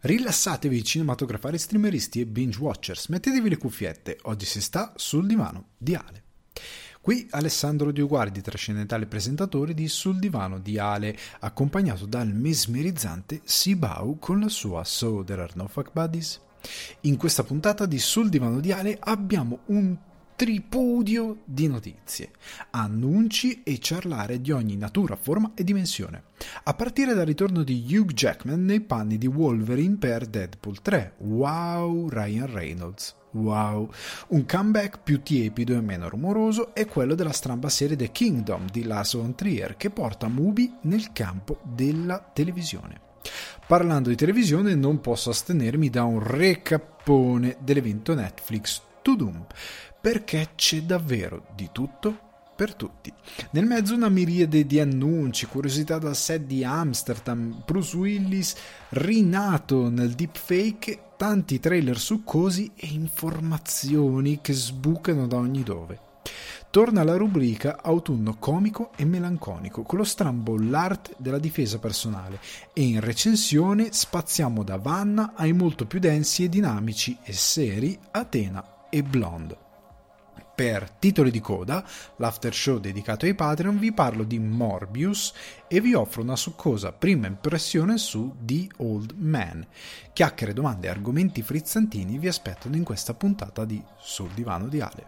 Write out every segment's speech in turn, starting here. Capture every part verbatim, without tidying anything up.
Rilassatevi cinematografari, streameristi e binge watchers, mettetevi le cuffiette, oggi si sta sul divano di Ale. Qui Alessandro Dioguardi, trascendentale presentatore di Sul divano di Ale, accompagnato dal mesmerizzante Sibau con la sua So There Are No Fuck Buddies. In questa puntata di Sul divano di Ale abbiamo un tripudio di notizie, annunci e ciarlare di ogni natura, forma e dimensione, a partire dal ritorno di Hugh Jackman nei panni di Wolverine per Deadpool tre. Wow, Ryan Reynolds. Wow. Un comeback più tiepido e meno rumoroso è quello della stramba serie The Kingdom di Lars von Trier, che porta Mubi nel campo della televisione. Parlando di televisione non posso astenermi da un recappone dell'evento Netflix To Doom, perché c'è davvero di tutto per tutti. Nel mezzo una miriade di annunci, curiosità dal set di Amsterdam, Bruce Willis rinato nel deepfake, tanti trailer succosi e informazioni che sbucano da ogni dove. Torna la rubrica autunno comico e melanconico con lo strambo l'arte della difesa personale e in recensione spaziamo da Vanna ai molto più densi e dinamici e seri Athena e Blonde. Per titoli di coda, l'after show dedicato ai Patreon, vi parlo di Morbius e vi offro una succosa prima impressione su The Old Man. Chiacchiere, domande e argomenti frizzantini vi aspettano in questa puntata di Sul divano di Ale.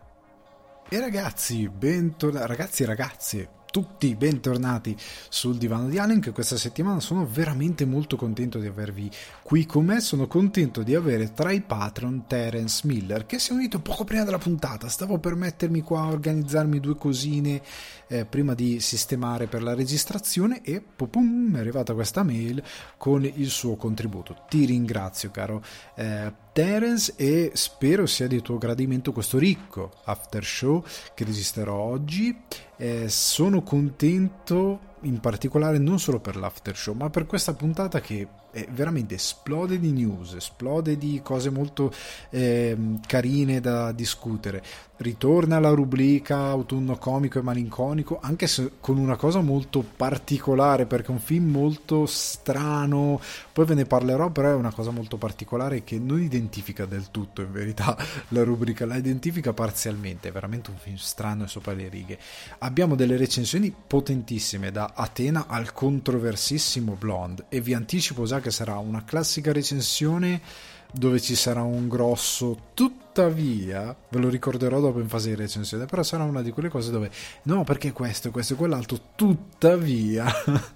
E ragazzi, bentornati, ragazzi e ragazze, tutti bentornati sul divano di Ale. Anche questa settimana sono veramente molto contento di avervi qui con me. Sono contento di avere tra i Patreon Terence Miller, che si è unito poco prima della puntata. Stavo per mettermi qua a organizzarmi due cosine eh, prima di sistemare per la registrazione e pum, mi è arrivata questa mail con il suo contributo. Ti ringrazio, caro eh, Terence, e spero sia di tuo gradimento questo ricco after show che registrerò oggi. Eh, sono contento in particolare non solo per l'after show, ma per questa puntata che è veramente esplode di news, esplode di cose molto eh, carine da discutere. Ritorna la rubrica autunno comico e malinconico, anche se con una cosa molto particolare, perché è un film molto strano, poi ve ne parlerò, però è una cosa molto particolare che non identifica del tutto in verità la rubrica, la identifica parzialmente, è veramente un film strano e sopra le righe. Abbiamo delle recensioni potentissime, da Athena al controversissimo Blonde, e vi anticipo già che sarà una classica recensione dove ci sarà un grosso tuttavia, ve lo ricorderò dopo in fase di recensione, però sarà una di quelle cose dove no, perché questo, questo e quell'altro, tuttavia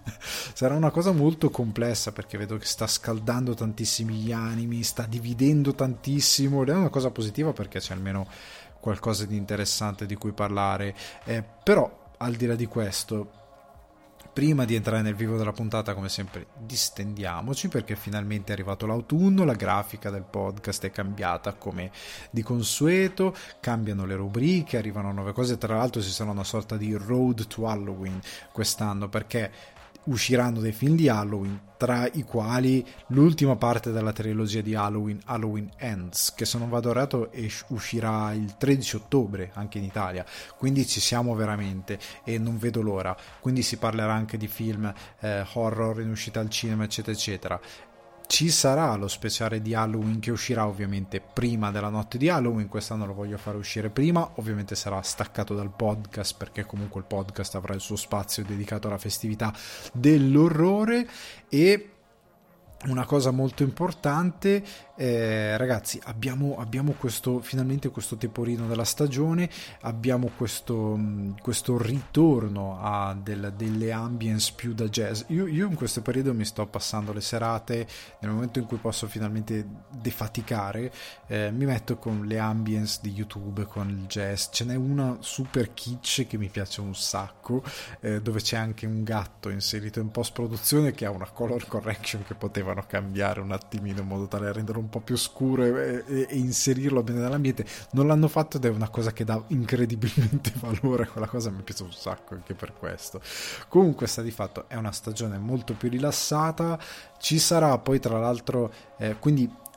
sarà una cosa molto complessa, perché vedo che sta scaldando tantissimi gli animi, sta dividendo tantissimo, ed è una cosa positiva perché c'è almeno qualcosa di interessante di cui parlare. Eh, però al di là di questo, prima di entrare nel vivo della puntata, come sempre, distendiamoci, perché finalmente è arrivato l'autunno, la grafica del podcast è cambiata come di consueto, cambiano le rubriche, arrivano nuove cose, tra l'altro ci sarà una sorta di road to Halloween quest'anno, perché usciranno dei film di Halloween, tra i quali l'ultima parte della trilogia di Halloween, Halloween Ends, che se non vado errato uscirà il tredici ottobre anche in Italia, quindi ci siamo veramente e non vedo l'ora. Quindi si parlerà anche di film eh, horror in uscita al cinema, eccetera eccetera. Ci sarà lo speciale di Halloween che uscirà ovviamente prima della notte di Halloween, quest'anno lo voglio fare uscire prima, ovviamente sarà staccato dal podcast perché comunque il podcast avrà il suo spazio dedicato alla festività dell'orrore. E una cosa molto importante, eh, ragazzi, abbiamo, abbiamo questo finalmente questo temporino della stagione, abbiamo questo, questo ritorno a del, delle ambience più da jazz. Io, io in questo periodo mi sto passando le serate, nel momento in cui posso finalmente defaticare, eh, mi metto con le ambience di YouTube, con il jazz. Ce n'è una super kitsch che mi piace un sacco, eh, dove c'è anche un gatto inserito in post produzione che ha una color correction che poteva cambiare un attimino in modo tale da renderlo un po' più scuro e, e, e inserirlo bene nell'ambiente. Non l'hanno fatto ed è una cosa che dà incredibilmente valore, quella cosa mi piace un sacco anche per questo. Comunque sta di fatto è una stagione molto più rilassata, ci sarà poi tra l'altro eh, quindi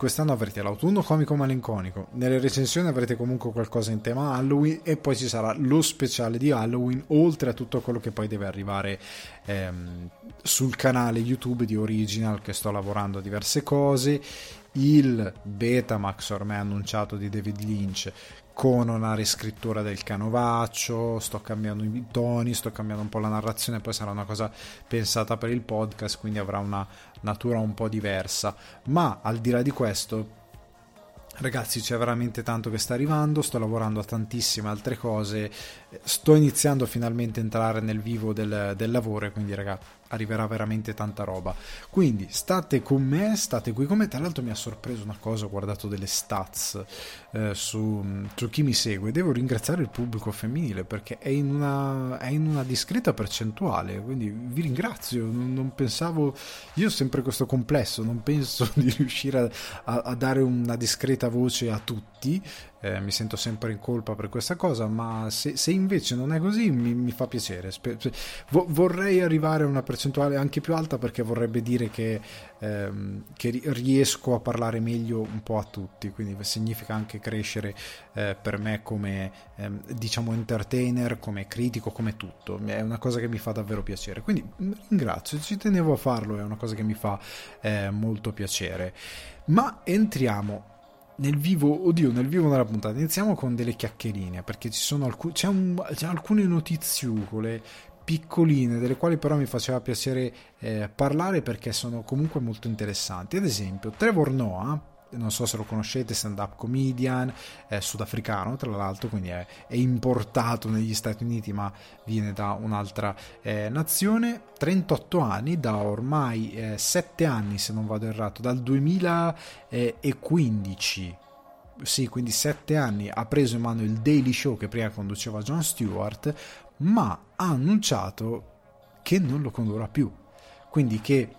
quest'anno avrete l'autunno comico malinconico, nelle recensioni avrete comunque qualcosa in tema Halloween e poi ci sarà lo speciale di Halloween, oltre a tutto quello che poi deve arrivare ehm, sul canale YouTube di Original, che sto lavorando a diverse cose, il Betamax ormai annunciato di David Lynch con una riscrittura del canovaccio, sto cambiando i toni, sto cambiando un po' la narrazione, poi sarà una cosa pensata per il podcast, quindi avrà una natura un po' diversa, ma al di là di questo ragazzi c'è veramente tanto che sta arrivando, sto lavorando a tantissime altre cose, sto iniziando finalmente a entrare nel vivo del, del lavoro e quindi ragazzi arriverà veramente tanta roba, quindi state con me, state qui con me. Tra l'altro mi ha sorpreso una cosa, ho guardato delle stats eh, su, su chi mi segue, devo ringraziare il pubblico femminile perché è in una, è in una discreta percentuale, quindi vi ringrazio, non, non pensavo, io ho sempre questo complesso, non penso di riuscire a, a, a dare una discreta voce a tutti, eh, mi sento sempre in colpa per questa cosa, ma se, se invece non è così mi, mi fa piacere. Spe- vo- vorrei arrivare a una percentuale anche più alta perché vorrebbe dire che, ehm, che riesco a parlare meglio un po' a tutti, quindi significa anche crescere eh, per me come ehm, diciamo entertainer, come critico, come tutto, è una cosa che mi fa davvero piacere, quindi ringrazio, ci tenevo a farlo, è una cosa che mi fa eh, molto piacere. Ma entriamo nel vivo, oddio, nel vivo della puntata. Iniziamo con delle chiacchierine perché ci sono alcune, c'è, un, c'è alcune notiziucole piccoline delle quali però mi faceva piacere eh, parlare perché sono comunque molto interessanti. Ad esempio Trevor Noah, non so se lo conoscete, stand-up comedian, è sudafricano tra l'altro, quindi è, è importato negli Stati Uniti ma viene da un'altra eh, nazione, trentotto anni, da ormai eh, sette anni se non vado errato, dal duemilaquindici, sì, quindi sette anni, ha preso in mano il Daily Show che prima conduceva Jon Stewart, ma ha annunciato che non lo condurrà più, quindi che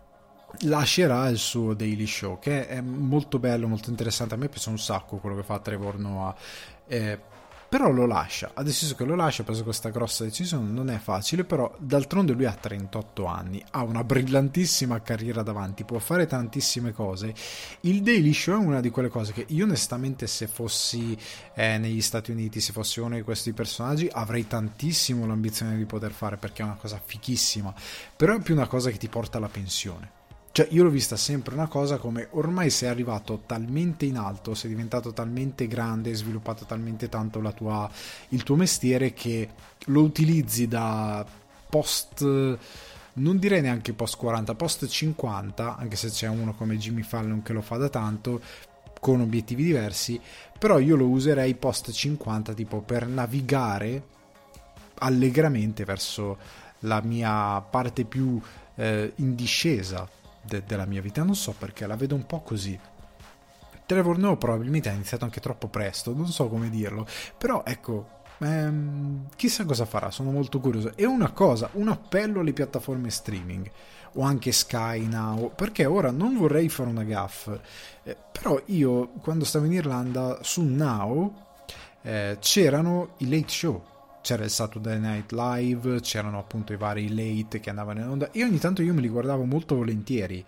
lascerà il suo Daily Show, che è molto bello, molto interessante. A me piace un sacco quello che fa Trevor Noah, eh, però lo lascia, ha deciso che lo lascia, ha preso questa grossa decisione, non è facile, però d'altronde lui ha trentotto anni, ha una brillantissima carriera davanti, può fare tantissime cose. Il Daily Show è una di quelle cose che io onestamente, se fossi eh, negli Stati Uniti, se fossi uno di questi personaggi, avrei tantissimo l'ambizione di poter fare, perché è una cosa fichissima, però è più una cosa che ti porta alla pensione. Cioè io l'ho vista sempre una cosa come ormai sei arrivato talmente in alto, sei diventato talmente grande, hai sviluppato talmente tanto la tua, il tuo mestiere, che lo utilizzi da post, non direi neanche post quaranta, post cinquanta, anche se c'è uno come Jimmy Fallon che lo fa da tanto con obiettivi diversi, però io lo userei post cinquanta tipo per navigare allegramente verso la mia parte più eh, in discesa De- della mia vita, non so perché la vedo un po' così. Trevor Noah probabilmente ha iniziato anche troppo presto, non so come dirlo, però ecco, ehm, chissà cosa farà, sono molto curioso. E una cosa, un appello alle piattaforme streaming o anche Sky Now, perché ora non vorrei fare una gaffe, eh, però io quando stavo in Irlanda su Now eh, c'erano i late show, c'era il Saturday Night Live, c'erano appunto i vari late che andavano in onda, e ogni tanto io me li guardavo molto volentieri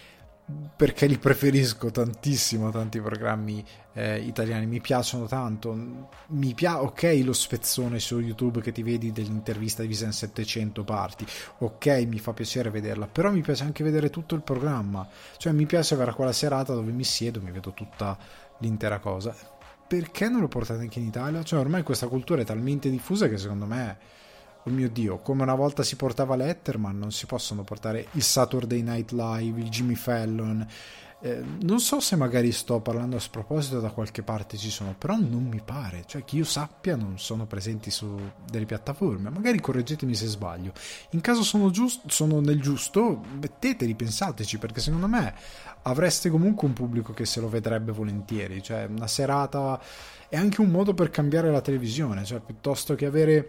perché li preferisco tantissimo, tanti programmi eh, italiani mi piacciono tanto, mi piace, ok, lo spezzone su YouTube che ti vedi dell'intervista divisa in settecento parti, ok, mi fa piacere vederla, però mi piace anche vedere tutto il programma, cioè mi piace avere quella serata dove mi siedo, mi vedo tutta l'intera cosa. Perché non lo portate anche in Italia? Cioè ormai questa cultura è talmente diffusa che secondo me, oh mio Dio, come una volta si portava Letterman, non si possono portare il Saturday Night Live, il Jimmy Fallon. Eh, non so se magari sto parlando a sproposito, da qualche parte ci sono, però non mi pare, cioè che io sappia non sono presenti su delle piattaforme, magari correggetemi se sbaglio. In caso sono, giusto, sono nel giusto, metteteli, pensateci, perché secondo me avreste comunque un pubblico che se lo vedrebbe volentieri, cioè una serata è anche un modo per cambiare la televisione, cioè piuttosto che avere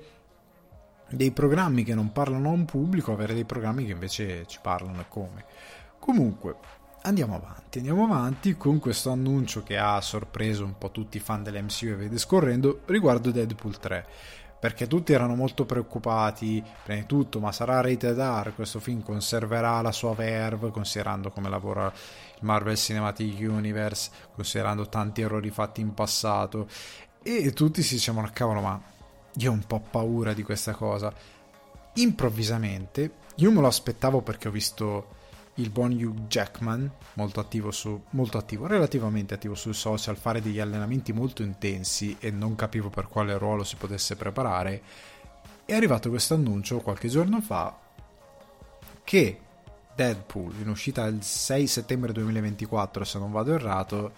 dei programmi che non parlano a un pubblico, avere dei programmi che invece ci parlano, e come. Comunque andiamo avanti, andiamo avanti con questo annuncio che ha sorpreso un po' tutti i fan dell'M C U e vede scorrendo riguardo Deadpool tre. perché tutti erano molto preoccupati, prima di tutto, ma sarà rated R, questo film conserverà la sua verve, considerando come lavora il Marvel Cinematic Universe, considerando tanti errori fatti in passato, e tutti si dicevano, cavolo, ma io ho un po' paura di questa cosa. Improvvisamente, io me lo aspettavo perché ho visto il buon Hugh Jackman, molto attivo, su, molto attivo, relativamente attivo sui social, fare degli allenamenti molto intensi, e non capivo per quale ruolo si potesse preparare. È arrivato questo annuncio qualche giorno fa che Deadpool, in uscita il sei settembre duemilaventiquattro se non vado errato,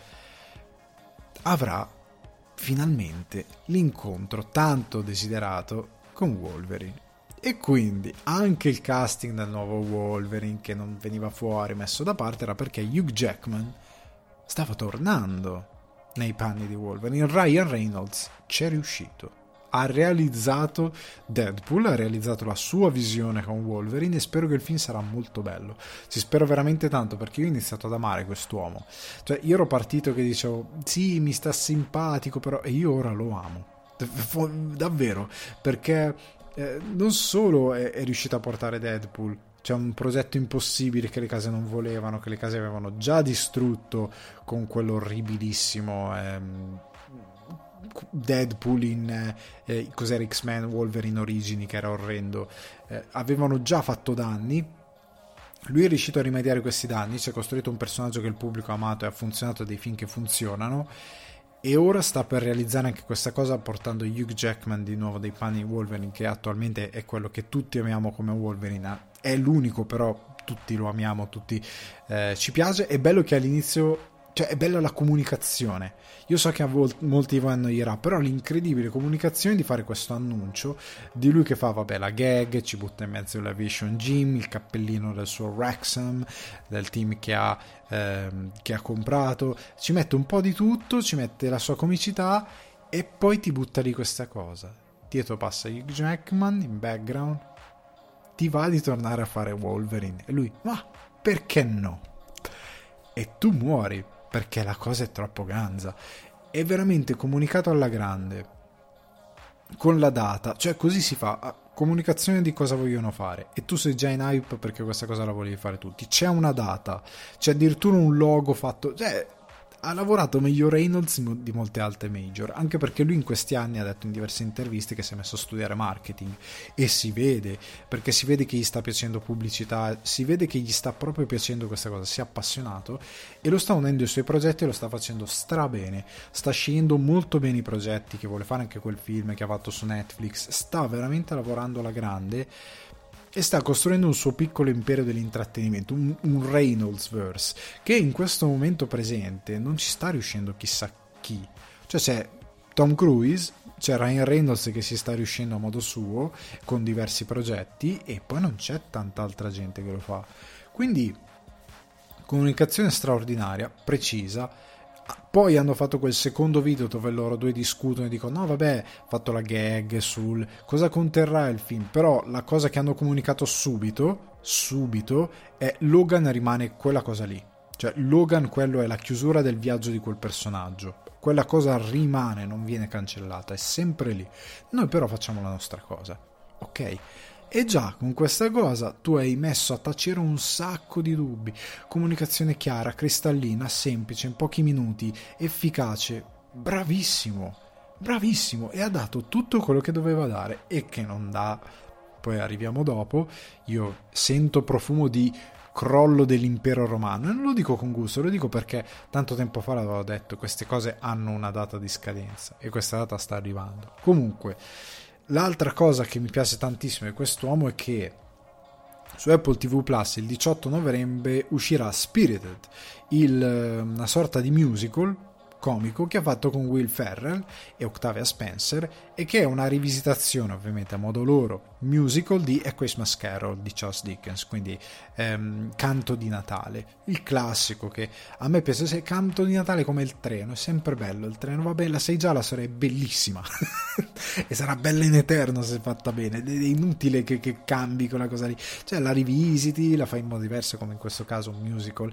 avrà finalmente l'incontro tanto desiderato con Wolverine. E quindi anche il casting del nuovo Wolverine, che non veniva fuori, messo da parte, era perché Hugh Jackman stava tornando nei panni di Wolverine. Ryan Reynolds ci è riuscito, ha realizzato Deadpool, ha realizzato la sua visione con Wolverine, e spero che il film sarà molto bello. Ci spero veramente tanto, perché io ho iniziato ad amare quest'uomo. Cioè, io ero partito che dicevo sì, mi sta simpatico, però, e io ora lo amo davvero, perché Eh, non solo è, è riuscito a portare Deadpool, c'è un progetto impossibile che le case non volevano, che le case avevano già distrutto con quell'orribilissimo ehm, Deadpool in eh, cos'era, X-Men Wolverine Origini, che era orrendo, eh, avevano già fatto danni. Lui è riuscito a rimediare questi danni, ci ha costruito un personaggio che il pubblico ha amato e ha funzionato, dei film che funzionano, e ora sta per realizzare anche questa cosa, portando Hugh Jackman di nuovo dei panni di Wolverine, che attualmente è quello che tutti amiamo come Wolverine, è l'unico, però tutti lo amiamo, tutti eh, ci piace. È bello che all'inizio, cioè è bella la comunicazione, io so che a vol- molti di voi annoierà, però l'incredibile comunicazione di fare questo annuncio di lui che fa, vabbè, la gag, ci butta in mezzo l'Aviation Gym, il cappellino del suo Wrexham, del team che ha ehm, che ha comprato, ci mette un po' di tutto, ci mette la sua comicità, e poi ti butta lì questa cosa. Dietro passa Hugh Jackman in background, ti va di tornare a fare Wolverine, e lui, ma perché no? E tu muori, perché la cosa è troppo ganza. È veramente comunicato alla grande, con la data, cioè così si fa, comunicazione di cosa vogliono fare, e tu sei già in hype perché questa cosa la volevi fare tutti. C'è una data, c'è addirittura un logo fatto, cioè ha lavorato meglio Reynolds di molte altre major, anche perché lui in questi anni ha detto in diverse interviste che si è messo a studiare marketing, e si vede, perché si vede che gli sta piacendo pubblicità, si vede che gli sta proprio piacendo questa cosa, si è appassionato e lo sta unendo ai suoi progetti, e lo sta facendo strabene, sta scegliendo molto bene i progetti che vuole fare, anche quel film che ha fatto su Netflix, sta veramente lavorando alla grande e sta costruendo un suo piccolo impero dell'intrattenimento, un, un Reynoldsverse, che in questo momento presente non ci sta riuscendo chissà chi. Cioè c'è Tom Cruise, c'è Ryan Reynolds che si sta riuscendo a modo suo con diversi progetti, e poi non c'è tanta altra gente che lo fa. Quindi comunicazione straordinaria, precisa. Poi hanno fatto quel secondo video dove loro due discutono e dicono no vabbè, fatto la gag sul cosa conterrà il film, però la cosa che hanno comunicato subito subito è Logan rimane quella cosa lì, cioè Logan, quello è la chiusura del viaggio di quel personaggio, quella cosa rimane, non viene cancellata, è sempre lì. Noi però facciamo la nostra cosa, ok? E già con questa cosa tu hai messo a tacere un sacco di dubbi. Comunicazione chiara, cristallina, semplice, in pochi minuti, efficace, bravissimo, bravissimo, e ha dato tutto quello che doveva dare e che non dà. Poi arriviamo dopo, io sento profumo di crollo dell'impero romano, e non lo dico con gusto, lo dico perché tanto tempo fa l'avevo detto, queste cose hanno una data di scadenza e questa data sta arrivando. Comunque, l'altra cosa che mi piace tantissimo di quest'uomo è che su Apple tivù Plus il diciotto novembre uscirà Spirited, il, una sorta di musical comico che ha fatto con Will Ferrell e Octavia Spencer, e che è una rivisitazione ovviamente a modo loro musical di A Christmas Carol di Charles Dickens, quindi ehm, canto di Natale, il classico che a me piace. Se canto di Natale come il treno, è sempre bello il treno, vabbè, la sai già, la storia è bellissima e sarà bella in eterno se fatta bene, è inutile che, che cambi quella cosa lì, cioè la rivisiti, la fai in modo diverso come in questo caso un musical,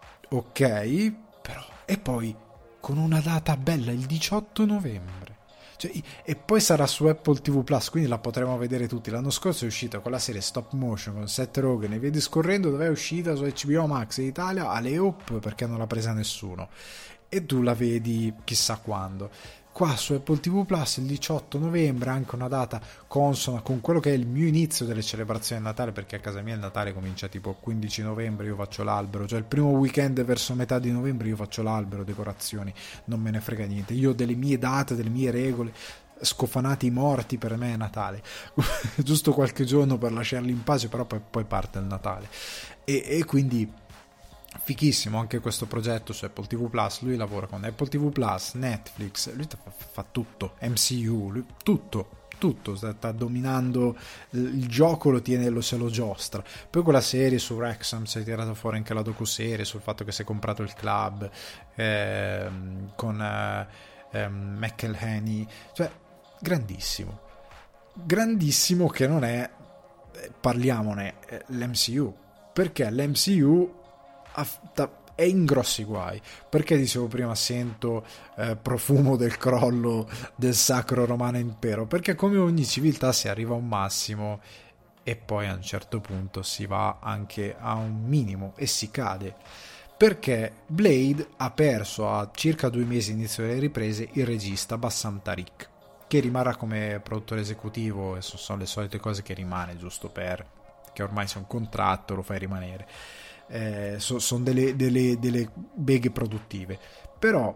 ok, però, e poi con una data bella, il diciotto novembre. Cioè, e poi sarà su Apple ti vu Plus, quindi la potremo vedere tutti. L'anno scorso è uscita con la serie stop motion con Seth Rogen e via discorrendo, dove è uscita su H B O Max in Italia alle Hope perché non l'ha presa nessuno, e tu la vedi chissà quando. Qua su Apple ti vu Plus il diciotto novembre, anche una data consona con quello che è il mio inizio delle celebrazioni di Natale, perché a casa mia il Natale comincia tipo quindici novembre, io faccio l'albero, cioè il primo weekend verso metà di novembre io faccio l'albero, decorazioni, non me ne frega niente, io ho delle mie date, delle mie regole, scofanati morti, per me è Natale giusto qualche giorno per lasciarli in pace, però poi, poi parte il Natale, e, e quindi fichissimo anche questo progetto su Apple ti vu Plus. Lui lavora con Apple ti vu Plus, Netflix, lui fa, fa tutto, M C U, lui, tutto tutto, sta, sta dominando il gioco, lo tiene, lo se lo giostra. Poi quella serie su Wrexham si è tirato fuori anche la docuserie sul fatto che si è comprato il club, ehm, con eh, ehm, McElhenney, cioè grandissimo grandissimo, che non è, parliamone, l'M C U, perché l'M C U è in grossi guai, perché dicevo prima sento eh, profumo del crollo del Sacro Romano Impero, perché come ogni civiltà si arriva a un massimo e poi a un certo punto si va anche a un minimo e si cade, perché Blade ha perso a circa due mesi inizio delle riprese il regista Bassam Tariq, che rimarrà come produttore esecutivo, e sono le solite cose che rimane giusto per che ormai c'è un contratto, lo fai rimanere. Eh, so, sono delle, delle, delle beghe produttive, però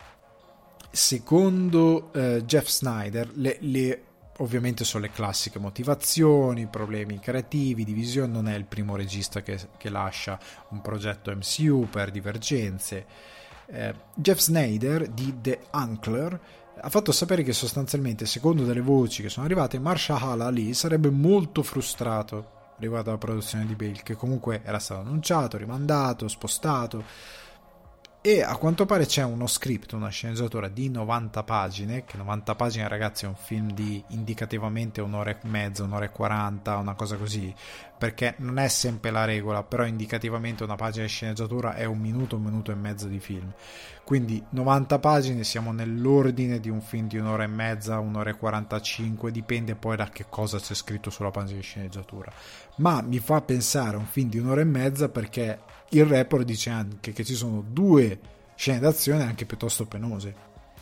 secondo eh, Jeff Snyder le, le, ovviamente sono le classiche motivazioni, problemi creativi, divisione, non è il primo regista che, che lascia un progetto M C U per divergenze. eh, Jeff Snyder di The Uncler ha fatto sapere che sostanzialmente, secondo delle voci che sono arrivate, Mahershala Ali sarebbe molto frustrato riguardo alla produzione di Bale, che comunque era stato annunciato, rimandato, spostato, e a quanto pare c'è uno script, una sceneggiatura di novanta pagine, che novanta pagine ragazzi è un film di indicativamente un'ora e mezza, un'ora e quaranta, una cosa così, perché non è sempre la regola, però indicativamente una pagina di sceneggiatura è un minuto, un minuto e mezzo di film, quindi novanta pagine, siamo nell'ordine di un film di un'ora e mezza, un'ora e quarantacinque, dipende poi da che cosa c'è scritto sulla pagina di sceneggiatura, ma mi fa pensare a un film di un'ora e mezza perché il report dice anche che ci sono due scene d'azione anche piuttosto penose,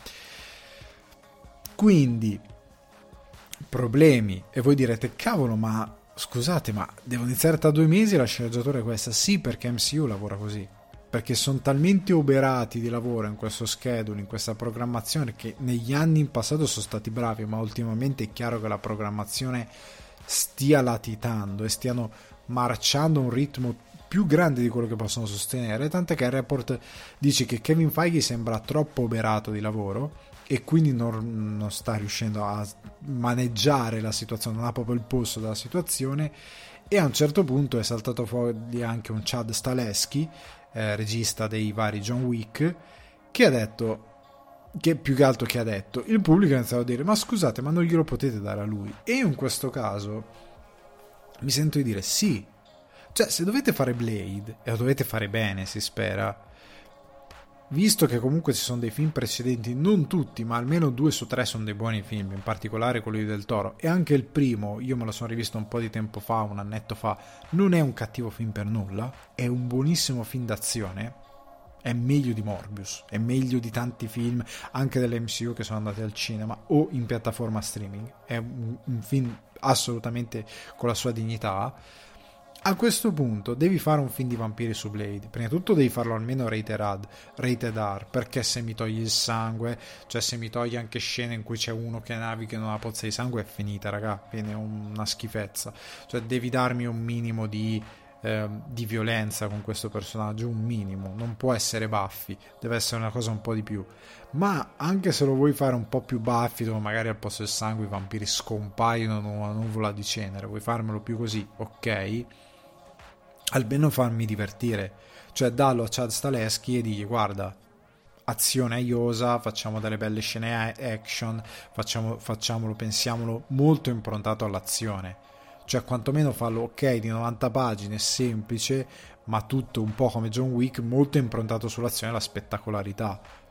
quindi problemi. E voi direte cavolo, ma scusate, ma devo iniziare tra due mesi, la sceneggiatura è questa? Sì, perché M C U lavora così, perché sono talmente oberati di lavoro in questo schedule, in questa programmazione, che negli anni in passato sono stati bravi, ma ultimamente è chiaro che la programmazione stia latitando e stiano marciando a un ritmo più grande di quello che possono sostenere, tant'è che il report dice che Kevin Feige sembra troppo oberato di lavoro e quindi non, non sta riuscendo a maneggiare la situazione, non ha proprio il polso della situazione, e a un certo punto è saltato fuori anche un Chad Stahelski, eh, regista dei vari John Wick, che ha detto, che più che altro che ha detto, il pubblico ha iniziato a dire ma scusate, ma non glielo potete dare a lui? E in questo caso mi sento di dire sì. Cioè, se dovete fare Blade, e lo dovete fare bene, si spera, visto che comunque ci sono dei film precedenti, non tutti, ma almeno due su tre sono dei buoni film, in particolare quello di Del Toro, e anche il primo, io me lo sono rivisto un po' di tempo fa, un annetto fa, non è un cattivo film per nulla, è un buonissimo film d'azione, è meglio di Morbius, è meglio di tanti film, anche dell'M C U che sono andati al cinema o in piattaforma streaming, è un, un film assolutamente con la sua dignità. A questo punto devi fare un film di vampiri su Blade, prima di tutto devi farlo almeno rated R, rated R, perché se mi togli il sangue, cioè se mi togli anche scene in cui c'è uno che naviga in una pozza di sangue, è finita raga, viene una schifezza, cioè devi darmi un minimo di, eh, di violenza con questo personaggio, un minimo, non può essere Buffy, deve essere una cosa un po' di più, ma anche se lo vuoi fare un po' più Buffy, dove magari al posto del sangue i vampiri scompaiono in una nuvola di cenere, vuoi farmelo più così, ok, almeno farmi divertire, cioè dallo a Chad Stahelski e digli guarda, azione aiosa, facciamo delle belle scene action, facciamo, facciamolo, pensiamolo molto improntato all'azione, cioè quantomeno fallo ok di novanta pagine, semplice, ma tutto un po' come John Wick, molto improntato sull'azione e la spettacolarità,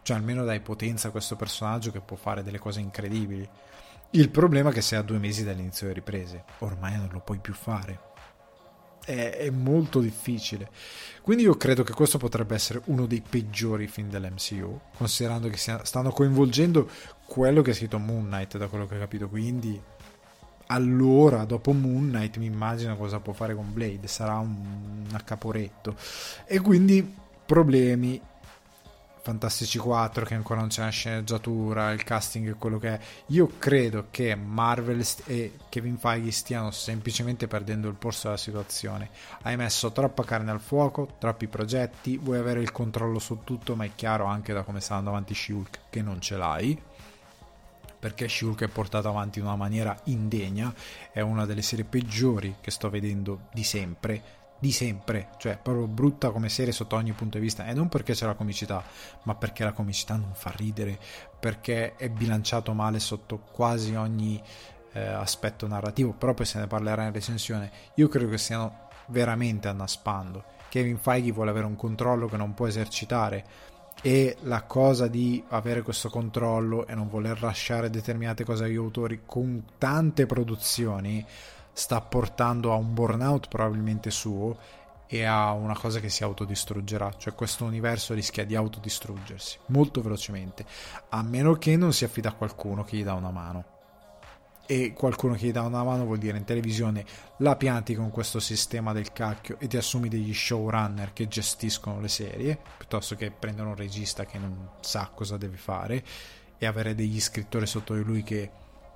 cioè almeno dai potenza a questo personaggio che può fare delle cose incredibili. Il problema è che sei a due mesi dall'inizio delle riprese, ormai non lo puoi più fare, è, è molto difficile, quindi io credo che questo potrebbe essere uno dei peggiori film dell'M C U, considerando che sia, stanno coinvolgendo quello che è scritto Moon Knight, da quello che ho capito, quindi allora dopo Moon Knight mi immagino cosa può fare con Blade, sarà un, un accaporetto, e quindi problemi. Fantastici quattro che ancora non c'è una sceneggiatura, il casting è quello che è. Io credo che Marvel e Kevin Feige stiano semplicemente perdendo il polso della situazione. Hai messo troppa carne al fuoco, troppi progetti, vuoi avere il controllo su tutto, ma è chiaro anche da come sta andando avanti She-Hulk che non ce l'hai, perché She-Hulk è portato avanti in una maniera indegna, è una delle serie peggiori che sto vedendo di sempre, di sempre, cioè proprio brutta come serie sotto ogni punto di vista, e non perché c'è la comicità, ma perché la comicità non fa ridere, perché è bilanciato male sotto quasi ogni eh, aspetto narrativo, però poi se ne parlerà in recensione. Io credo che stiano veramente annaspando. Kevin Feige vuole avere un controllo che non può esercitare, e la cosa di avere questo controllo e non voler lasciare determinate cose agli autori con tante produzioni sta portando a un burnout probabilmente suo e a una cosa che si autodistruggerà, cioè questo universo rischia di autodistruggersi molto velocemente, a meno che non si affida a qualcuno che gli dà una mano, e qualcuno che gli dà una mano vuol dire in televisione la pianti con questo sistema del cacchio e ti assumi degli showrunner che gestiscono le serie piuttosto che prendere un regista che non sa cosa deve fare e avere degli scrittori sotto di lui che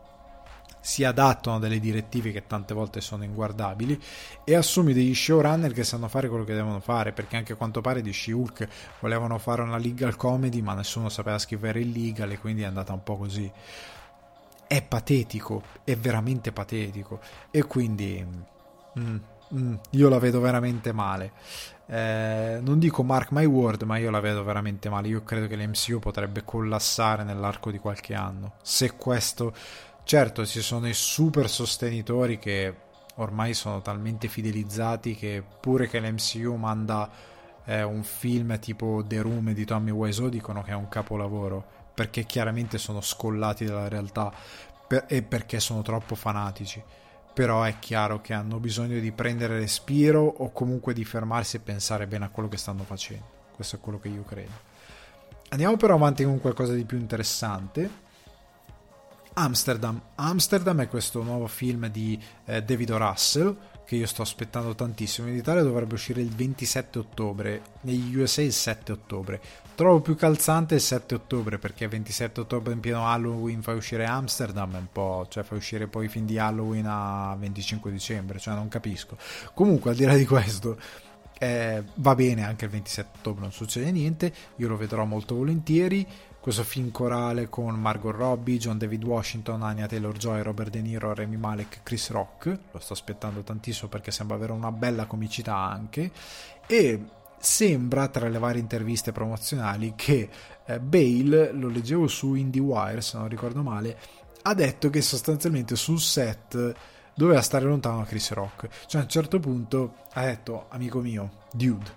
si adattano a delle direttive che tante volte sono inguardabili, e assumi degli showrunner che sanno fare quello che devono fare, perché anche a quanto pare di She-Hulk volevano fare una legal comedy ma nessuno sapeva scrivere il legal e quindi è andata un po' così. È patetico, è veramente patetico, e quindi mm, mm, io la vedo veramente male. Eh, non dico mark my word, ma io la vedo veramente male. Io credo che l'M C U potrebbe collassare nell'arco di qualche anno, se questo. Certo, ci sono i super sostenitori che ormai sono talmente fidelizzati che pure che l'M C U manda eh, un film tipo The Room di Tommy Wiseau dicono che è un capolavoro, perché chiaramente sono scollati dalla realtà per, e perché sono troppo fanatici. Però è chiaro che hanno bisogno di prendere respiro o comunque di fermarsi e pensare bene a quello che stanno facendo. Questo è quello che io credo. Andiamo però avanti con qualcosa di più interessante. Amsterdam. Amsterdam è questo nuovo film di eh, David O. Russell che io sto aspettando tantissimo. In Italia dovrebbe uscire il ventisette ottobre, negli U S A il sette ottobre. Trovo più calzante il sette ottobre, perché ventisette ottobre in pieno Halloween fai uscire Amsterdam, è un po', cioè fai uscire poi i film di Halloween a venticinque dicembre, cioè non capisco. Comunque al di là di questo eh, va bene anche il ventisette ottobre, non succede niente, io lo vedrò molto volentieri. Questo film corale con Margot Robbie, John David Washington, Anya Taylor-Joy, Robert De Niro, Rami Malek, Chris Rock. Lo sto aspettando tantissimo perché sembra avere una bella comicità anche, e sembra, tra le varie interviste promozionali, che eh, Bale, lo leggevo su IndieWire se non ricordo male, ha detto che sostanzialmente sul set doveva stare lontano da Chris Rock. Cioè a un certo punto ha detto: amico mio, dude,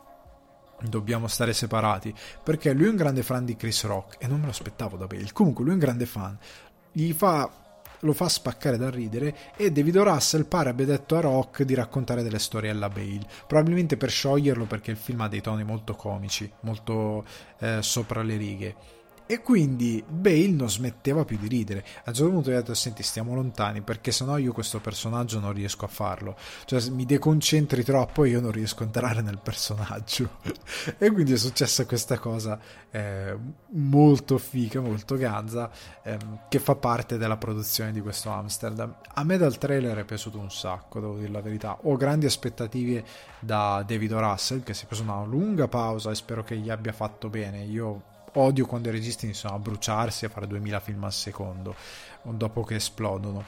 dobbiamo stare separati, perché lui è un grande fan di Chris Rock e non me lo aspettavo da Bale. Comunque lui è un grande fan, gli fa, lo fa spaccare da ridere, e David O. Russell pare abbia detto a Rock di raccontare delle storie alla Bale, probabilmente per scioglierlo, perché il film ha dei toni molto comici, molto eh, sopra le righe, e quindi Bale non smetteva più di ridere. A un certo punto gli ho detto: senti, stiamo lontani, perché sennò io questo personaggio non riesco a farlo, cioè mi deconcentri troppo e io non riesco a entrare nel personaggio. E quindi è successa questa cosa eh, molto figa, molto ganza, ehm, che fa parte della produzione di questo Amsterdam. A me dal trailer è piaciuto un sacco, devo dire la verità. Ho grandi aspettative da David O. Russell, che si è preso una lunga pausa e spero che gli abbia fatto bene. Io odio quando i registi iniziano a bruciarsi e a fare duemila film al secondo dopo che esplodono.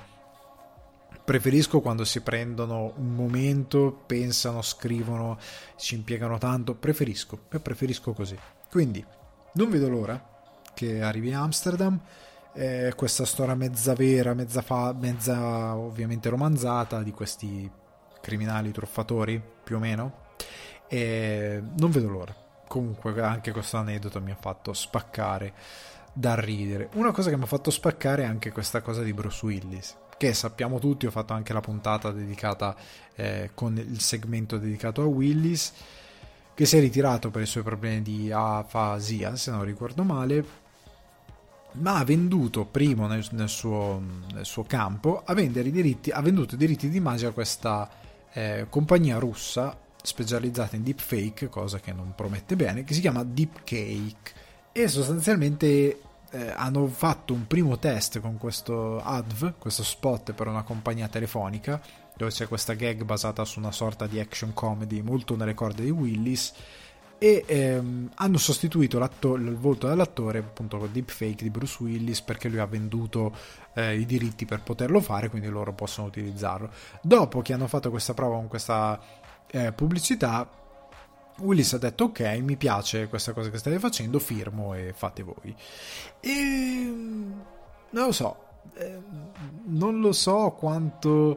Preferisco quando si prendono un momento, pensano, scrivono, ci impiegano tanto. Preferisco, io preferisco così. Quindi non vedo l'ora che arrivi a Amsterdam. Eh, questa storia mezza vera, mezza, fa- mezza ovviamente romanzata di questi criminali truffatori, più o meno. E non vedo l'ora. comunque anche questo aneddoto mi ha fatto spaccare da ridere. Una cosa che mi ha fatto spaccare è anche questa cosa di Bruce Willis, che sappiamo tutti, ho fatto anche la puntata dedicata eh, con il segmento dedicato a Willis, che si è ritirato per i suoi problemi di afasia, se non ricordo male, ma ha venduto primo nel, nel, suo, nel suo campo, a vendere i diritti, ha venduto i diritti di immagine a questa eh, compagnia russa specializzata in deepfake, cosa che non promette bene, che si chiama Deepcake, e sostanzialmente eh, hanno fatto un primo test con questo A D V, questo spot per una compagnia telefonica, dove c'è questa gag basata su una sorta di action comedy molto nelle corde di Willis, e ehm, hanno sostituito il volto dell'attore appunto con deepfake di Bruce Willis, perché lui ha venduto eh, i diritti per poterlo fare, quindi loro possono utilizzarlo. Dopo che hanno fatto questa prova con questa eh, pubblicità, Willis ha detto ok, mi piace questa cosa che state facendo, firmo e fate voi. E non lo so, eh, non lo so quanto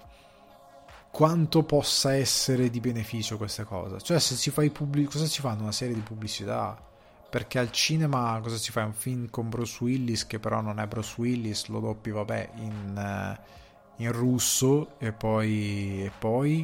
quanto possa essere di beneficio questa cosa. Cioè, se ci fai pubblic- cosa ci fanno? Una serie di pubblicità? Perché al cinema cosa ci fai? Un film con Bruce Willis che però non è Bruce Willis, lo doppi vabbè in, uh, in russo e poi e poi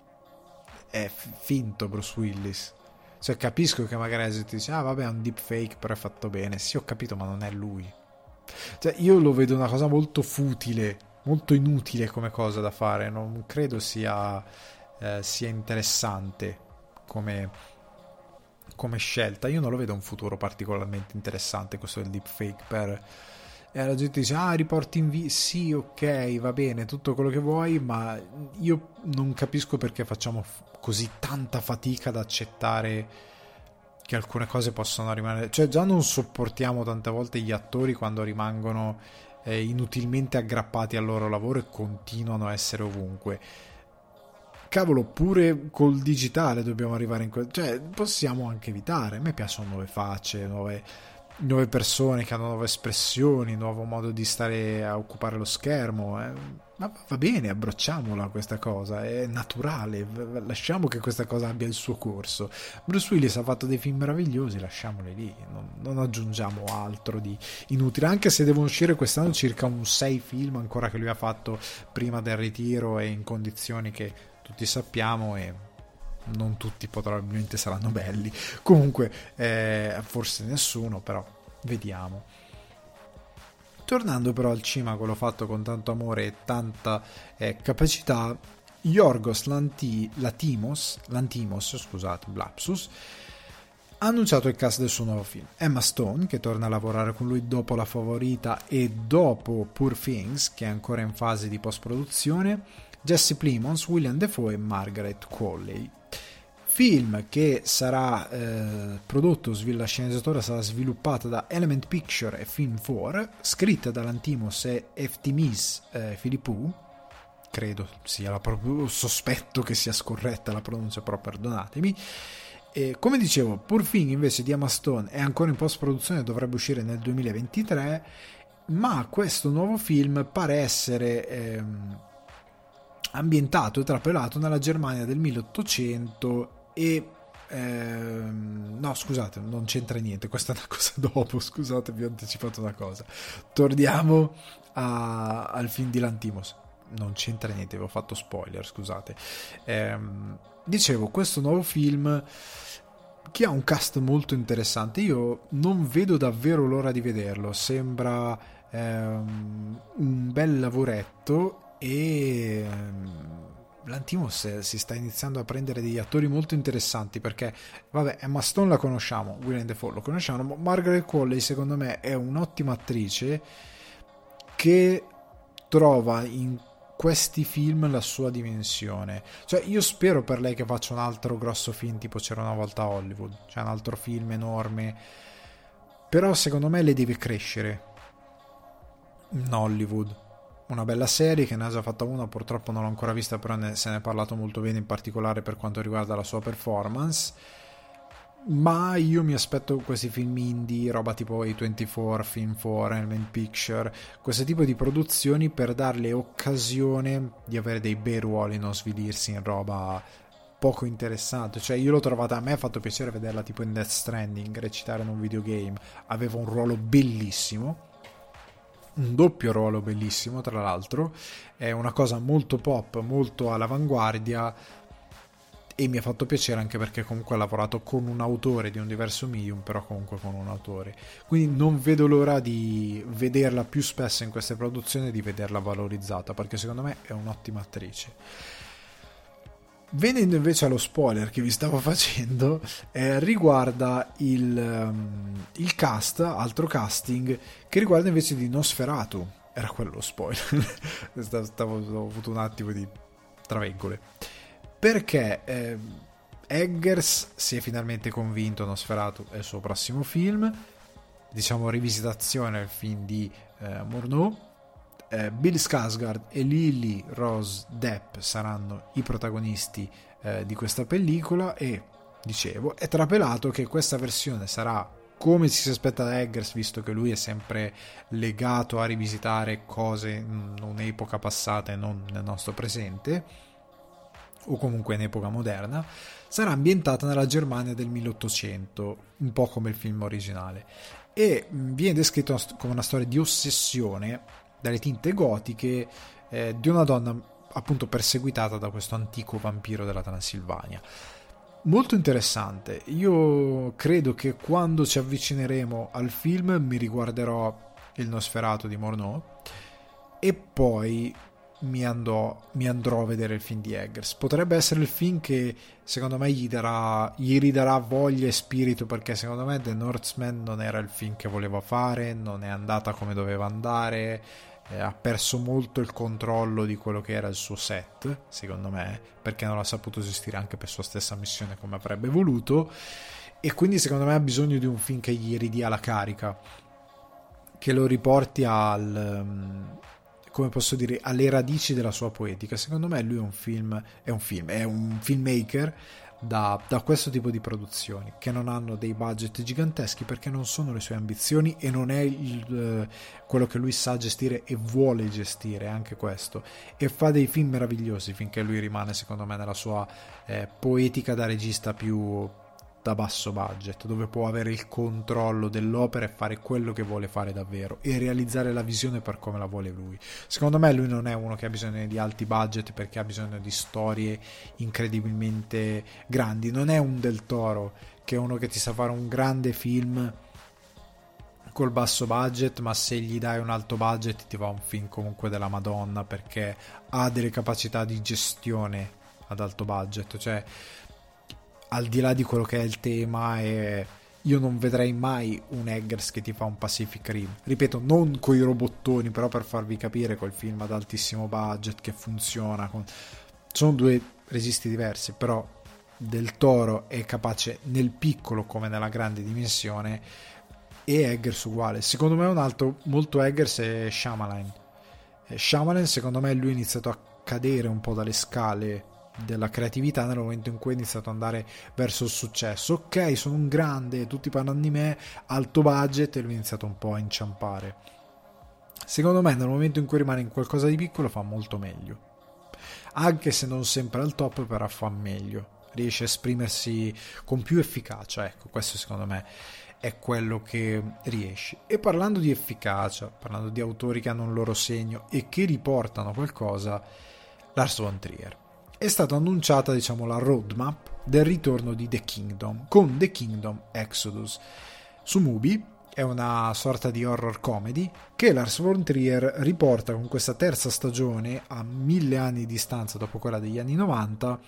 è f- finto Bruce Willis. Cioè, capisco che magari la gente dice ah vabbè è un deepfake però è fatto bene, sì ho capito, ma non è lui. Cioè, io lo vedo una cosa molto futile, molto inutile come cosa da fare, non credo sia eh, sia interessante come, come scelta. Io non lo vedo un futuro particolarmente interessante questo del deepfake per e la gente dice ah riporti in video, sì ok va bene tutto quello che vuoi, ma io non capisco perché facciamo f- così tanta fatica ad accettare che alcune cose possono rimanere, cioè già non sopportiamo tante volte gli attori quando rimangono eh, inutilmente aggrappati al loro lavoro e continuano a essere ovunque. Cavolo, pure col digitale dobbiamo arrivare in quel... cioè possiamo anche evitare. A me piacciono nuove facce, nuove, nuove persone che hanno nuove espressioni, nuovo modo di stare a occupare lo schermo, eh. Ma va bene, abbracciamola questa cosa, è naturale, lasciamo che questa cosa abbia il suo corso. Bruce Willis ha fatto dei film meravigliosi, lasciamoli lì, non, non aggiungiamo altro di inutile, anche se devono uscire quest'anno circa un sei film ancora che lui ha fatto prima del ritiro e in condizioni che tutti sappiamo, e non tutti probabilmente saranno belli. Comunque eh, forse nessuno, però vediamo. Tornando però al cinema, quello fatto con tanto amore e tanta eh, capacità, Yorgos Lanti, Latimos, Lantimos, scusate, Blapsus, ha annunciato il cast del suo nuovo film. Emma Stone, che torna a lavorare con lui dopo La Favorita e dopo Poor Things, che è ancora in fase di post-produzione, Jesse Plemons, William Dafoe e Margaret Qualley. Film che sarà eh, prodotto, la sceneggiatura sarà sviluppata da Element Picture e Film quattro, scritta da Lantimos e Eftimis eh, Philippou, credo sia la proprio, sospetto che sia scorretta la pronuncia, però perdonatemi. E, come dicevo, Poor Things invece di Emma Stone è ancora in post-produzione, dovrebbe uscire nel duemilaventitré, ma questo nuovo film pare essere... Ehm, ambientato e trapelato nella Germania del milleottocento e ehm, no scusate non c'entra niente, questa è una cosa dopo, scusate vi ho anticipato una cosa, torniamo a, al film di Lantimos, non c'entra niente, vi ho fatto spoiler, scusate. Ehm, dicevo, questo nuovo film che ha un cast molto interessante, io non vedo davvero l'ora di vederlo, sembra ehm, un bel lavoretto, e Lantimos si sta iniziando a prendere degli attori molto interessanti, perché vabbè Emma Stone la conosciamo, William Dafoe lo conosciamo, ma Margaret Qualley secondo me è un'ottima attrice che trova in questi film la sua dimensione. Cioè io spero per lei che faccia un altro grosso film tipo C'era una volta a Hollywood, cioè un altro film enorme, però secondo me lei deve crescere in Hollywood. Una bella serie, che ne ha già fatta una, purtroppo non l'ho ancora vista, però ne, se ne è parlato molto bene, in particolare per quanto riguarda la sua performance. Ma io mi aspetto questi film indie, roba tipo A ventiquattro, Film quattro, Element Picture, questo tipo di produzioni, per darle occasione di avere dei bei ruoli, non svilirsi in roba poco interessante. Cioè io l'ho trovata, a me ha fatto piacere vederla tipo in Death Stranding recitare in un videogame, aveva un ruolo bellissimo, un doppio ruolo bellissimo tra l'altro, è una cosa molto pop, molto all'avanguardia, e mi ha fatto piacere anche perché comunque ha lavorato con un autore di un diverso medium, però comunque con un autore, quindi non vedo l'ora di vederla più spesso in queste produzioni e di vederla valorizzata, perché secondo me è un'ottima attrice. Venendo invece allo spoiler che vi stavo facendo, eh, riguarda il, um, il cast, altro casting, che riguarda invece di Nosferatu. Era quello lo spoiler. stavo, stavo, ho avuto un attimo di traveggole. Perché eh, Eggers si è finalmente convinto Nosferatu è il suo prossimo film, diciamo rivisitazione del film di eh, Murnau. Eh, Bill Skarsgård e Lily Rose Depp saranno i protagonisti eh, di questa pellicola, e dicevo è trapelato che questa versione sarà come ci si aspetta da Eggers, visto che lui è sempre legato a rivisitare cose in un'epoca passata e non nel nostro presente, o comunque in epoca moderna. Sarà ambientata nella Germania del milleottocento, un po' come il film originale, e viene descritto come una storia di ossessione dalle tinte gotiche eh, di una donna appunto perseguitata da questo antico vampiro della Transilvania. Molto interessante. Io credo che quando ci avvicineremo al film mi riguarderò il Nosferatu di Murnau e poi mi andrò, mi andrò a vedere il film di Eggers. Potrebbe essere il film che secondo me gli darà, gli ridarà voglia e spirito, perché secondo me The Northman non era il film che voleva fare, non è andata come doveva andare, eh, ha perso molto il controllo di quello che era il suo set, secondo me, perché non l'ha saputo gestire anche per sua stessa missione come avrebbe voluto, e quindi secondo me ha bisogno di un film che gli ridia la carica, che lo riporti al... Um, come posso dire, alle radici della sua poetica. Secondo me lui è un film, è un film, è un filmmaker da, da questo tipo di produzioni, che non hanno dei budget giganteschi perché non sono le sue ambizioni e non è il, quello che lui sa gestire e vuole gestire, anche questo, e fa dei film meravigliosi finché lui rimane secondo me nella sua eh, poetica da regista più da basso budget, dove può avere il controllo dell'opera e fare quello che vuole fare davvero e realizzare la visione per come la vuole lui. Secondo me lui non è uno che ha bisogno di alti budget perché ha bisogno di storie incredibilmente grandi, non è un Del Toro che è uno che ti sa fare un grande film col basso budget, ma se gli dai un alto budget ti va un film comunque della Madonna, perché ha delle capacità di gestione ad alto budget, cioè al di là di quello che è il tema, e io non vedrei mai un Eggers che ti fa un Pacific Rim, ripeto, non coi robottoni, però per farvi capire, col film ad altissimo budget che funziona con... sono due registi diversi, però Del Toro è capace nel piccolo come nella grande dimensione, e Eggers uguale. Secondo me un altro molto Eggers è Shyamalan. Shyamalan secondo me lui ha iniziato a cadere un po' dalle scale della creatività nel momento in cui è iniziato ad andare verso il successo. Ok, sono un grande, tutti parlano di me, alto budget, e lui ha iniziato un po' a inciampare. Secondo me nel momento in cui rimane in qualcosa di piccolo fa molto meglio, anche se non sempre al top, però fa meglio, riesce a esprimersi con più efficacia, ecco, questo secondo me è quello che riesce. E parlando di efficacia, parlando di autori che hanno un loro segno e che riportano qualcosa, Lars von Trier. È stata annunciata, diciamo, la roadmap del ritorno di The Kingdom, con The Kingdom Exodus. Su Mubi è una sorta di horror comedy che Lars von Trier riporta con questa terza stagione a mille anni di distanza dopo quella degli anni novanta,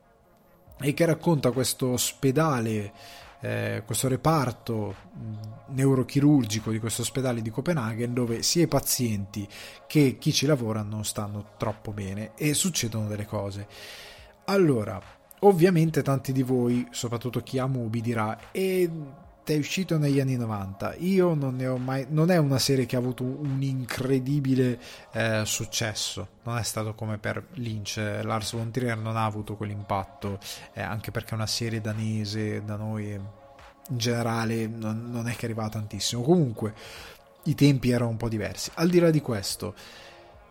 e che racconta questo ospedale, eh, questo reparto neurochirurgico di questo ospedale di Copenaghen, dove sia i pazienti che chi ci lavora non stanno troppo bene e succedono delle cose. Allora, ovviamente tanti di voi, soprattutto chi ha Mubi, dirà: e è uscito negli anni novanta, io non ne ho mai, non è una serie che ha avuto un incredibile eh, successo, non è stato come per Lynch. Lars von Trier non ha avuto quell'impatto, eh, anche perché è una serie danese, da noi in generale non, non è che arriva tantissimo. Comunque i tempi erano un po' diversi. Al di là di questo,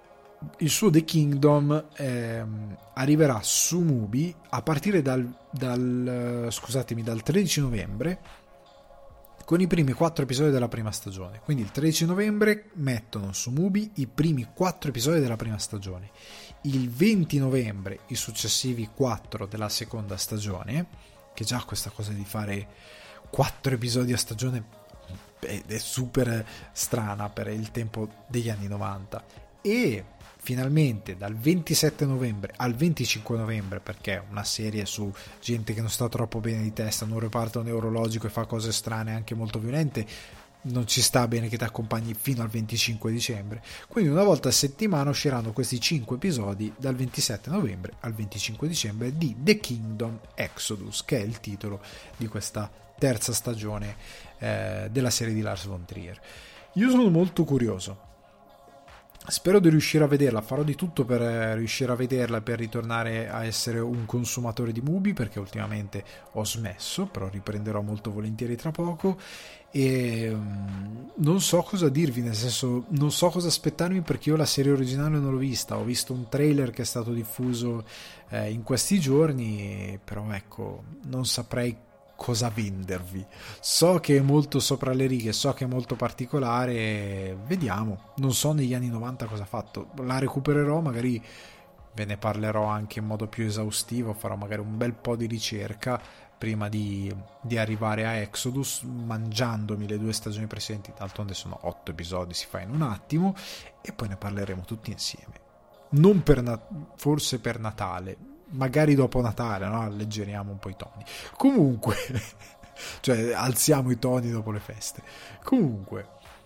il suo The Kingdom eh, arriverà su Mubi a partire dal, dal scusatemi dal tredici novembre, con i primi quattro episodi della prima stagione. Quindi il tredici novembre mettono su Mubi i primi quattro episodi della prima stagione, il venti novembre i successivi quattro della seconda stagione, che già questa cosa di fare quattro episodi a stagione è super strana per il tempo degli anni novanta, e finalmente dal ventisette novembre al venticinque novembre, perché è una serie su gente che non sta troppo bene di testa, un reparto neurologico e fa cose strane anche molto violente, non ci sta bene che ti accompagni fino al venticinque dicembre. Quindi una volta a settimana usciranno questi cinque episodi dal ventisette novembre al venticinque dicembre di The Kingdom Exodus, che è il titolo di questa terza stagione eh, della serie di Lars von Trier. Io sono molto curioso, spero di riuscire a vederla, farò di tutto per riuscire a vederla, per ritornare a essere un consumatore di Mubi, perché ultimamente ho smesso, però riprenderò molto volentieri tra poco. E um, non so cosa dirvi, nel senso non so cosa aspettarmi, perché io la serie originale non l'ho vista, ho visto un trailer che è stato diffuso eh, in questi giorni, però ecco, non saprei cosa vendervi. So che è molto sopra le righe, so che è molto particolare, vediamo. Non so negli anni novanta cosa ha fatto, la recupererò, magari ve ne parlerò anche in modo più esaustivo, farò magari un bel po' di ricerca prima di, di arrivare a Exodus, mangiandomi le due stagioni precedenti. D'altronde sono otto episodi, si fa in un attimo, e poi ne parleremo tutti insieme, non per Nat- forse per Natale, magari dopo Natale, no? Alleggeriamo un po' i toni. Comunque, cioè alziamo i toni dopo le feste. Comunque,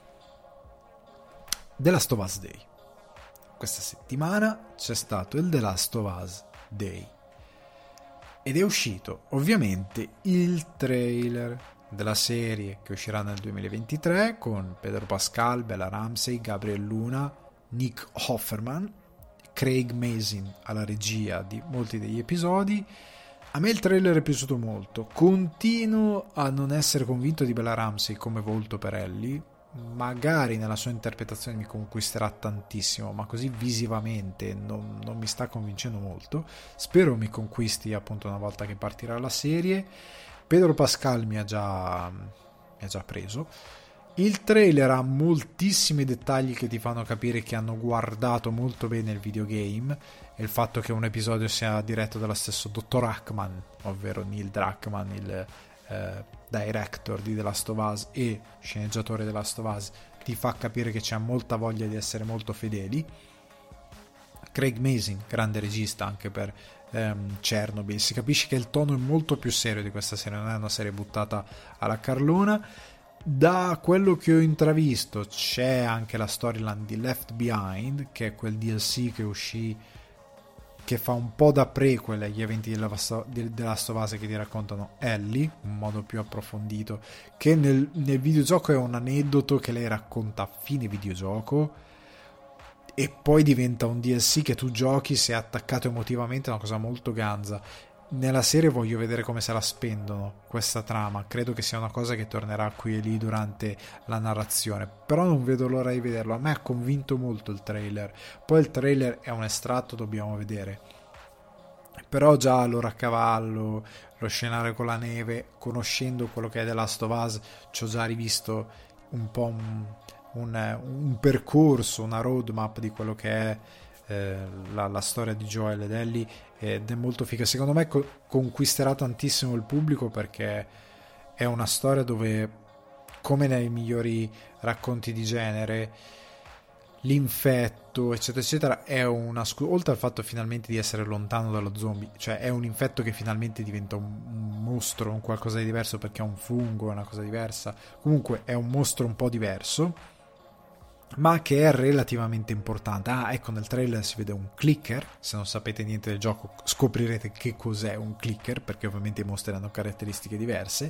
The Last of Us Day. Questa settimana c'è stato il The Last of Us Day ed è uscito ovviamente il trailer della serie che uscirà nel duemilaventitré con Pedro Pascal, Bella Ramsey, Gabriel Luna, Nick Offerman, Craig Mazin alla regia di molti degli episodi. A me il trailer è piaciuto molto, continuo a non essere convinto di Bella Ramsey come volto per Ellie, magari nella sua interpretazione mi conquisterà tantissimo, ma così visivamente non, non mi sta convincendo molto. Spero mi conquisti appunto una volta che partirà la serie. Pedro Pascal mi ha già, mi ha già preso. Il trailer ha moltissimi dettagli che ti fanno capire che hanno guardato molto bene il videogame, e il fatto che un episodio sia diretto dallo stesso dottor Hackman, ovvero Neil Druckmann, il eh, director di The Last of Us e sceneggiatore di The Last of Us, ti fa capire che c'è molta voglia di essere molto fedeli. Craig Mazin, grande regista anche per ehm, Chernobyl, si capisce che il tono è molto più serio di questa serie, non è una serie buttata alla carlona. Da quello che ho intravisto c'è anche la storyline di Left Behind, che è quel D L C che uscì, che fa un po' da prequel agli eventi della Last of Us, che ti raccontano Ellie in modo più approfondito, che nel, nel videogioco è un aneddoto che lei racconta a fine videogioco, e poi diventa un D L C che tu giochi, sei attaccato emotivamente, è una cosa molto ganza. Nella serie voglio vedere come se la spendono questa trama, credo che sia una cosa che tornerà qui e lì durante la narrazione, però non vedo l'ora di vederlo. A me ha convinto molto il trailer, poi il trailer è un estratto, dobbiamo vedere, però già l'ora a cavallo, lo scenario con la neve, conoscendo quello che è The Last of Us, ci ho già rivisto un po' un, un, un percorso, una roadmap di quello che è eh, la, la storia di Joel ed Ellie, ed è molto figa. Secondo me co- conquisterà tantissimo il pubblico, perché è una storia dove, come nei migliori racconti di genere, l'infetto eccetera eccetera è una scu- oltre al fatto finalmente di essere lontano dallo zombie, cioè è un infetto che finalmente diventa un, un mostro, un qualcosa di diverso, perché è un fungo, è una cosa diversa, comunque è un mostro un po' diverso, ma che è relativamente importante. Ah, ecco, nel trailer si vede un clicker. Se non sapete niente del gioco scoprirete che cos'è un clicker, perché ovviamente i mostri hanno caratteristiche diverse,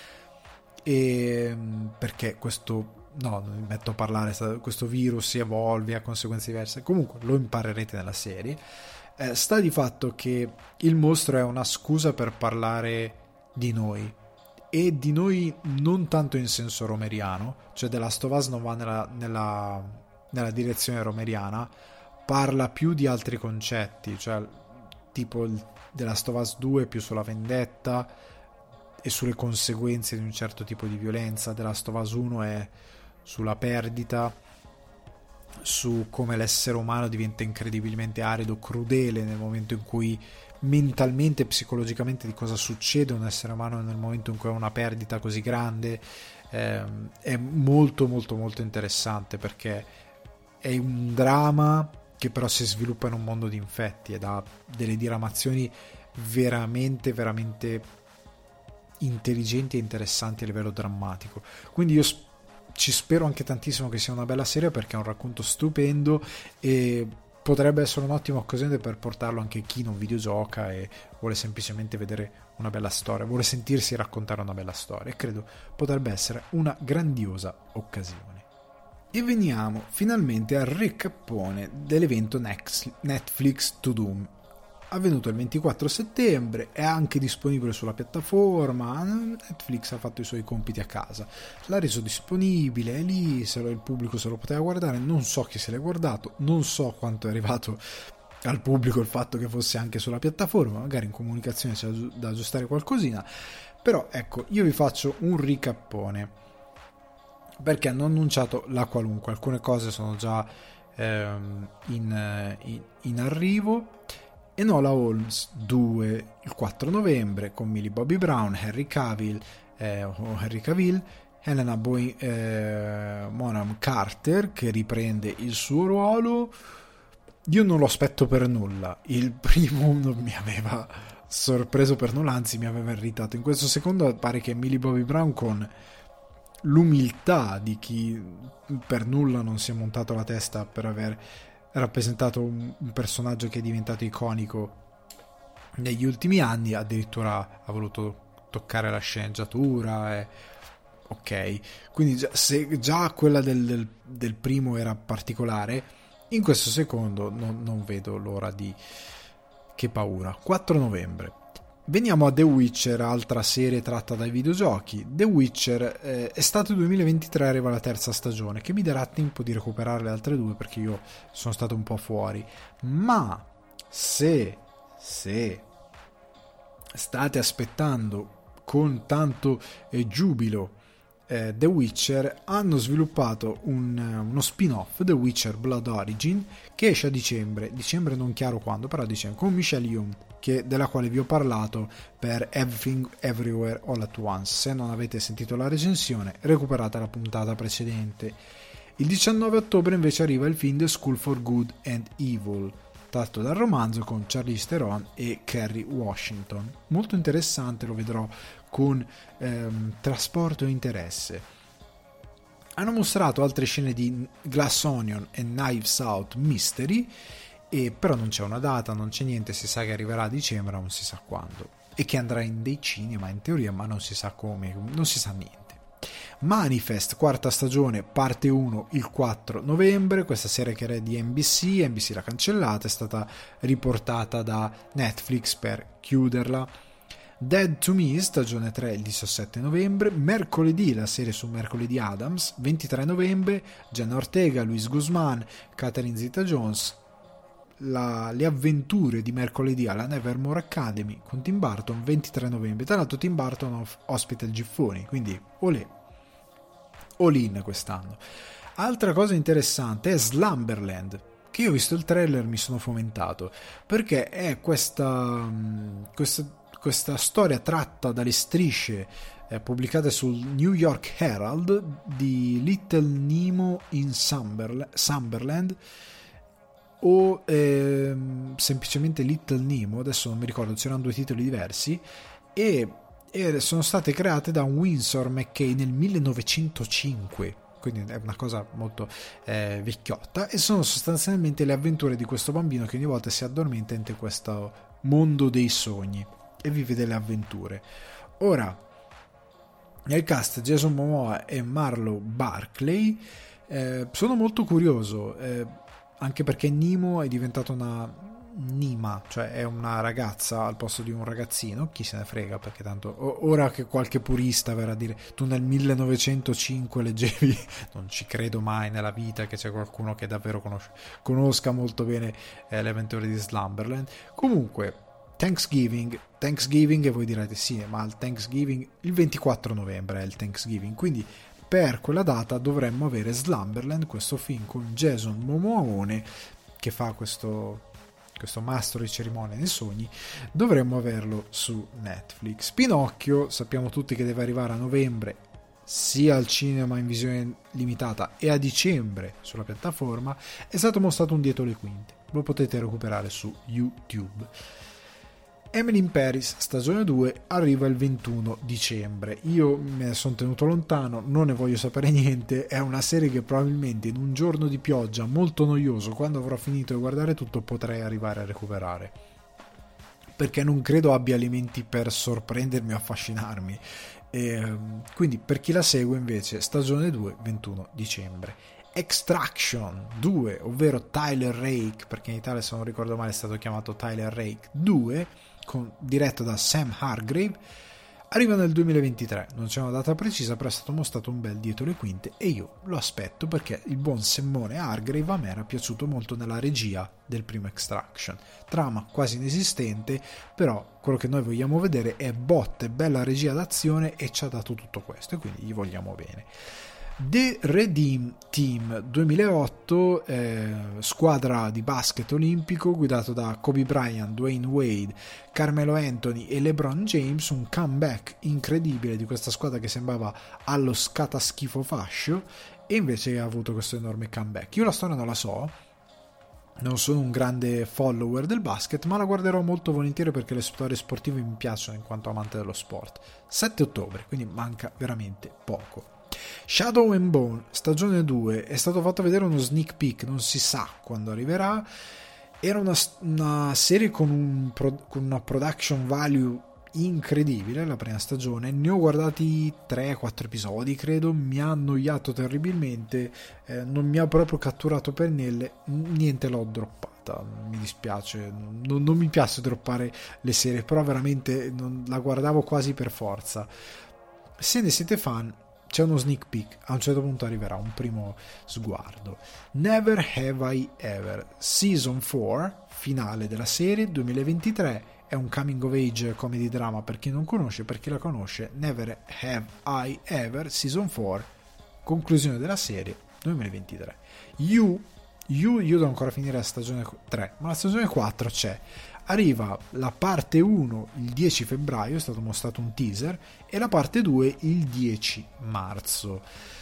e perché questo, no, non mi metto a parlare, questo virus si evolve a conseguenze diverse, comunque lo imparerete nella serie. Eh, sta di fatto che il mostro è una scusa per parlare di noi, e di noi non tanto in senso romeriano, cioè The Last of Us non va nella, nella, nella direzione romeriana, parla più di altri concetti, cioè tipo il, The Last of Us due più sulla vendetta e sulle conseguenze di un certo tipo di violenza. The Last of Us uno è sulla perdita, su come l'essere umano diventa incredibilmente arido, crudele nel momento in cui mentalmente e psicologicamente, di cosa succede a un essere umano nel momento in cui ha una perdita così grande. Eh, è molto molto molto interessante, perché è un dramma che però si sviluppa in un mondo di infetti ed ha delle diramazioni veramente veramente intelligenti e interessanti a livello drammatico. Quindi io sp- ci spero anche tantissimo che sia una bella serie, perché è un racconto stupendo e potrebbe essere un'ottima occasione per portarlo anche chi non videogioca e vuole semplicemente vedere una bella storia, vuole sentirsi raccontare una bella storia, e credo potrebbe essere una grandiosa occasione. E veniamo finalmente al recappone dell'evento Netflix To Doom, avvenuto il ventiquattro settembre, è anche disponibile sulla piattaforma. Netflix ha fatto i suoi compiti a casa, l'ha reso disponibile, è lì, se lo, il pubblico se lo poteva guardare. Non so chi se l'è guardato, non so quanto è arrivato al pubblico il fatto che fosse anche sulla piattaforma, magari in comunicazione c'è da aggiustare qualcosina, però ecco, io vi faccio un ricappone, perché hanno annunciato la qualunque, alcune cose sono già ehm, in, in, in arrivo. Enola Holmes due il quattro novembre con Millie Bobby Brown, Henry Cavill, eh, o Henry Cavill, Helena Boy, eh, Bonham Carter, che riprende il suo ruolo. Io non lo aspetto per nulla, il primo non mi aveva sorpreso per nulla, anzi mi aveva irritato. In questo secondo pare che Millie Bobby Brown, con l'umiltà di chi per nulla non si è montato la testa per aver rappresentato un, un personaggio che è diventato iconico negli ultimi anni, addirittura ha voluto toccare la sceneggiatura e... ok, quindi già, se già quella del, del, del primo era particolare, in questo secondo non, non vedo l'ora di... che paura. quattro novembre veniamo a The Witcher, altra serie tratta dai videogiochi. The Witcher, eh, estate duemilaventitré arriva la terza stagione, che mi darà tempo di recuperare le altre due, perché io sono stato un po' fuori. Ma se, se state aspettando con tanto eh, giubilo eh, The Witcher, hanno sviluppato un, uno spin-off, The Witcher Blood Origin, che esce a dicembre, dicembre non chiaro quando, però a dicembre, con Michelle Yeoh, che, della quale vi ho parlato per Everything Everywhere All at Once. Se non avete sentito la recensione, recuperate la puntata precedente. Il diciannove ottobre invece arriva il film The School for Good and Evil, tratto dal romanzo con Charlize Theron e Kerry Washington. Molto interessante, lo vedrò con ehm, trasporto e interesse. Hanno mostrato altre scene di Glass Onion e Knives Out Mystery, e però non c'è una data, non c'è niente, si sa che arriverà a dicembre, non si sa quando, e che andrà in dei cinema in teoria, ma non si sa come, non si sa niente. Manifest, quarta stagione, parte uno, il quattro novembre, questa serie che era di N B C, N B C l'ha cancellata, è stata riportata da Netflix per chiuderla. Dead to Me, stagione tre, il diciassette novembre. Mercoledì, la serie su Mercoledì Addams, ventitré novembre, Jenna Ortega, Luis Guzman, Catherine Zeta-Jones, La, le avventure di mercoledì alla Nevermore Academy con Tim Burton, ventitré novembre. Tra l'altro Tim Burton ospita il Giffoni, quindi olè, all in quest'anno. Altra cosa interessante è Slumberland, che io ho visto il trailer, mi sono fomentato, perché è questa questa, questa storia tratta dalle strisce eh, pubblicate sul New York Herald di Little Nemo in Slumberland, o ehm, semplicemente Little Nemo, adesso non mi ricordo, c'erano due titoli diversi, e, e sono state create da Winsor McCay nel millenovecentocinque, quindi è una cosa molto eh, vecchiotta, e sono sostanzialmente le avventure di questo bambino che ogni volta si addormenta in questo mondo dei sogni e vive delle avventure. Ora, nel cast Jason Momoa e Marlo Barkley, eh, sono molto curioso, eh, anche perché Nemo è diventato una, Nima, cioè è una ragazza al posto di un ragazzino, chi se ne frega, perché tanto ora che qualche purista verrà a dire tu nel millenovecentocinque leggevi, non ci credo mai nella vita che c'è qualcuno che davvero conosce, conosca molto bene eh, le avventure di Slumberland. Comunque Thanksgiving, Thanksgiving e voi direte sì, ma il Thanksgiving il ventiquattro novembre è il Thanksgiving, quindi per quella data dovremmo avere Slumberland, questo film con Jason Momoa che fa questo questo mastro di cerimonie nei sogni. Dovremmo averlo su Netflix. Pinocchio sappiamo tutti che deve arrivare a novembre sia al cinema in visione limitata e a dicembre sulla piattaforma. È stato mostrato un dietro le quinte, lo potete recuperare su YouTube. Emily in Paris stagione due arriva il ventuno dicembre. Io me ne sono tenuto lontano, non ne voglio sapere niente. È una serie che probabilmente in un giorno di pioggia molto noioso, quando avrò finito di guardare tutto, potrei arrivare a recuperare, perché non credo abbia elementi per sorprendermi o affascinarmi. E, quindi per chi la segue invece stagione due ventuno dicembre. Extraction due, ovvero Tyler Rake, perché in Italia se non ricordo male è stato chiamato Tyler Rake due, con, diretto da Sam Hargrave, arriva nel duemilaventitré. Non c'è una data precisa, però è stato mostrato un bel dietro le quinte e io lo aspetto, perché il buon Semmone Hargrave a me era piaciuto molto nella regia del primo Extraction. Trama quasi inesistente, però quello che noi vogliamo vedere è botte, bella regia d'azione, e ci ha dato tutto questo e quindi gli vogliamo bene. The Redeem Team duemilaotto, eh, squadra di basket olimpico guidato da Kobe Bryant, Dwayne Wade, Carmelo Anthony e LeBron James, un comeback incredibile di questa squadra che sembrava allo scataschifo fascio e invece ha avuto questo enorme comeback. Io la storia non la so, non sono un grande follower del basket, ma la guarderò molto volentieri perché le storie sportive mi piacciono in quanto amante dello sport. sette ottobre, quindi manca veramente poco. Shadow and Bone stagione due, è stato fatto vedere uno sneak peek, non si sa quando arriverà. Era una, una serie con, un pro, con una production value incredibile la prima stagione. Ne ho guardati tre quattro episodi credo, mi ha annoiato terribilmente, eh, non mi ha proprio catturato per niente, niente, l'ho droppata, mi dispiace, non, non mi piace droppare le serie, però veramente non, la guardavo quasi per forza. Se ne siete fan, c'è uno sneak peek, a un certo punto arriverà un primo sguardo. Never Have I Ever Season quattro, finale della serie duemilaventitré, è un coming of age comedy drama per chi non conosce, per chi la conosce. Never Have I Ever Season quattro, conclusione della serie duemilaventitré. You, you io devo ancora finire la stagione tre, ma la stagione quattro c'è. Arriva la parte uno il dieci febbraio, è stato mostrato un teaser, e la parte due il dieci marzo.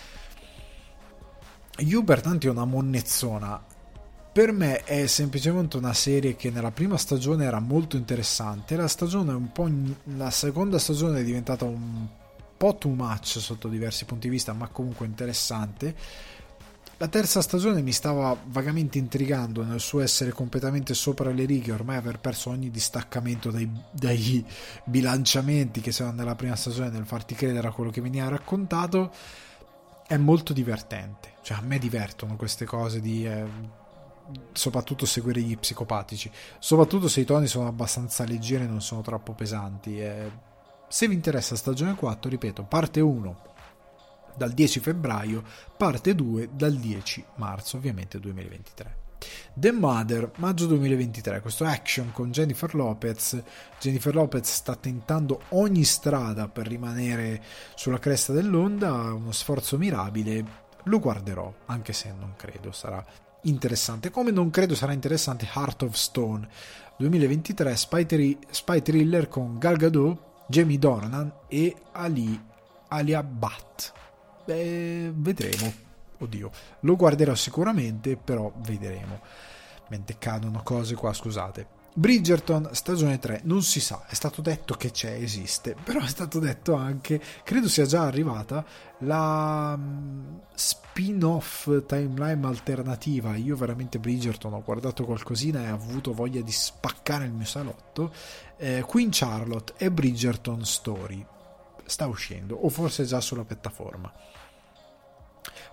You pertanto è una monnezzona. Per me è semplicemente una serie che nella prima stagione era molto interessante, la stagione un po' la seconda stagione è diventata un po' too much sotto diversi punti di vista, ma comunque interessante. La terza stagione mi stava vagamente intrigando nel suo essere completamente sopra le righe, ormai aver perso ogni distaccamento dai, dai bilanciamenti che c'erano nella prima stagione nel farti credere a quello che veniva raccontato. È molto divertente, cioè a me divertono queste cose di eh, soprattutto seguire gli psicopatici, soprattutto se i toni sono abbastanza leggeri e non sono troppo pesanti. Eh, se vi interessa stagione quattro, ripeto, parte uno dal dieci febbraio, parte due dal dieci marzo, ovviamente duemilaventitré. The Mother, maggio duemilaventitré, questo action con Jennifer Lopez. Jennifer Lopez sta tentando ogni strada per rimanere sulla cresta dell'onda, uno sforzo mirabile. Lo guarderò, anche se non credo sarà interessante, come non credo sarà interessante Heart of Stone duemilaventitré, spy, tri- spy thriller con Gal Gadot, Jamie Dornan e Ali Alia Bhatt. Beh, vedremo. Oddio, lo guarderò sicuramente, però vedremo. Mentre cadono cose qua, scusate. Bridgerton, stagione tre, non si sa, è stato detto che c'è, esiste, però è stato detto anche, credo sia già arrivata, la spin-off timeline alternativa. Io veramente Bridgerton ho guardato qualcosina e ho avuto voglia di spaccare il mio salotto. eh, Queen Charlotte e Bridgerton Story sta uscendo, o forse già sulla piattaforma.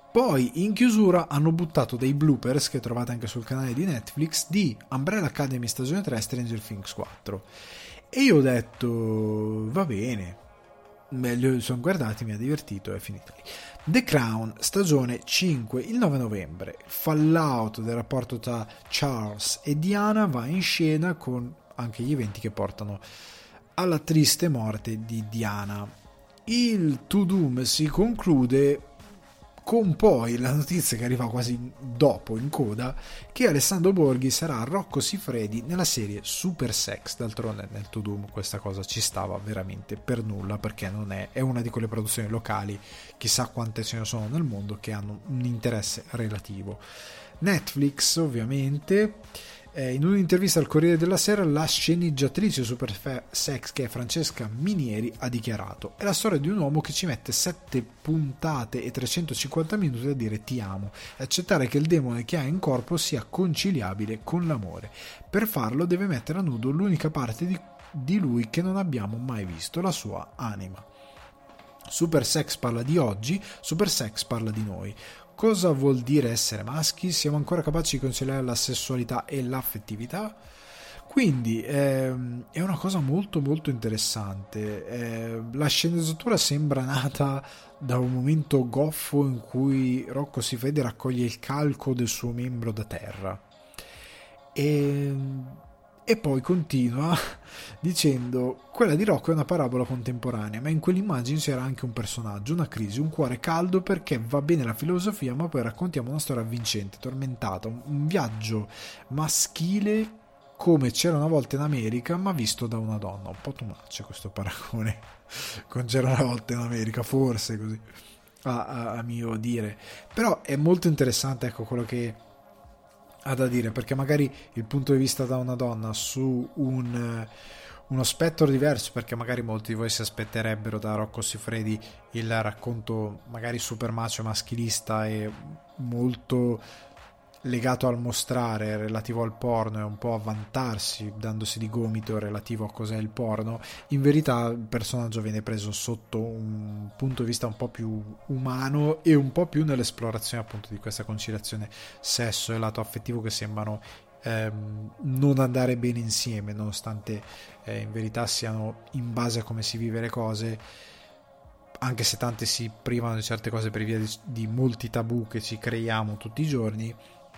Poi in chiusura hanno buttato dei bloopers che trovate anche sul canale di Netflix di Umbrella Academy stagione tre, Stranger Things quattro, e io ho detto va bene, me li sono guardati, mi ha divertito, è finita lì. The Crown stagione cinque, il nove novembre, fallout del rapporto tra Charles e Diana va in scena con anche gli eventi che portano alla triste morte di Diana. Il To Doom si conclude con poi la notizia che arriva quasi dopo in coda, che Alessandro Borghi sarà Rocco Siffredi nella serie Super Sex. D'altronde nel To Doom questa cosa ci stava veramente per nulla, perché non è, è una di quelle produzioni locali, chissà quante ce ne sono nel mondo, che hanno un interesse relativo. Netflix ovviamente, eh, in un'intervista al Corriere della Sera, la sceneggiatrice Super Sex, che è Francesca Minieri, ha dichiarato: è la storia di un uomo che ci mette sette puntate e trecentocinquanta minuti a dire ti amo e accettare che il demone che ha in corpo sia conciliabile con l'amore. Per farlo deve mettere a nudo l'unica parte di, di lui che non abbiamo mai visto, la sua anima. Super Sex parla di oggi, Super Sex parla di noi. Cosa vuol dire essere maschi? Siamo ancora capaci di conciliare la sessualità e l'affettività? Quindi ehm, è una cosa molto molto interessante. Eh, la sceneggiatura sembra nata da un momento goffo in cui Rocco Siffredi raccoglie il calco del suo membro da terra e, e poi continua dicendo: quella di Rocco è una parabola contemporanea, ma in quell'immagine c'era anche un personaggio, una crisi, un cuore caldo, perché va bene la filosofia, ma poi raccontiamo una storia avvincente, tormentata, un, un viaggio maschile come c'era una volta in America, ma visto da una donna. Un po' too much questo paragone con c'era una volta in America, forse così a, a, a mio dire, però è molto interessante, ecco, quello che ha da dire, perché magari il punto di vista da una donna su un uno spettro diverso, perché magari molti di voi si aspetterebbero da Rocco Siffredi il racconto magari super macho maschilista e molto legato al mostrare, relativo al porno, e un po' a vantarsi dandosi di gomito relativo a cos'è il porno. In verità il personaggio viene preso sotto un punto di vista un po' più umano e un po' più nell'esplorazione appunto di questa conciliazione sesso e lato affettivo, che sembrano ehm, non andare bene insieme, nonostante eh, in verità siano in base a come si vive le cose, anche se tante si privano di certe cose per via di, di molti tabù che ci creiamo tutti i giorni.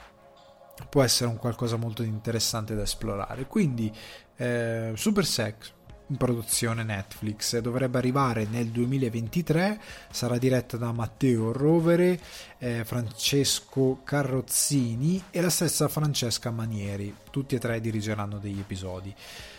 Può essere un qualcosa molto interessante da esplorare. Quindi eh, Super Sex, in produzione Netflix, dovrebbe arrivare nel duemilaventitré, sarà diretta da Matteo Rovere, eh, Francesco Carrozzini e la stessa Francesca Manieri. Tutti e tre dirigeranno degli episodi.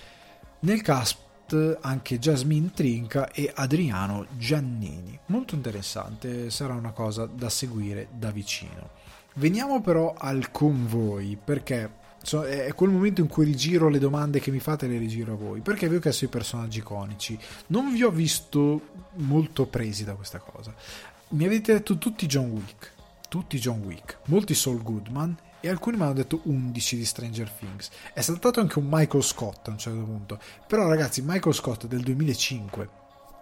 Nel cast anche Jasmine Trinca e Adriano Giannini. Molto interessante, sarà una cosa da seguire da vicino. Veniamo però al con voi, perché è quel momento in cui rigiro le domande che mi fate, le rigiro a voi, perché vi ho chiesto i personaggi iconici. Non vi ho visto molto presi da questa cosa. Mi avete detto tutti John Wick, tutti John Wick, molti Saul Goodman, e alcuni mi hanno detto undici di Stranger Things. È saltato anche un Michael Scott a un certo punto, però ragazzi, Michael Scott è del duemilacinque.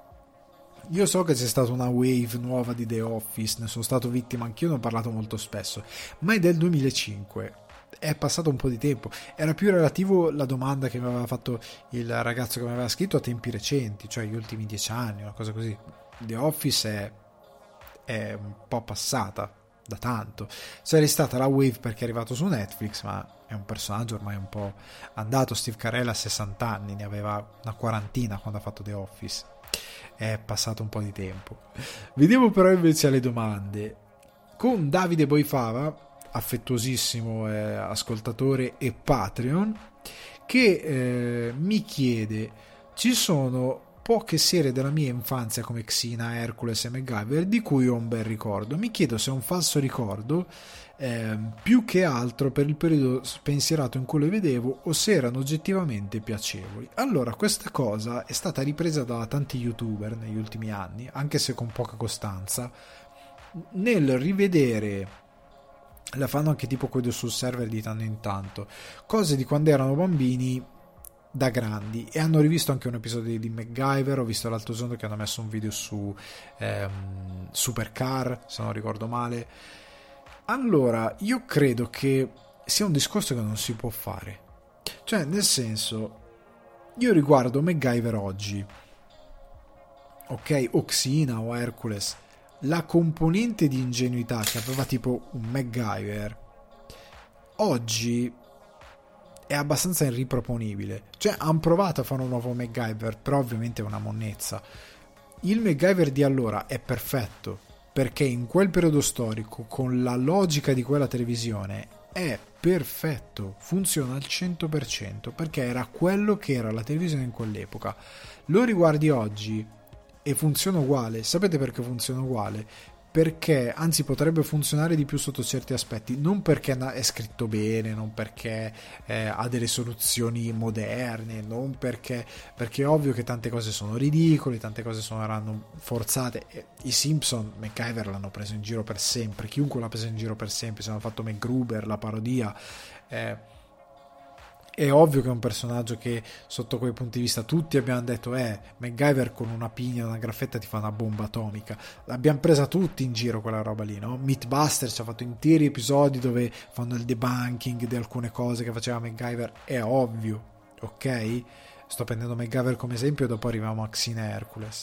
Io so che c'è stata una wave nuova di The Office, ne sono stato vittima anch'io, ne ho parlato molto spesso, ma è del duemilacinque, è passato un po' di tempo. Era più relativo la domanda che mi aveva fatto il ragazzo che mi aveva scritto a tempi recenti, cioè gli ultimi dieci anni, una cosa così. The Office è, è un po' passata da tanto. C'era stata la wave perché è arrivato su Netflix, ma è un personaggio ormai un po' andato. Steve Carell ha sessanta anni, ne aveva una quarantina quando ha fatto The Office. È passato un po' di tempo. Vediamo però invece alle domande con Davide Boifava, affettuosissimo eh, ascoltatore e Patreon, che eh, mi chiede: ci sono poche serie della mia infanzia come Xena, Hercules e MacGyver di cui ho un bel ricordo. Mi chiedo se è un falso ricordo eh, più che altro per il periodo spensierato in cui le vedevo, o se erano oggettivamente piacevoli. Allora, questa cosa è stata ripresa da tanti youtuber negli ultimi anni, anche se con poca costanza, nel rivedere, la fanno anche tipo quello sul server di tanto in tanto, cose di quando erano bambini da grandi, e hanno rivisto anche un episodio di MacGyver. Ho visto l'altro giorno che hanno messo un video su ehm, Supercar, se non ricordo male. Allora, io credo che sia un discorso che non si può fare, cioè nel senso, io riguardo MacGyver oggi, ok, o Xena o Hercules, la componente di ingenuità che aveva tipo un MacGyver oggi è abbastanza irriproponibile. Cioè hanno provato a fare un nuovo MacGyver, però ovviamente è una monnezza. Il MacGyver di allora è perfetto perché in quel periodo storico, con la logica di quella televisione, è perfetto, funziona al cento per cento perché era quello che era la televisione in quell'epoca. Lo riguardi oggi e funziona uguale. Sapete perché funziona uguale? Perché anzi potrebbe funzionare di più sotto certi aspetti, non perché è scritto bene, non perché eh, ha delle soluzioni moderne, non perché perché è ovvio che tante cose sono ridicole, tante cose saranno forzate. I Simpson, MacGyver l'hanno preso in giro per sempre, chiunque l'ha preso in giro per sempre, se hanno fatto MacGruber, la parodia. eh, È ovvio che è un personaggio che sotto quei punti di vista tutti abbiamo detto eh, MacGyver con una pigna, una graffetta ti fa una bomba atomica. L'abbiamo presa tutti in giro quella roba lì, no? Mythbusters ci ha fatto interi episodi dove fanno il debunking di alcune cose che faceva MacGyver. È ovvio, ok? Sto prendendo MacGyver come esempio e dopo arriviamo a Xena e Hercules.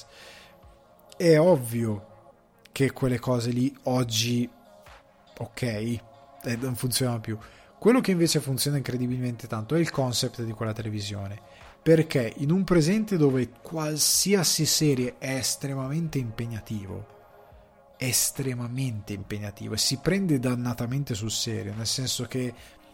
È ovvio che quelle cose lì oggi, ok, eh, non funzionano più. Quello che invece funziona incredibilmente tanto è il concept di quella televisione, perché in un presente dove qualsiasi serie è estremamente impegnativo, estremamente impegnativo e si prende dannatamente sul serio, nel senso che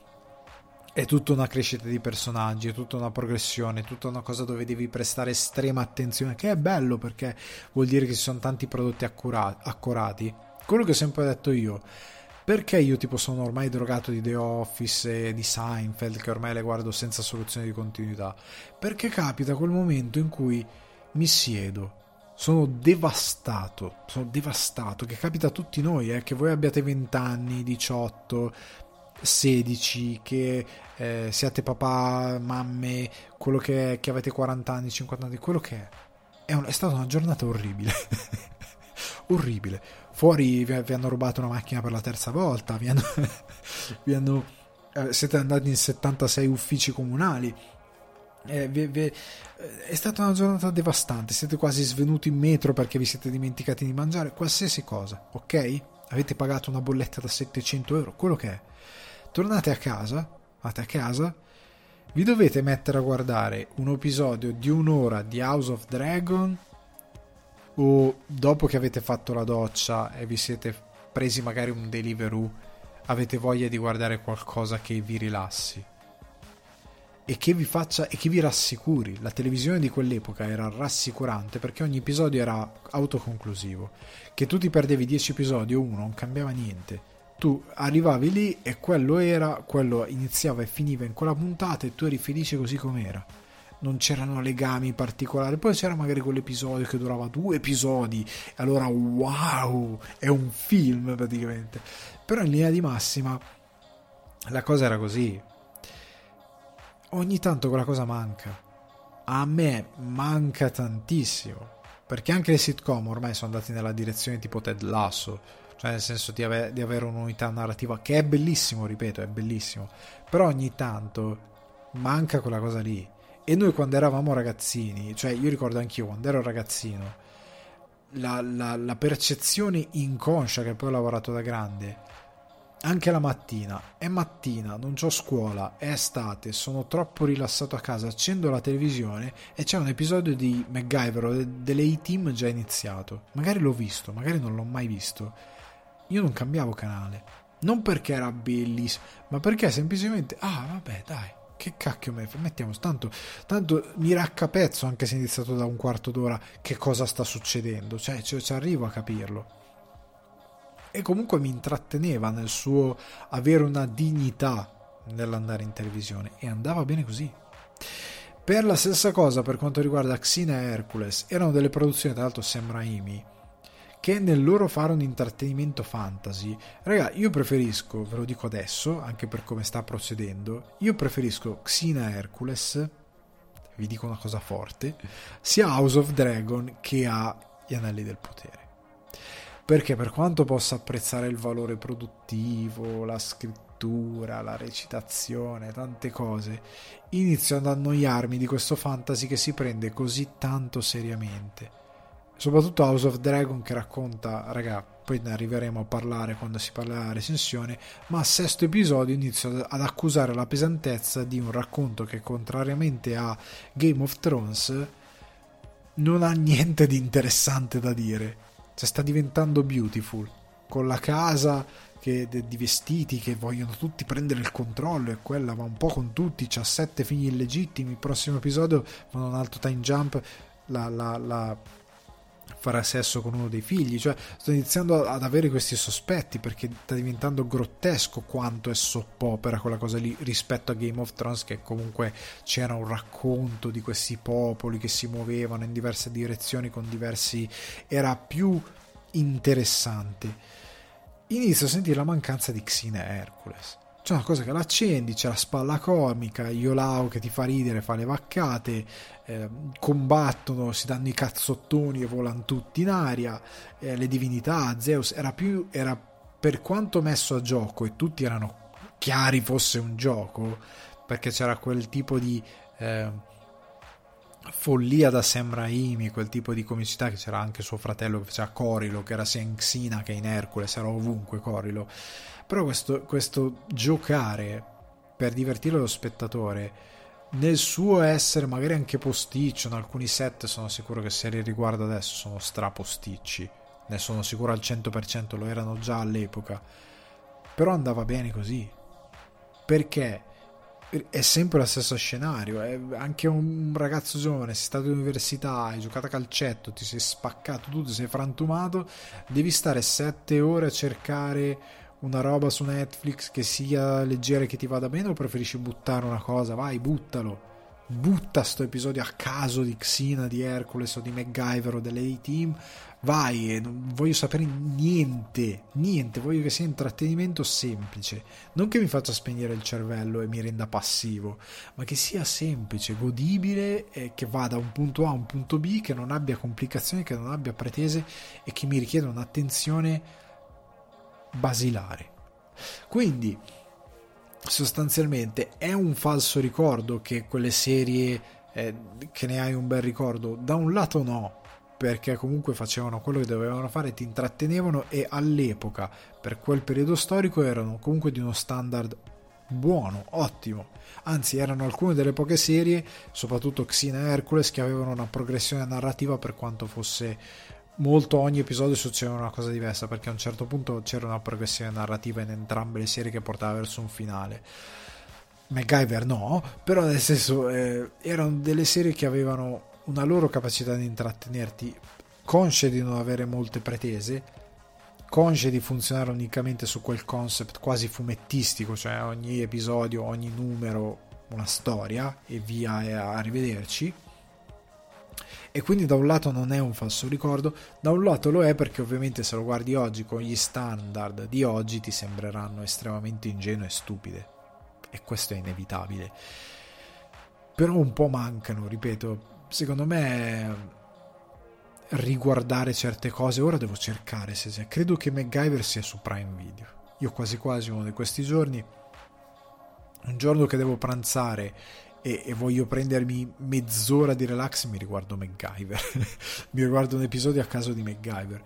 è tutta una crescita di personaggi, è tutta una progressione, è tutta una cosa dove devi prestare estrema attenzione, che è bello perché vuol dire che ci sono tanti prodotti accura- accurati. Quello che ho sempre detto io, perché io tipo sono ormai drogato di The Office e di Seinfeld, che ormai le guardo senza soluzione di continuità? Perché capita quel momento in cui mi siedo, sono devastato, sono devastato, che capita a tutti noi, eh, che voi abbiate venti anni, diciotto, sedici, che eh, siate papà, mamme, quello che è, che avete quaranta anni, cinquanta anni, quello che è. È, un, è stata una giornata orribile. Orribile. Fuori vi, vi hanno rubato una macchina per la terza volta, vi hanno, vi hanno eh, siete andati in settantasei uffici comunali, eh, vi, vi, è stata una giornata devastante, siete quasi svenuti in metro perché vi siete dimenticati di mangiare, qualsiasi cosa, ok? Avete pagato una bolletta da settecento euro, quello che è. Tornate a casa, andate a casa, vi dovete mettere a guardare un episodio di un'ora di House of Dragon, o dopo che avete fatto la doccia e vi siete presi magari un Deliveroo, avete voglia di guardare qualcosa che vi rilassi e che vi faccia e che vi rassicuri. La televisione di quell'epoca era rassicurante perché ogni episodio era autoconclusivo, che tu ti perdevi dieci episodi o uno non cambiava niente, tu arrivavi lì e quello era, quello iniziava e finiva in quella puntata e tu eri felice così com'era. Non c'erano legami particolari. Poi c'era magari quell'episodio che durava due episodi, e allora wow, è un film praticamente. Però in linea di massima la cosa era così. Ogni tanto quella cosa manca. A me manca tantissimo, perché anche le sitcom ormai sono andate nella direzione tipo Ted Lasso, cioè nel senso di, ave- di avere un'unità narrativa che è bellissimo, ripeto, è bellissimo, però ogni tanto manca quella cosa lì. E noi quando eravamo ragazzini, cioè io ricordo anch'io quando ero ragazzino, la, la, la percezione inconscia, che poi ho lavorato da grande, anche la mattina, è mattina, non c'ho scuola, è estate, sono troppo rilassato a casa, accendo la televisione e c'è un episodio di MacGyver o de- delle A-Team già iniziato. Magari l'ho visto, magari non l'ho mai visto. Io non cambiavo canale, non perché era bellissimo, ma perché semplicemente, ah vabbè dai, che cacchio me mettiamo, tanto, tanto mi raccapezzo anche se è iniziato da un quarto d'ora che cosa sta succedendo, cioè ci, ci arrivo a capirlo. E comunque mi intratteneva nel suo avere una dignità nell'andare in televisione e andava bene così. Per la stessa cosa per quanto riguarda Xena e Hercules, erano delle produzioni tra l'altro Sam Raimi, che nel loro fare un intrattenimento fantasy, raga, io preferisco, ve lo dico adesso, anche per come sta procedendo, io preferisco Xena e Hercules vi dico una cosa forte, sia House of Dragon che ha Gli Anelli del Potere. Perché per quanto possa apprezzare il valore produttivo, la scrittura, la recitazione, tante cose, inizio ad annoiarmi di questo fantasy che si prende così tanto seriamente. Soprattutto House of Dragon, che racconta, raga, poi ne arriveremo a parlare quando si parla della recensione, ma al sesto episodio inizio ad accusare la pesantezza di un racconto che, contrariamente a Game of Thrones, non ha niente di interessante da dire. Cioè, sta diventando Beautiful, con la casa che, de, di vestiti che vogliono tutti prendere il controllo, e quella va un po' con tutti, c'ha sette figli illegittimi, il prossimo episodio fanno un altro time jump, la, la, la farà sesso con uno dei figli. Cioè, sto iniziando ad avere questi sospetti, perché sta diventando grottesco quanto è soppopera quella cosa lì rispetto a Game of Thrones, che comunque c'era un racconto di questi popoli che si muovevano in diverse direzioni con diversi, era più interessante. Inizio a sentire la mancanza di Xena e Hercules. C'è una cosa che l'accendi, c'è la spalla comica, Iolao che ti fa ridere, fa le vaccate, eh, combattono, si danno i cazzottoni e volano tutti in aria, eh, le divinità, Zeus, era più, era, per quanto messo a gioco e tutti erano chiari fosse un gioco, perché c'era quel tipo di eh, follia da Sam Raimi, quel tipo di comicità, che c'era anche suo fratello che faceva Corilo, che era sia in Xena che in Hercules, era ovunque Corilo. Però questo, questo giocare per divertire lo spettatore, nel suo essere magari anche posticcio, in alcuni set sono sicuro che se li riguardo adesso sono straposticci, ne sono sicuro al cento per cento, lo erano già all'epoca, però andava bene così, perché è sempre lo stesso scenario. È anche un ragazzo giovane, sei stato all'università, hai giocato a calcetto, ti sei spaccato tutto, ti sei frantumato, devi stare sette ore a cercare una roba su Netflix che sia leggera e che ti vada bene, o preferisci buttare una cosa? Vai, buttalo, butta sto episodio a caso di Xena, di Hercules o di MacGyver o delle A-Team, vai, e non voglio sapere niente, niente, voglio che sia intrattenimento semplice, non che mi faccia spegnere il cervello e mi renda passivo, ma che sia semplice, godibile, e che vada da un punto A a un punto B, che non abbia complicazioni, che non abbia pretese e che mi richieda un'attenzione basilare. Quindi sostanzialmente è un falso ricordo che quelle serie eh, che ne hai un bel ricordo, da un lato no, perché comunque facevano quello che dovevano fare, ti intrattenevano, e all'epoca per quel periodo storico erano comunque di uno standard buono, ottimo, anzi erano alcune delle poche serie, soprattutto Xena e Hercules, che avevano una progressione narrativa, per quanto fosse molto ogni episodio succedeva una cosa diversa, perché a un certo punto c'era una progressione narrativa in entrambe le serie che portava verso un finale. MacGyver no, però nel senso eh, erano delle serie che avevano una loro capacità di intrattenerti, consce di non avere molte pretese, consce di funzionare unicamente su quel concept quasi fumettistico, cioè ogni episodio, ogni numero una storia e via, e arrivederci. E quindi da un lato non è un falso ricordo, da un lato lo è perché ovviamente se lo guardi oggi con gli standard di oggi ti sembreranno estremamente ingenue e stupide, e questo è inevitabile. Però un po' mancano, ripeto, secondo me riguardare certe cose. Ora devo cercare se c'è, credo che MacGyver sia su Prime Video, io quasi quasi uno di questi giorni, un giorno che devo pranzare E, e voglio prendermi mezz'ora di relax, mi riguardo MacGyver mi riguardo un episodio a caso di MacGyver,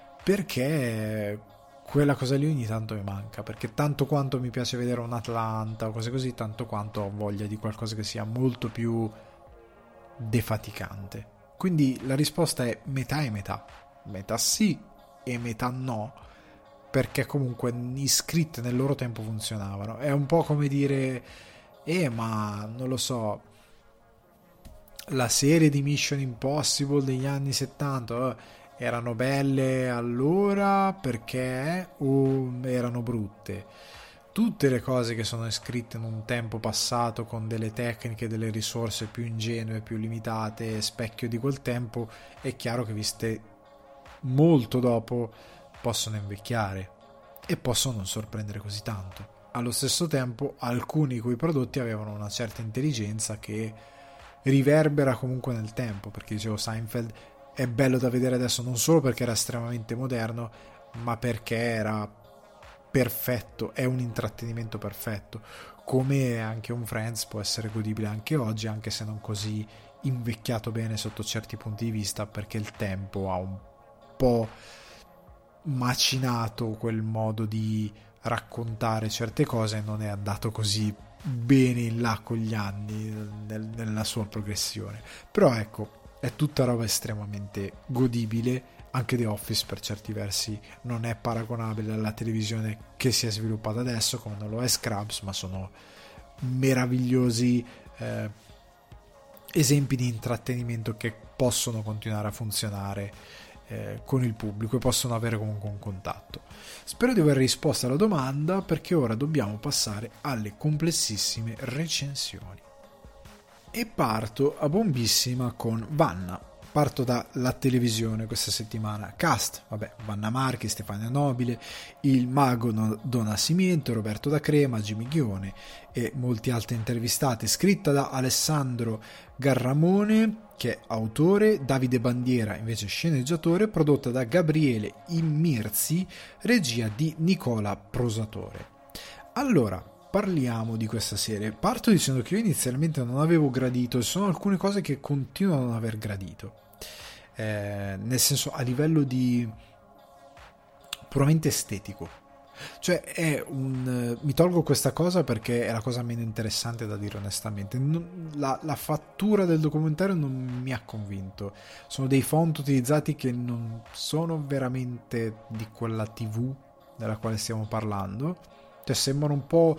perché quella cosa lì ogni tanto mi manca, perché tanto quanto mi piace vedere un Atlanta o cose così, tanto quanto ho voglia di qualcosa che sia molto più defaticante. Quindi la risposta è metà e metà, metà sì e metà no, perché comunque iscritte nel loro tempo funzionavano. È un po' come dire Eh, ma non lo so, la serie di Mission Impossible degli anni settanta eh, erano belle allora perché o erano brutte? Tutte le cose che sono scritte in un tempo passato con delle tecniche, delle risorse più ingenue, più limitate, specchio di quel tempo, è chiaro che viste molto dopo possono invecchiare e possono non sorprendere così tanto. Allo stesso tempo alcuni di quei prodotti avevano una certa intelligenza che riverbera comunque nel tempo, perché dicevo Seinfeld è bello da vedere adesso non solo perché era estremamente moderno, ma perché era perfetto, è un intrattenimento perfetto, come anche un Friends può essere godibile anche oggi, anche se non così invecchiato bene sotto certi punti di vista, perché il tempo ha un po' macinato quel modo di raccontare certe cose e non è andato così bene in là con gli anni nel, nella sua progressione. Però ecco, è tutta roba estremamente godibile. Anche The Office per certi versi non è paragonabile alla televisione che si è sviluppata adesso, come non lo è Scrubs, ma sono meravigliosi eh, esempi di intrattenimento che possono continuare a funzionare eh, con il pubblico e possono avere comunque un contatto. Spero di aver risposto alla domanda, perché ora dobbiamo passare alle complessissime recensioni. E parto a bombissima con Vanna. Parto dalla televisione questa settimana. Cast, vabbè, Vanna Marchi, Stefania Nobile, il mago Don Nascimento, Roberto Da Crema, Jimmy Ghione e molti altri intervistati. Scritta da Alessandro Garramone, che è autore, Davide Bandiera invece sceneggiatore, prodotta da Gabriele Immirzi, regia di Nicola Prosatore. Allora, parliamo di questa serie. Parto dicendo che io inizialmente non avevo gradito, ci sono alcune cose che continuo a non aver gradito. Eh, nel senso, a livello di puramente estetico, cioè è un mi tolgo questa cosa perché è la cosa meno interessante da dire onestamente. Non, la, la fattura del documentario non mi ha convinto, sono dei font utilizzati che non sono veramente di quella tivù della quale stiamo parlando, cioè sembrano un po'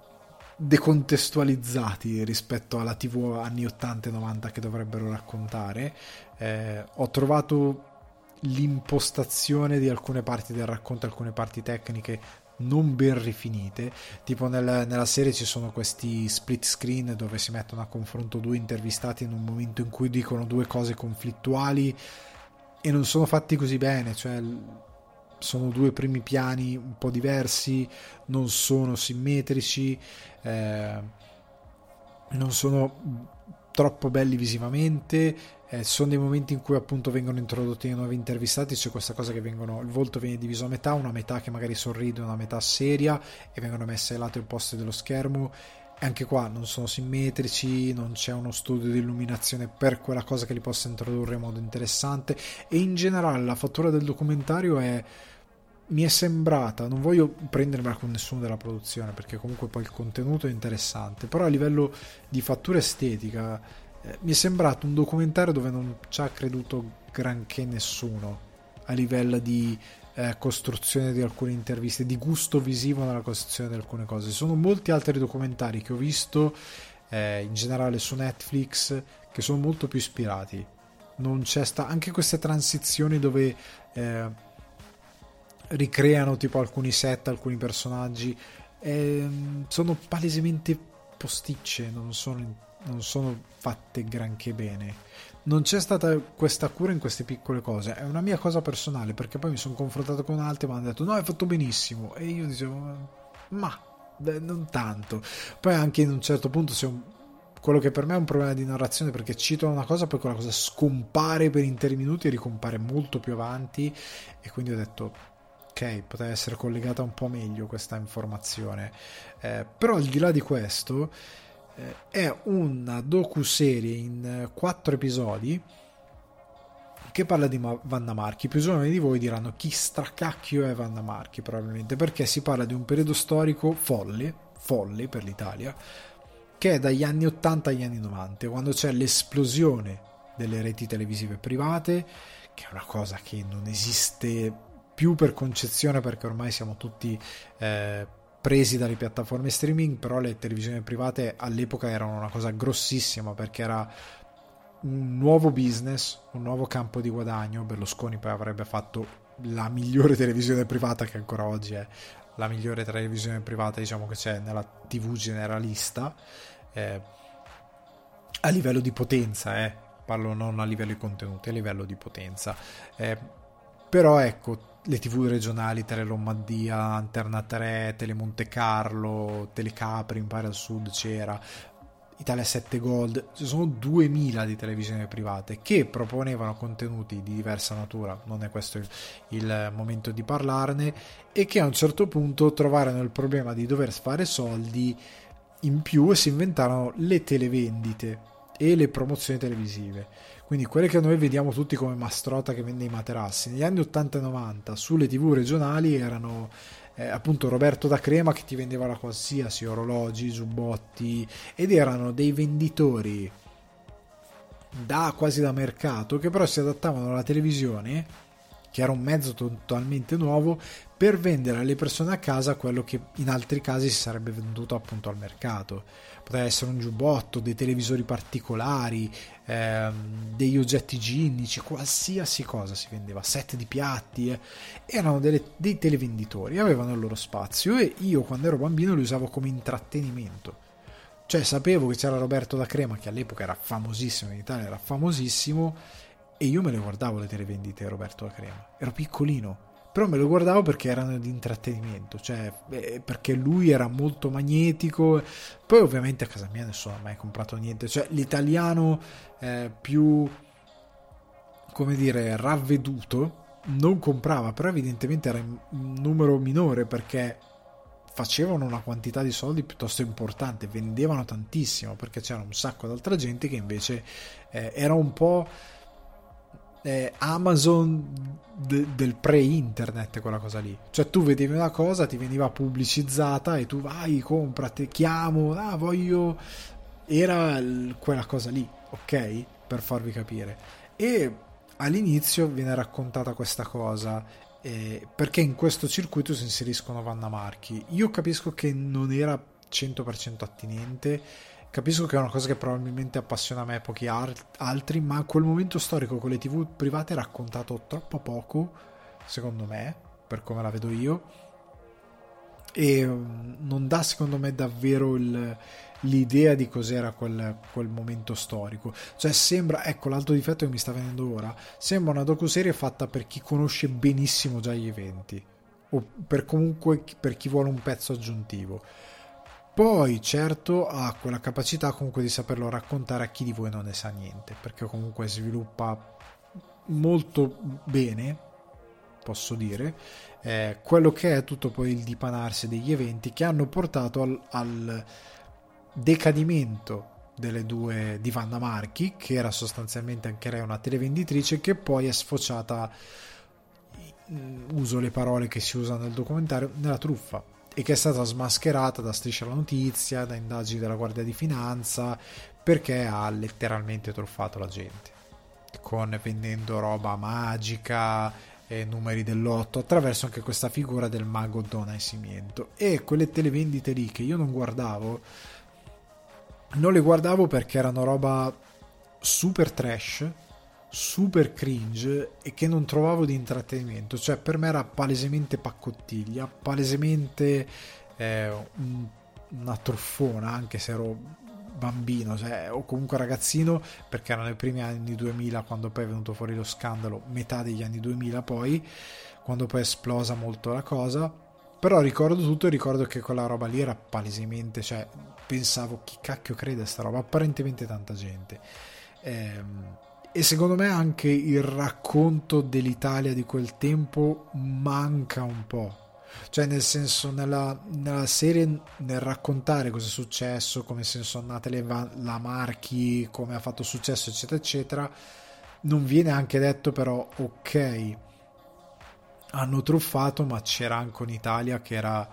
decontestualizzati rispetto alla tivù anni ottanta e novanta che dovrebbero raccontare. Eh, ho trovato l'impostazione di alcune parti del racconto, alcune parti tecniche non ben rifinite, tipo nel, nella serie ci sono questi split screen dove si mettono a confronto due intervistati in un momento in cui dicono due cose conflittuali e non sono fatti così bene, cioè sono due primi piani un po' diversi, non sono simmetrici, eh, non sono troppo belli visivamente, eh, sono dei momenti in cui appunto vengono introdotti nuovi intervistati, c'è questa cosa che vengono, il volto viene diviso a metà, una metà che magari sorride, una metà seria, e vengono messe ai lati opposti dello schermo, e anche qua non sono simmetrici, non c'è uno studio di illuminazione per quella cosa che li possa introdurre in modo interessante, e in generale la fattura del documentario è mi è sembrata, non voglio prendermela con nessuno della produzione perché comunque poi il contenuto è interessante, però a livello di fattura estetica eh, mi è sembrato un documentario dove non ci ha creduto granché nessuno a livello di eh, costruzione di alcune interviste, di gusto visivo nella costruzione di alcune cose. Ci sono molti altri documentari che ho visto eh, in generale su Netflix che sono molto più ispirati, non c'è sta anche queste transizioni dove eh, ricreano tipo alcuni set, alcuni personaggi, ehm, sono palesemente posticce, non sono, non sono fatte granché bene, non c'è stata questa cura in queste piccole cose. È una mia cosa personale, perché poi mi sono confrontato con altri e mi hanno detto no, hai fatto benissimo, e io dicevo ma beh, non tanto. Poi anche in un certo punto c'è un quello che per me è un problema di narrazione, perché citano una cosa, poi quella cosa scompare per interi minuti e ricompare molto più avanti, e quindi ho detto ok, poteva essere collegata un po' meglio questa informazione. Eh, però al di là di questo eh, è una docuserie in eh, quattro episodi che parla di Ma- Vanna Marchi. Più giovani di voi diranno chi stracacchio è Vanna Marchi, probabilmente perché si parla di un periodo storico folle, folle per l'Italia, che è dagli anni ottanta agli anni novanta, quando c'è l'esplosione delle reti televisive private, che è una cosa che non esiste più per concezione, perché ormai siamo tutti eh, presi dalle piattaforme streaming, però le televisioni private all'epoca erano una cosa grossissima, perché era un nuovo business, un nuovo campo di guadagno. Berlusconi poi avrebbe fatto la migliore televisione privata, che ancora oggi è la migliore televisione privata, diciamo, che c'è nella tivù generalista, eh, a livello di potenza, eh. Parlo non a livello di contenuti, a livello di potenza, eh, però ecco, le tivù regionali, Tele Lombardia, Anterna tre, Tele Monte Carlo, Telecapri, in pari al sud c'era, Italia sette Gold, ci sono duemila di televisioni private che proponevano contenuti di diversa natura, non è questo il, il momento di parlarne, e che a un certo punto trovarono il problema di dover fare soldi in più e si inventarono le televendite e le promozioni televisive. Quindi quelle che noi vediamo tutti come Mastrota che vende i materassi, negli anni ottanta e novanta sulle tv regionali erano eh, appunto Roberto da Crema che ti vendeva la qualsiasi, orologi, giubbotti, ed erano dei venditori da quasi da mercato che però si adattavano alla televisione, che era un mezzo totalmente nuovo, per vendere alle persone a casa quello che in altri casi si sarebbe venduto appunto al mercato. Poteva essere un giubbotto, dei televisori particolari, ehm, degli oggetti ginnici, qualsiasi cosa si vendeva, set di piatti, eh. Erano delle, dei televenditori, avevano il loro spazio e io quando ero bambino li usavo come intrattenimento. Cioè sapevo che c'era Roberto da Crema, che all'epoca era famosissimo, in Italia era famosissimo, e io me le guardavo le televendite Roberto da Crema. Ero piccolino, però me lo guardavo perché erano di intrattenimento, cioè eh, perché lui era molto magnetico. Poi ovviamente a casa mia nessuno ha mai comprato niente, cioè l'italiano eh, più, come dire, ravveduto non comprava, però evidentemente era un numero minore perché facevano una quantità di soldi piuttosto importante, vendevano tantissimo perché c'era un sacco d'altra gente che invece eh, era un po' Eh, Amazon de- del pre-internet, quella cosa lì. Cioè tu vedevi una cosa, ti veniva pubblicizzata e tu vai, compra, ti chiamo, ah voglio... Era l- quella cosa lì, ok? Per farvi capire. E all'inizio viene raccontata questa cosa eh, perché in questo circuito si inseriscono Vanna Marchi. Io capisco che non era cento per cento attinente, capisco che è una cosa che probabilmente appassiona me e pochi altri, ma quel momento storico con le tv private è raccontato troppo poco, secondo me, per come la vedo io, e non dà secondo me davvero il, l'idea di cos'era quel, quel momento storico. Cioè sembra, ecco l'altro difetto che mi sta venendo ora, sembra una docuserie fatta per chi conosce benissimo già gli eventi, o per comunque per chi vuole un pezzo aggiuntivo. Poi certo ha quella capacità comunque di saperlo raccontare a chi di voi non ne sa niente, perché comunque sviluppa molto bene, posso dire, eh, quello che è tutto poi il dipanarsi degli eventi che hanno portato al, al decadimento delle due di Vanna Marchi, che era sostanzialmente anche lei una televenditrice, che poi è sfociata, uso le parole che si usano nel documentario, nella truffa, e che è stata smascherata da Striscia la Notizia, da indagini della Guardia di Finanza, perché ha letteralmente truffato la gente, con vendendo roba magica e numeri del lotto, attraverso anche questa figura del mago Don Nascimento. E quelle televendite lì che io non guardavo, non le guardavo perché erano roba super trash, super cringe, e che non trovavo di intrattenimento. Cioè per me era palesemente paccottiglia, palesemente eh, un, una truffona, anche se ero bambino, cioè, o comunque ragazzino, perché erano i primi anni duemila quando poi è venuto fuori lo scandalo, metà degli anni duemila poi, quando poi è esplosa molto la cosa. Però ricordo tutto e ricordo che quella roba lì era palesemente, cioè pensavo chi cacchio crede a sta roba, apparentemente tanta gente. ehm E secondo me anche il racconto dell'Italia di quel tempo manca un po'. Cioè nel senso, nella, nella serie, nel raccontare cosa è successo, come se sono nate le va- la Marchi, come ha fatto successo, eccetera, eccetera, non viene anche detto però, ok, hanno truffato, ma c'era anche un'Italia che era,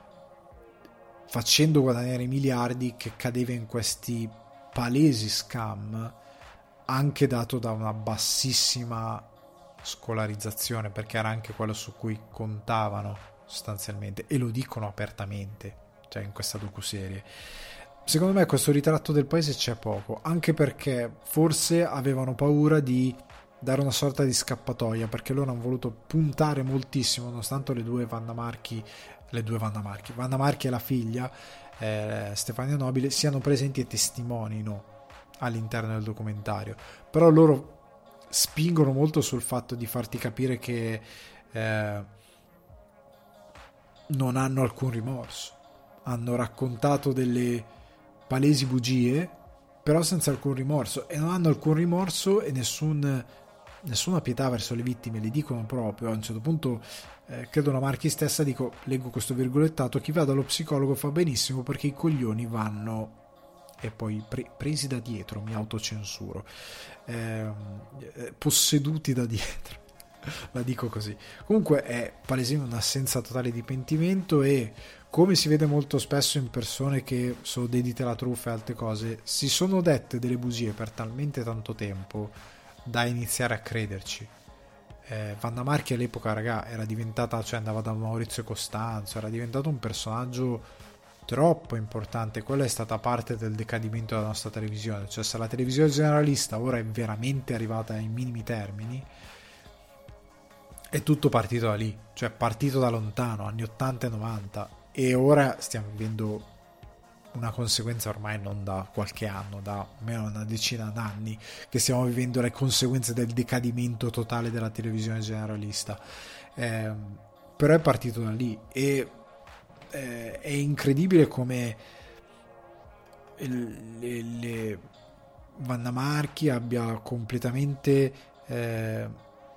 facendo guadagnare miliardi, che cadeva in questi palesi scam, anche dato da una bassissima scolarizzazione, perché era anche quello su cui contavano sostanzialmente, e lo dicono apertamente, cioè in questa docuserie. Secondo me questo ritratto del paese c'è poco, anche perché forse avevano paura di dare una sorta di scappatoia, perché loro hanno voluto puntare moltissimo, nonostante le due Vanna Marchi le due Vanna Marchi Vanna Marchi e la figlia eh, Stefania Nobile siano presenti e testimonino all'interno del documentario, però loro spingono molto sul fatto di farti capire che eh, non hanno alcun rimorso, hanno raccontato delle palesi bugie, però senza alcun rimorso, e non hanno alcun rimorso e nessun, nessuna pietà verso le vittime, li dicono proprio. A un certo punto eh, credo la Marchi stessa, dico, leggo questo virgolettato: chi va dallo psicologo fa benissimo perché i coglioni vanno, e poi pre- presi da dietro, mi autocensuro, eh, posseduti da dietro, la dico così. Comunque è palesemente un'assenza totale di pentimento, e come si vede molto spesso in persone che sono dedite alla truffa e altre cose, si sono dette delle bugie per talmente tanto tempo da iniziare a crederci. eh, Vanna Marchi all'epoca, raga, era diventata, cioè andava da Maurizio Costanzo, era diventato un personaggio troppo importante. Quella è stata parte del decadimento della nostra televisione. Cioè, se la televisione generalista ora è veramente arrivata ai minimi termini, è tutto partito da lì, cioè partito da lontano, anni ottanta e novanta, e ora stiamo vivendo una conseguenza ormai non da qualche anno, da almeno una decina d'anni che stiamo vivendo le conseguenze del decadimento totale della televisione generalista. Eh, però è partito da lì, e eh, è incredibile come le, le Vanna Marchi abbia completamente eh,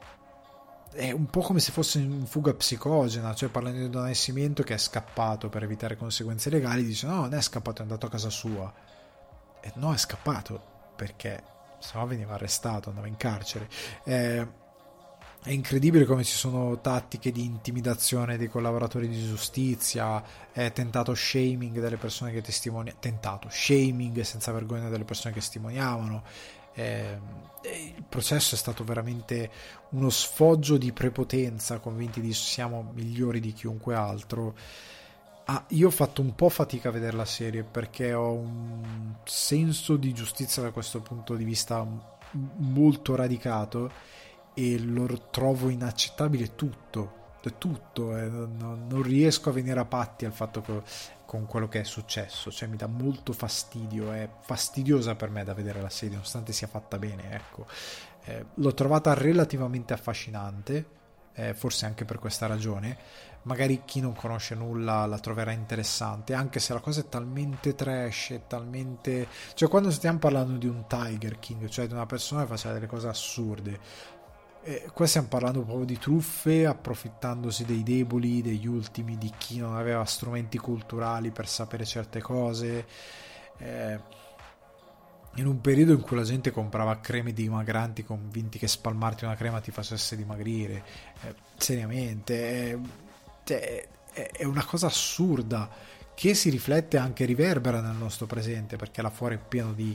è un po' come se fosse in fuga psicogena, cioè parlando di Don Nascimento che è scappato per evitare conseguenze legali, dice no, non è scappato, è andato a casa sua, e no, è scappato perché se no veniva arrestato, andava in carcere. eh, È incredibile come ci sono tattiche di intimidazione dei collaboratori di giustizia, è tentato shaming delle persone che testimoniavano, tentato shaming senza vergogna delle persone che testimoniavano. Eh, il processo è stato veramente uno sfoggio di prepotenza, convinti di siamo migliori di chiunque altro. Ah, io ho fatto un po' fatica a vedere la serie perché ho un senso di giustizia da questo punto di vista molto radicato, e lo trovo inaccettabile tutto, tutto, eh, non, non riesco a venire a patti al fatto che con quello che è successo, cioè mi dà molto fastidio, è fastidiosa per me da vedere la serie nonostante sia fatta bene, ecco. Eh, l'ho trovata relativamente affascinante, eh, forse anche per questa ragione. Magari chi non conosce nulla la troverà interessante, anche se la cosa è talmente trash, è talmente, cioè quando stiamo parlando di un Tiger King, cioè di una persona che faceva delle cose assurde, Eh, qua stiamo parlando proprio di truffe, approfittandosi dei deboli, degli ultimi, di chi non aveva strumenti culturali per sapere certe cose, eh, in un periodo in cui la gente comprava creme dimagranti convinti che spalmarti una crema ti facesse dimagrire. Eh, seriamente, eh, cioè, è, è una cosa assurda che si riflette anche, riverbera nel nostro presente, perché là fuori è pieno di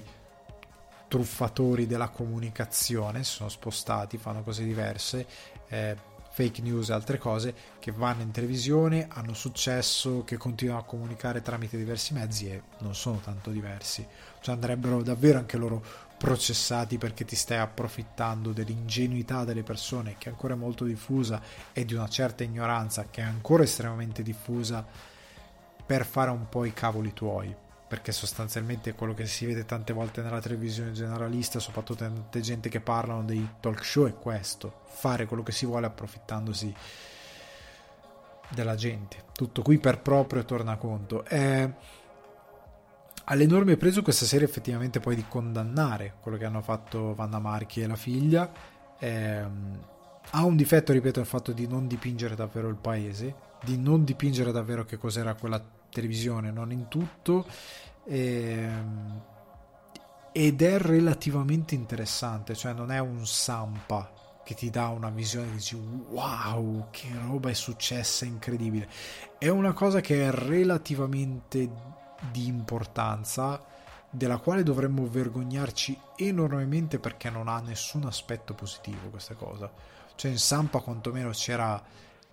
truffatori della comunicazione, si sono spostati, fanno cose diverse, eh, fake news e altre cose, che vanno in televisione, hanno successo, che continuano a comunicare tramite diversi mezzi e non sono tanto diversi, cioè andrebbero davvero anche loro processati, perché ti stai approfittando dell'ingenuità delle persone, che è ancora molto diffusa, e di una certa ignoranza che è ancora estremamente diffusa, per fare un po' i cavoli tuoi, perché sostanzialmente quello che si vede tante volte nella televisione generalista, soprattutto tante gente che parlano dei talk show, è questo: fare quello che si vuole approfittandosi della gente, tutto qui per proprio tornaconto. Eh, ha l'enorme preso questa serie effettivamente poi di condannare quello che hanno fatto Vanna Marchi e la figlia. eh, ha un difetto, ripeto, il fatto di non dipingere davvero il paese, di non dipingere davvero che cos'era quella televisione, non in tutto, ehm, ed è relativamente interessante, cioè non è un Sampa che ti dà una visione e dici wow, che roba è successa, incredibile. È una cosa che è relativamente di importanza, della quale dovremmo vergognarci enormemente, perché non ha nessun aspetto positivo questa cosa. Cioè in Sampa quantomeno c'era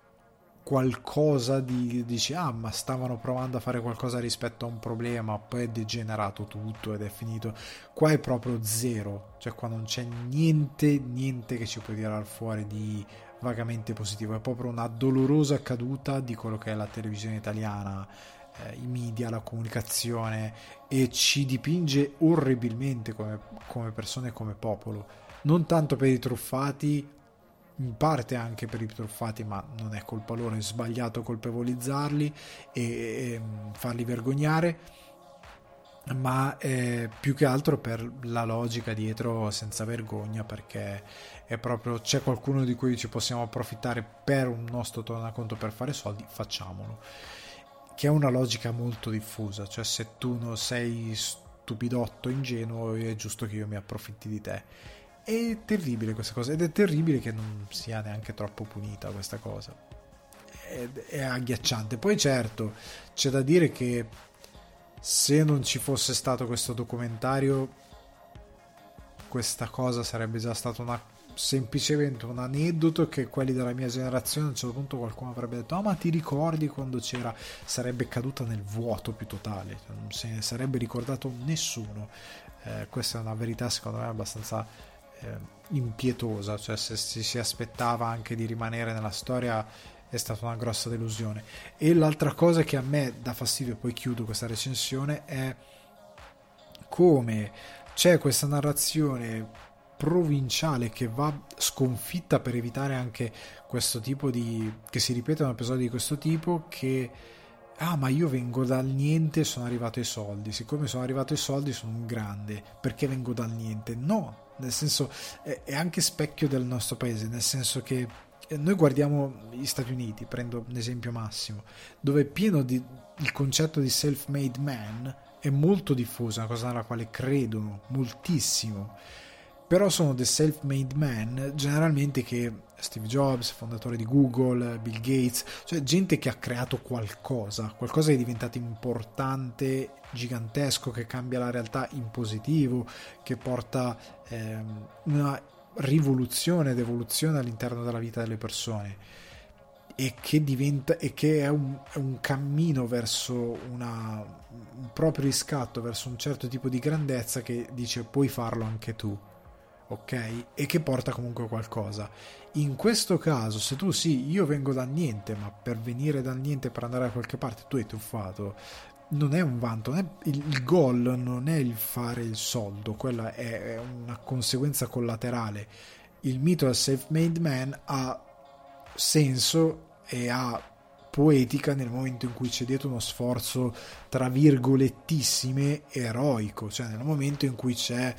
qualcosa di, dici ah, ma stavano provando a fare qualcosa rispetto a un problema, poi è degenerato tutto ed è finito. Qua è proprio zero, cioè qua non c'è niente niente che ci può tirare fuori di vagamente positivo, è proprio una dolorosa caduta di quello che è la televisione italiana, eh, i media, la comunicazione, e ci dipinge orribilmente come, come persone, come popolo, non tanto per i truffati, in parte anche per i truffati, ma non è colpa loro, è sbagliato colpevolizzarli e, e farli vergognare, ma eh, più che altro per la logica dietro senza vergogna, perché è proprio c'è qualcuno di cui ci possiamo approfittare per un nostro tornaconto per fare soldi, facciamolo, che è una logica molto diffusa, cioè se tu non sei stupidotto, ingenuo, è giusto che io mi approfitti di te. È terribile questa cosa, ed è terribile che non sia neanche troppo punita questa cosa, è, è agghiacciante. Poi certo c'è da dire che se non ci fosse stato questo documentario, questa cosa sarebbe già stata una, semplicemente un aneddoto che quelli della mia generazione a un certo punto qualcuno avrebbe detto ah ma ti ricordi quando c'era, sarebbe caduta nel vuoto più totale, non se ne sarebbe ricordato nessuno. Eh, questa è una verità secondo me abbastanza eh, impietosa, cioè se si, si aspettava anche di rimanere nella storia è stata una grossa delusione. E l'altra cosa che a me dà fastidio, e poi chiudo questa recensione, è come c'è questa narrazione provinciale che va sconfitta per evitare anche questo tipo di, che si ripetono episodi di questo tipo, che ah ma io vengo dal niente e sono arrivato ai soldi, siccome sono arrivato ai soldi sono un grande, perché vengo dal niente? No, nel senso è, è anche specchio del nostro paese, nel senso che noi guardiamo gli Stati Uniti, prendo un esempio massimo, dove è pieno di il concetto di self-made man è molto diffuso, una cosa nella quale credono moltissimo, però sono dei self-made man generalmente che Steve Jobs, fondatore di Google, Bill Gates, cioè gente che ha creato qualcosa, qualcosa che è diventato importante, gigantesco, che cambia la realtà in positivo, che porta ehm, una rivoluzione ed evoluzione all'interno della vita delle persone, e che diventa e che è un, è un cammino verso una, un proprio riscatto verso un certo tipo di grandezza, che dice puoi farlo anche tu, ok? E che porta comunque qualcosa. In questo caso, se tu sì, io vengo dal niente, ma per venire dal niente per andare da qualche parte tu hai tuffato, non è un vanto, non è, il, il goal non è il fare il soldo, quella è, è una conseguenza collaterale. Il mito del self-made man ha senso e ha poetica nel momento in cui c'è dietro uno sforzo tra virgolettissime eroico, cioè nel momento in cui c'è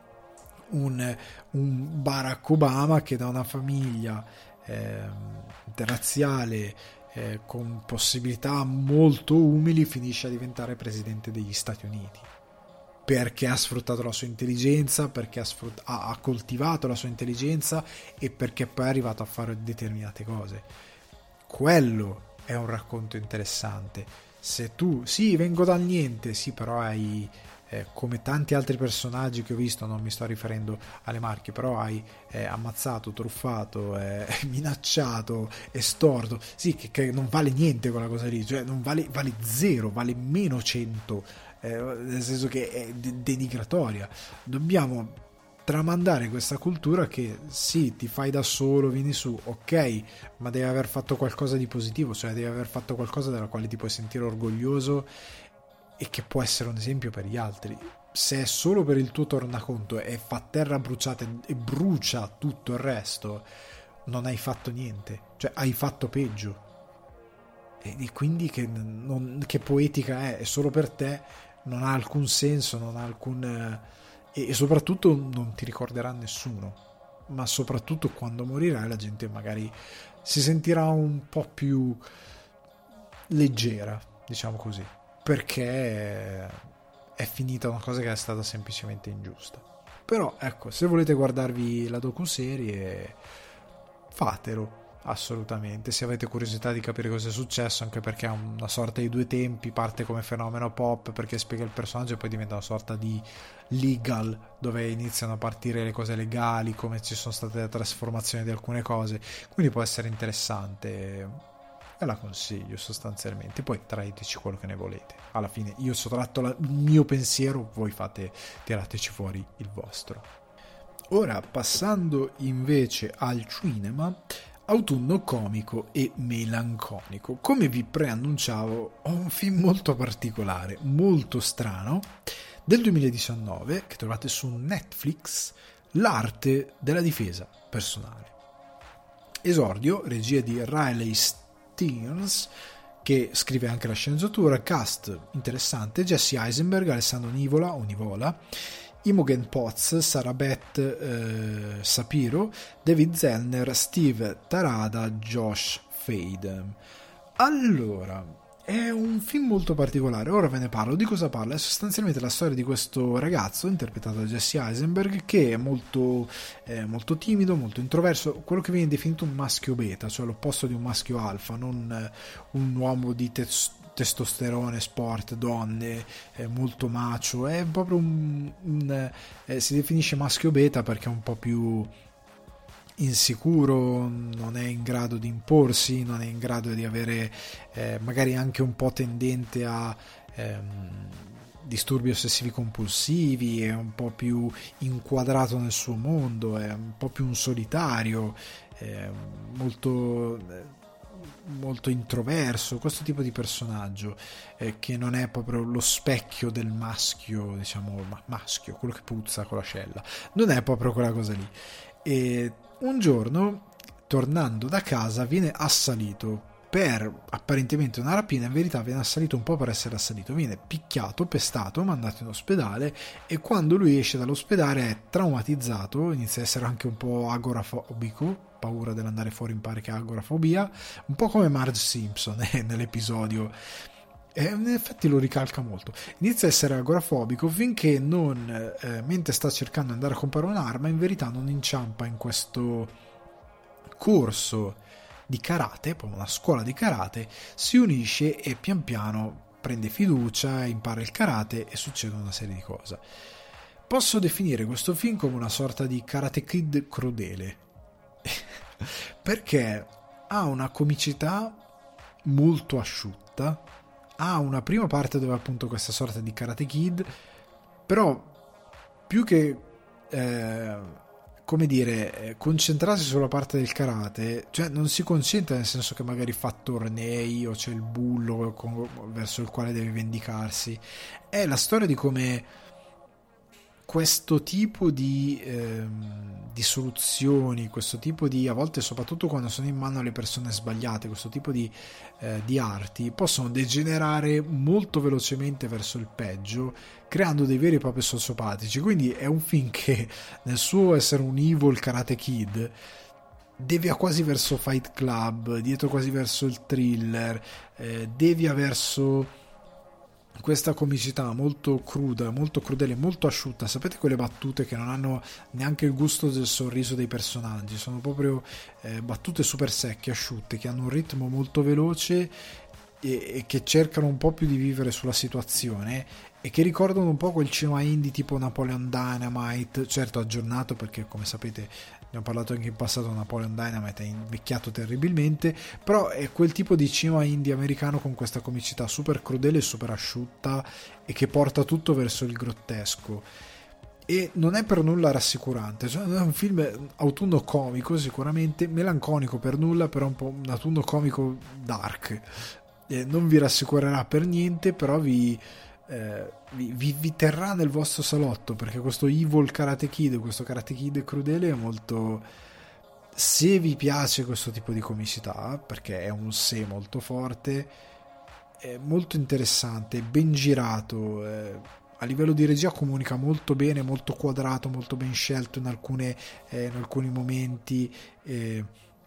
un, un Barack Obama che da una famiglia eh, razziale eh, con possibilità molto umili finisce a diventare presidente degli Stati Uniti, perché ha sfruttato la sua intelligenza, perché ha, sfrut- ha, ha coltivato la sua intelligenza e perché poi è arrivato a fare determinate cose. Quello è un racconto interessante. Se tu, sì, vengo dal niente, sì, però hai, eh, come tanti altri personaggi che ho visto, non mi sto riferendo alle marche, però hai eh, ammazzato, truffato, eh, minacciato, estorto, sì, che, che non vale niente quella cosa lì, cioè non vale, vale zero, vale meno cento, eh, nel senso che è de- denigratoria. Dobbiamo tramandare questa cultura che sì, ti fai da solo, vieni su, ok, ma devi aver fatto qualcosa di positivo, cioè devi aver fatto qualcosa della quale ti puoi sentire orgoglioso e che può essere un esempio per gli altri. Se è solo per il tuo tornaconto e fa terra bruciata e brucia tutto il resto, non hai fatto niente, cioè hai fatto peggio. E quindi che, non, che poetica è? È solo per te, non ha alcun senso, non ha alcun... e soprattutto non ti ricorderà nessuno, ma soprattutto quando morirai la gente magari si sentirà un po' più leggera, diciamo così, perché è finita una cosa che è stata semplicemente ingiusta. Però ecco, se volete guardarvi la docuserie, fatelo assolutamente, se avete curiosità di capire cosa è successo, anche perché è una sorta di due tempi, parte come fenomeno pop perché spiega il personaggio e poi diventa una sorta di legal dove iniziano a partire le cose legali, come ci sono state le trasformazioni di alcune cose, quindi può essere interessante e la consiglio sostanzialmente. Poi traeteci quello che ne volete, alla fine io ho tratto la, il mio pensiero, voi fate, tirateci fuori il vostro. Ora passando invece al cinema, autunno comico e melanconico. Come vi preannunciavo, ho un film molto particolare, molto strano, del duemiladiciannove, che trovate su Netflix, L'arte della difesa personale. Esordio, regia di Riley Stearns, che scrive anche la sceneggiatura. Cast interessante: Jesse Eisenberg, Alessandro Nivola o Nivola, Imogen Potts, Sarah Beth eh, Sapiro, David Zellner, Steve Tarada, Josh Fade. Allora, è un film molto particolare, ora ve ne parlo. Di cosa parla? È sostanzialmente la storia di questo ragazzo interpretato da Jesse Eisenberg, che è molto, eh, molto timido, molto introverso, quello che viene definito un maschio beta, cioè l'opposto di un maschio alfa, non eh, un uomo di tes- testosterone, sport, donne, eh, molto macho. È proprio un, un eh, si definisce maschio beta perché è un po' più insicuro, non è in grado di imporsi, non è in grado di avere eh, magari anche un po' tendente a ehm, disturbi ossessivi compulsivi, è un po' più inquadrato nel suo mondo, è un po' più un solitario, è molto molto introverso, questo tipo di personaggio eh, che non è proprio lo specchio del maschio, diciamo ma- maschio, quello che puzza con l'ascella, non è proprio quella cosa lì. E un giorno, tornando da casa, viene assalito per apparentemente una rapina. In verità viene assalito un po' per essere assalito, viene picchiato, pestato, mandato in ospedale, e quando lui esce dall'ospedale è traumatizzato, inizia a essere anche un po' agorafobico, paura dell'andare fuori, in pare che ha agorafobia, un po' come Marge Simpson eh, nell'episodio. E in effetti lo ricalca molto. Inizia a essere agorafobico finché non, eh, mentre sta cercando di andare a comprare un'arma, in verità non inciampa in questo corso di karate, proprio una scuola di karate, si unisce e pian piano prende fiducia, impara il karate e succede una serie di cose. Posso definire questo film come una sorta di Karate Kid crudele perché ha una comicità molto asciutta, ha una prima parte dove appunto questa sorta di Karate Kid, però più che eh, come dire eh, concentrarsi sulla parte del karate, cioè non si concentra nel senso che magari fa tornei o c'è il bullo con, verso il quale deve vendicarsi. È la storia di come questo tipo di, ehm, di soluzioni, questo tipo di, a volte soprattutto quando sono in mano alle persone sbagliate, questo tipo di, eh, di arti possono degenerare molto velocemente verso il peggio, creando dei veri e propri sociopatici. Quindi è un film che nel suo essere un evil Karate Kid devia quasi verso Fight Club, dietro quasi verso il thriller, eh, devia verso questa comicità molto cruda, molto crudele, molto asciutta. Sapete quelle battute che non hanno neanche il gusto del sorriso dei personaggi, sono proprio eh, battute super secche, asciutte, che hanno un ritmo molto veloce e, e che cercano un po' più di vivere sulla situazione e che ricordano un po' quel cinema indie tipo Napoleon Dynamite, certo aggiornato perché come sapete ne ho parlato anche in passato, Napoleon Dynamite è invecchiato terribilmente, però è quel tipo di cinema indie americano con questa comicità super crudele e super asciutta e che porta tutto verso il grottesco. E non è per nulla rassicurante, cioè è un film autunno comico sicuramente, melanconico per nulla, però un po' un autunno comico dark. Eh, non vi rassicurerà per niente, però vi Eh, vi, vi, vi terrà nel vostro salotto, perché questo evil Karate Kid, questo Karate Kid crudele è molto, se vi piace questo tipo di comicità, perché è un se molto forte, è molto interessante, ben girato, eh, a livello di regia comunica molto bene, molto quadrato, molto ben scelto in, alcune, eh, in alcuni momenti, eh,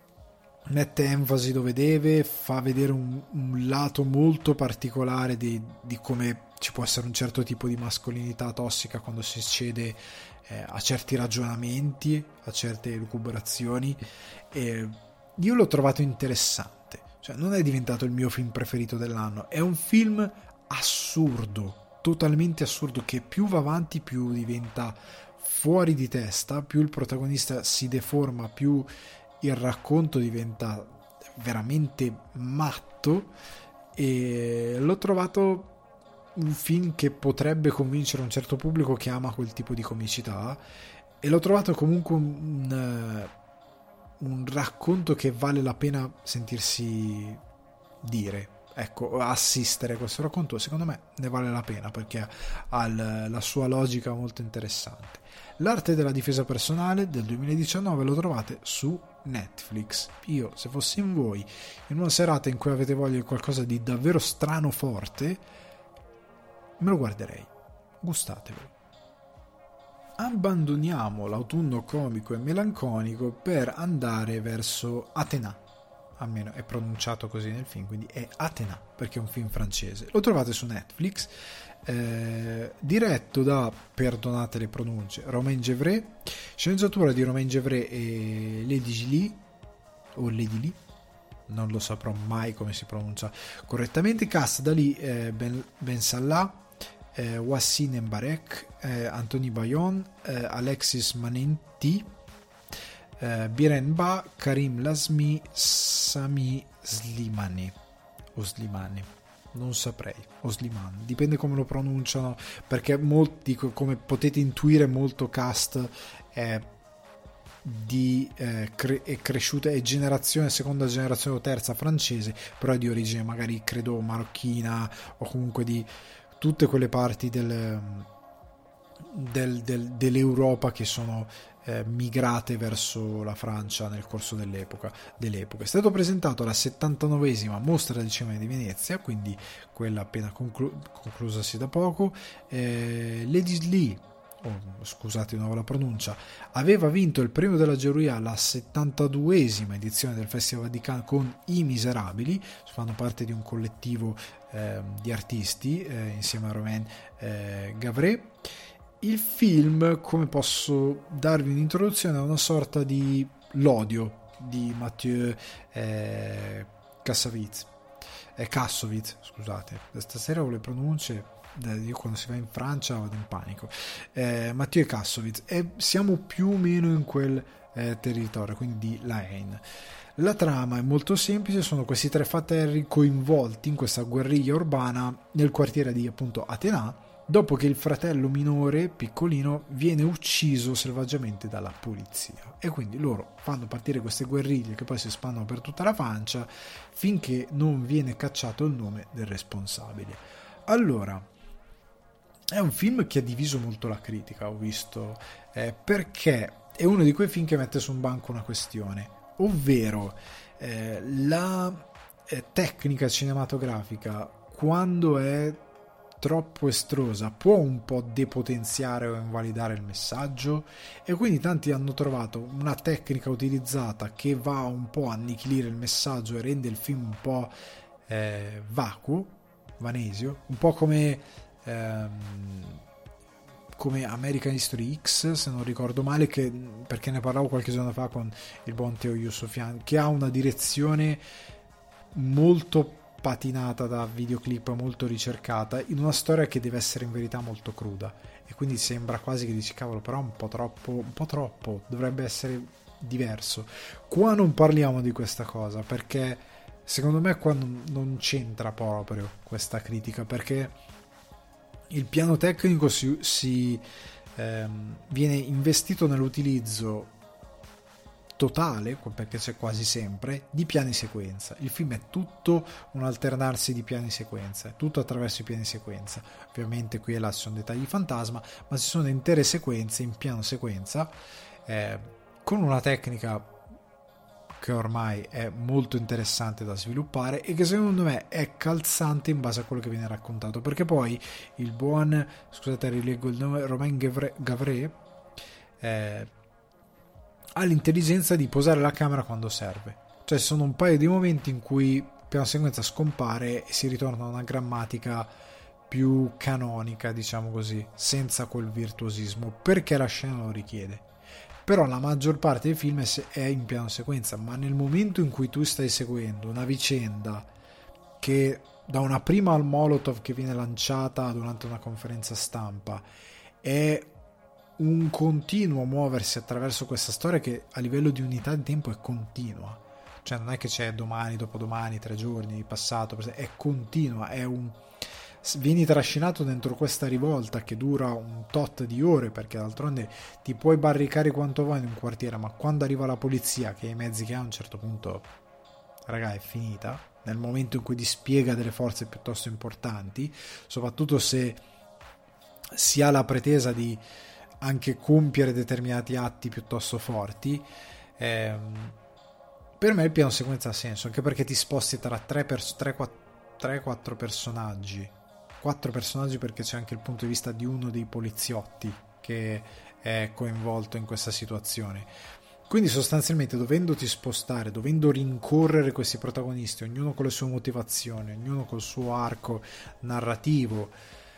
mette enfasi dove deve, fa vedere un, un lato molto particolare di, di come ci può essere un certo tipo di mascolinità tossica quando si cede eh, a certi ragionamenti, a certe lucubrazioni. E io l'ho trovato interessante, cioè non è diventato il mio film preferito dell'anno, è un film assurdo, totalmente assurdo, che più va avanti più diventa fuori di testa, più il protagonista si deforma, più il racconto diventa veramente matto, e l'ho trovato un film che potrebbe convincere un certo pubblico che ama quel tipo di comicità, e l'ho trovato comunque un, un racconto che vale la pena sentirsi dire, ecco, assistere a questo racconto, secondo me ne vale la pena perché ha l- la sua logica molto interessante. L'arte della difesa personale del duemiladiciannove lo trovate su Netflix. Io, se fossi in voi, in una serata in cui avete voglia di qualcosa di davvero strano forte, me lo guarderei. Gustatevelo. Abbandoniamo l'autunno comico e melanconico per andare verso Athéna. Almeno è pronunciato così nel film, quindi è Athéna perché è un film francese. Lo trovate su Netflix. Eh, diretto da, perdonate le pronunce, Romain Gavras, sceneggiatura di Romain Gavras e Lady Gilly o Lady Lee, non lo saprò mai come si pronuncia correttamente. Cast da lì eh, Ben, ben Salah, eh, Wassine Mbarek, eh, Anthony Bayon, eh, Alexis Manenti, eh, Biren Ba, Karim Lasmi, Sami Slimani o Slimani, non saprei, o Slimani, dipende come lo pronunciano, perché molti, come potete intuire, molto cast è di eh, cre- è cresciuta, è generazione, seconda generazione o terza francese, però è di origine magari credo marocchina o comunque di tutte quelle parti del, del, del, dell'Europa che sono eh, migrate verso la Francia nel corso dell'epoca, dell'epoca. È stato presentato alla settantanovesima Mostra del Cinema di Venezia, quindi quella appena conclu- conclusasi da poco. eh, Lady Lee, oh, scusate di nuovo la pronuncia, aveva vinto il premio della giuria alla settantaduesima edizione del Festival di Cannes con I Miserabili, fanno parte di un collettivo eh, di artisti eh, insieme a Romain eh, Gavras. Il film, come posso darvi un'introduzione, è una sorta di L'odio di Mathieu eh, Kassovitz, eh, Kassovitz, scusate, stasera ho le pronunce, io quando si va in Francia vado in panico. eh, Mathieu Kassovitz, e siamo più o meno in quel eh, territorio, quindi di La Haine. La trama è molto semplice, sono questi tre fratelli coinvolti in questa guerriglia urbana nel quartiere di appunto Athéna, dopo che il fratello minore, piccolino, viene ucciso selvaggiamente dalla polizia. E quindi loro fanno partire queste guerriglie che poi si espandono per tutta la Francia finché non viene cacciato il nome del responsabile. Allora, è un film che ha diviso molto la critica, ho visto, eh, perché è uno di quei film che mette su un banco una questione, ovvero eh, la eh, tecnica cinematografica, quando è troppo estrosa, può un po' depotenziare o invalidare il messaggio, e quindi tanti hanno trovato una tecnica utilizzata che va un po' a annichilire il messaggio e rende il film un po' eh, vacuo, vanesio, un po' come ehm, come American History X, se non ricordo male, che, perché ne parlavo qualche giorno fa con il buon Teo Yusufian, che ha una direzione molto patinata da videoclip, molto ricercata, in una storia che deve essere in verità molto cruda, e quindi sembra quasi che dici cavolo, però un po' troppo, un po' troppo, dovrebbe essere diverso. Qua non parliamo di questa cosa, perché secondo me qua non, non c'entra proprio questa critica, perché il piano tecnico si, si ehm, viene investito nell'utilizzo totale, perché c'è quasi sempre, di piani sequenza. Il film è tutto un alternarsi di piani sequenza, tutto attraverso i piani sequenza. Ovviamente qui e là ci sono dettagli fantasma, ma ci sono intere sequenze in piano sequenza, eh, con una tecnica che ormai è molto interessante da sviluppare e che secondo me è calzante in base a quello che viene raccontato, perché poi il buon, scusate rileggo il nome, Romain Gavras, eh, ha l'intelligenza di posare la camera quando serve, cioè ci sono un paio di momenti in cui il piano sequenza scompare e si ritorna a una grammatica più canonica, diciamo così, senza quel virtuosismo, perché la scena lo richiede. Però la maggior parte del film è in piano sequenza, ma nel momento in cui tu stai seguendo una vicenda che da una prima al Molotov che viene lanciata durante una conferenza stampa è un continuo muoversi attraverso questa storia che a livello di unità di tempo è continua, cioè non è che c'è domani, dopodomani, tre giorni, passato, è continua, è un vieni trascinato dentro questa rivolta che dura un tot di ore, perché d'altronde ti puoi barricare quanto vuoi in un quartiere, ma quando arriva la polizia, che ha i mezzi che ha, a un certo punto raga, è finita. Nel momento in cui dispiega delle forze piuttosto importanti, soprattutto se si ha la pretesa di anche compiere determinati atti piuttosto forti, ehm, per me il piano sequenza ha senso, anche perché ti sposti tra tre quattro personaggi, quattro personaggi, perché c'è anche il punto di vista di uno dei poliziotti che è coinvolto in questa situazione. Quindi sostanzialmente, dovendoti spostare, dovendo rincorrere questi protagonisti, ognuno con le sue motivazioni, ognuno col suo arco narrativo,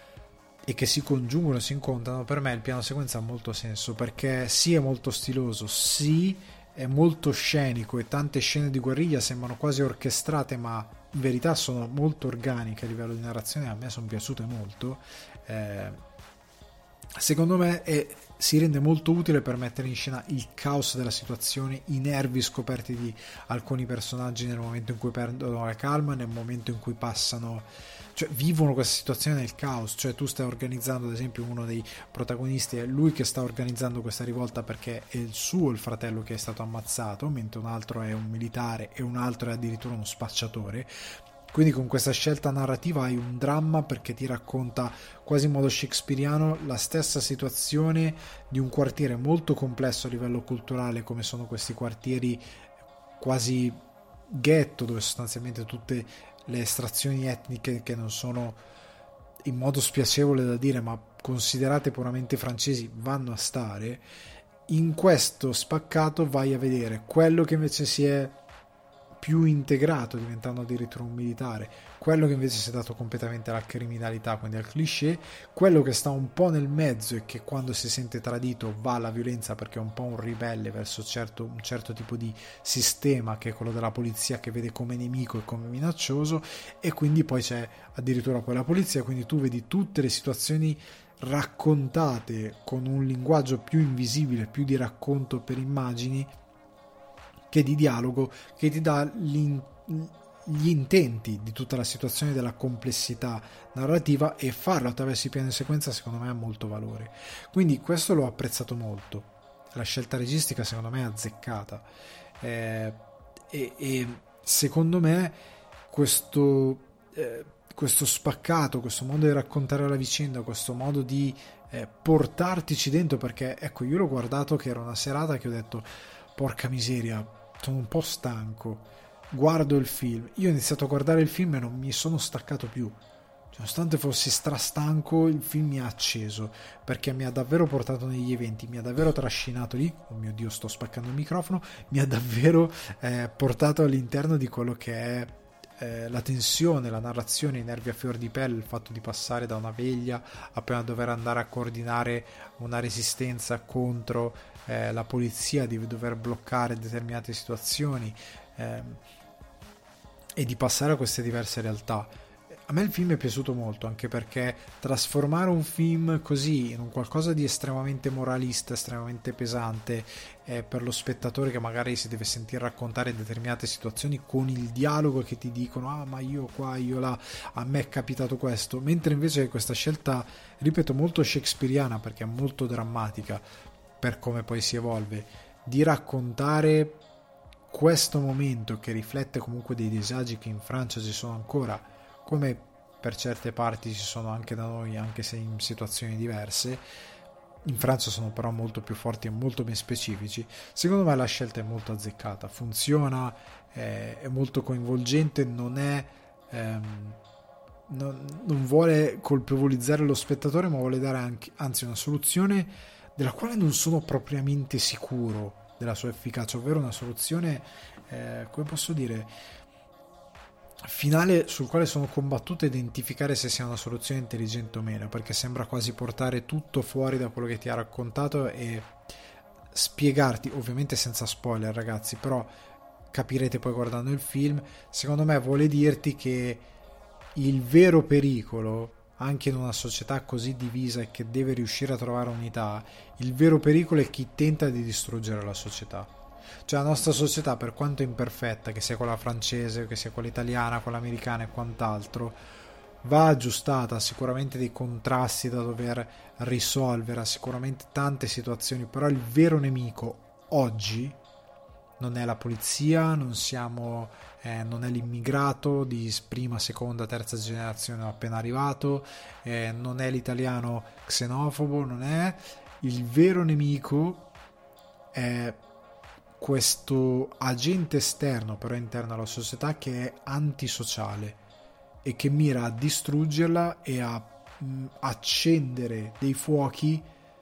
e che si congiungono e si incontrano, per me il piano sequenza ha molto senso, perché sì, è molto stiloso, sì, è molto scenico, e tante scene di guerriglia sembrano quasi orchestrate, ma in verità sono molto organiche a livello di narrazione. A me sono piaciute molto. Eh, secondo me è, si rende molto utile per mettere in scena il caos della situazione, i nervi scoperti di alcuni personaggi nel momento in cui perdono la calma, nel momento in cui passano, cioè vivono questa situazione nel caos. Cioè tu stai organizzando, ad esempio, uno dei protagonisti è lui che sta organizzando questa rivolta perché è il suo il fratello che è stato ammazzato, mentre un altro è un militare e un altro è addirittura uno spacciatore. Quindi con questa scelta narrativa hai un dramma, perché ti racconta quasi in modo shakespeariano la stessa situazione di un quartiere molto complesso a livello culturale, come sono questi quartieri quasi ghetto, dove sostanzialmente tutte le estrazioni etniche, che non sono in modo spiacevole da dire, ma considerate puramente francesi, vanno a stare. In questo spaccato vai a vedere quello che invece si è più integrato, diventando addirittura un militare, quello che invece si è dato completamente alla criminalità, quindi al cliché, quello che sta un po' nel mezzo e che quando si sente tradito va alla violenza perché è un po' un ribelle verso certo, un certo tipo di sistema, che è quello della polizia, che vede come nemico e come minaccioso, e quindi poi c'è addirittura poi la polizia. Quindi tu vedi tutte le situazioni raccontate con un linguaggio più invisibile, più di racconto per immagini che di dialogo, che ti dà gli intenti di tutta la situazione, della complessità narrativa, e farlo attraverso i piani di sequenza secondo me ha molto valore. Quindi questo l'ho apprezzato molto, la scelta registica secondo me è azzeccata, eh, e, e secondo me questo, eh, questo spaccato, questo modo di raccontare la vicenda, questo modo di eh, portartici dentro, perché ecco, io l'ho guardato che era una serata che ho detto porca miseria, sono un po' stanco, guardo il film. Io ho iniziato a guardare il film e non mi sono staccato più, nonostante fossi strastanco. Il film mi ha acceso, perché mi ha davvero portato negli eventi, mi ha davvero trascinato lì. Oh mio Dio, sto spaccando il microfono. Mi ha davvero eh, portato all'interno di quello che è eh, la tensione, la narrazione, i nervi a fior di pelle, il fatto di passare da una veglia a poi dover andare a coordinare una resistenza contro Eh, la polizia, di dover bloccare determinate situazioni, eh, e di passare a queste diverse realtà. A me il film è piaciuto molto, anche perché trasformare un film così in un qualcosa di estremamente moralista, estremamente pesante, eh, per lo spettatore che magari si deve sentire raccontare determinate situazioni con il dialogo che ti dicono ah ma io qua, io là, a me è capitato questo, mentre invece questa scelta, ripeto, molto shakespeariana, perché è molto drammatica per come poi si evolve, di raccontare questo momento che riflette comunque dei disagi che in Francia ci sono ancora, come per certe parti ci sono anche da noi, anche se in situazioni diverse. In Francia sono però molto più forti e molto ben specifici. Secondo me la scelta è molto azzeccata, funziona, è, è molto coinvolgente, non è ehm, non, non vuole colpevolizzare lo spettatore, ma vuole dare anche, anzi, una soluzione della quale non sono propriamente sicuro della sua efficacia, ovvero una soluzione, eh, come posso dire, finale, sul quale sono combattuto a identificare se sia una soluzione intelligente o meno, perché sembra quasi portare tutto fuori da quello che ti ha raccontato e spiegarti, ovviamente senza spoiler ragazzi, però capirete poi guardando il film. Secondo me vuole dirti che il vero pericolo, anche in una società così divisa e che deve riuscire a trovare unità, il vero pericolo è chi tenta di distruggere la società. Cioè la nostra società, per quanto imperfetta, che sia quella francese, che sia quella italiana, quella americana e quant'altro, va aggiustata, ha sicuramente dei contrasti da dover risolvere, ha sicuramente tante situazioni, però il vero nemico oggi non è la polizia, non siamo eh, non è l'immigrato di prima, seconda, terza generazione appena arrivato, eh, non è l'italiano xenofobo, non è il vero nemico, è questo agente esterno però interno alla società che è antisociale e che mira a distruggerla e a mh, accendere dei fuochi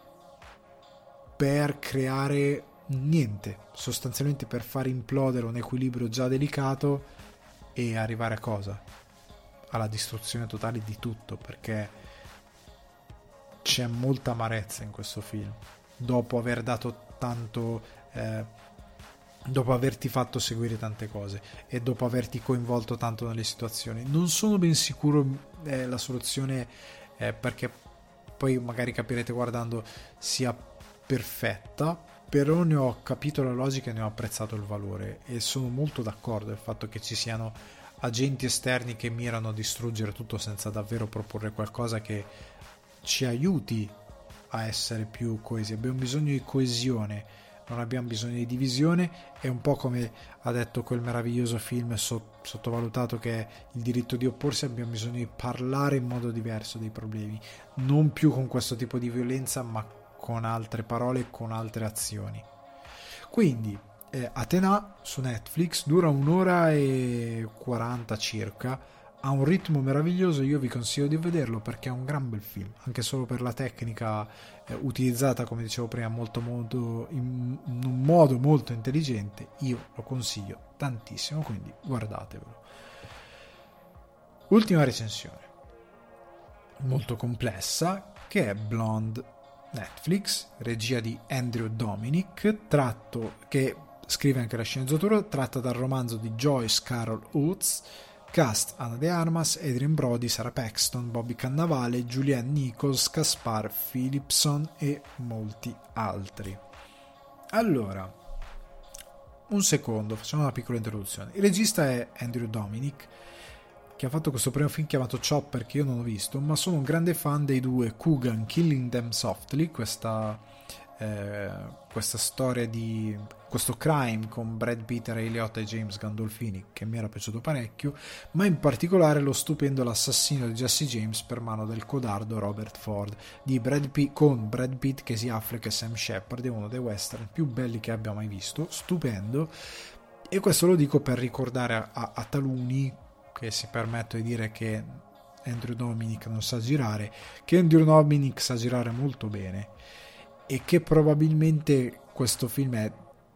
per creare niente, sostanzialmente per far implodere un equilibrio già delicato e arrivare a cosa? Alla distruzione totale di tutto, perché c'è molta amarezza in questo film dopo aver dato tanto eh, dopo averti fatto seguire tante cose e dopo averti coinvolto tanto nelle situazioni. Non sono ben sicuro eh, la soluzione eh, perché poi magari capirete guardando sia perfetta, però ne ho capito la logica e ne ho apprezzato il valore e sono molto d'accordo del fatto che ci siano agenti esterni che mirano a distruggere tutto senza davvero proporre qualcosa che ci aiuti a essere più coesi. Abbiamo bisogno di coesione, non abbiamo bisogno di divisione. È un po' come ha detto quel meraviglioso film sottovalutato che è Il diritto di opporsi. Abbiamo bisogno di parlare in modo diverso dei problemi, non più con questo tipo di violenza ma con altre parole, con altre azioni. Quindi eh, Athéna su Netflix dura un'ora e quaranta circa, ha un ritmo meraviglioso. Io vi consiglio di vederlo perché è un gran bel film, anche solo per la tecnica eh, utilizzata, come dicevo prima, molto, molto in, in un modo molto intelligente. Io lo consiglio tantissimo, quindi guardatevelo. Ultima recensione molto complessa, che è Blonde, Netflix, regia di Andrew Dominic, tratto che scrive anche la sceneggiatura, tratta dal romanzo di Joyce Carol Oates. Cast: Ana de Armas, Adrien Brody, Sarah Paxton, Bobby Cannavale, Julianne Nichols, Caspar Philipson e molti altri. Allora, un secondo, facciamo una piccola introduzione. Il regista è Andrew Dominic, che ha fatto questo primo film chiamato Chopper, che io non ho visto, ma sono un grande fan dei due Coogan, Killing Them Softly, questa, eh, questa storia di questo crime con Brad Pitt, Ray Liotta e James Gandolfini, che mi era piaciuto parecchio, ma in particolare lo stupendo L'assassino di Jesse James per mano del codardo Robert Ford, di Brad Pitt, con Brad Pitt, Casey Affleck e Sam Shepard. È uno dei western più belli che abbia mai visto, stupendo, e questo lo dico per ricordare a, a, a taluni che si permette di dire che Andrew Dominic non sa girare, che Andrew Dominic sa girare molto bene e che probabilmente questo film è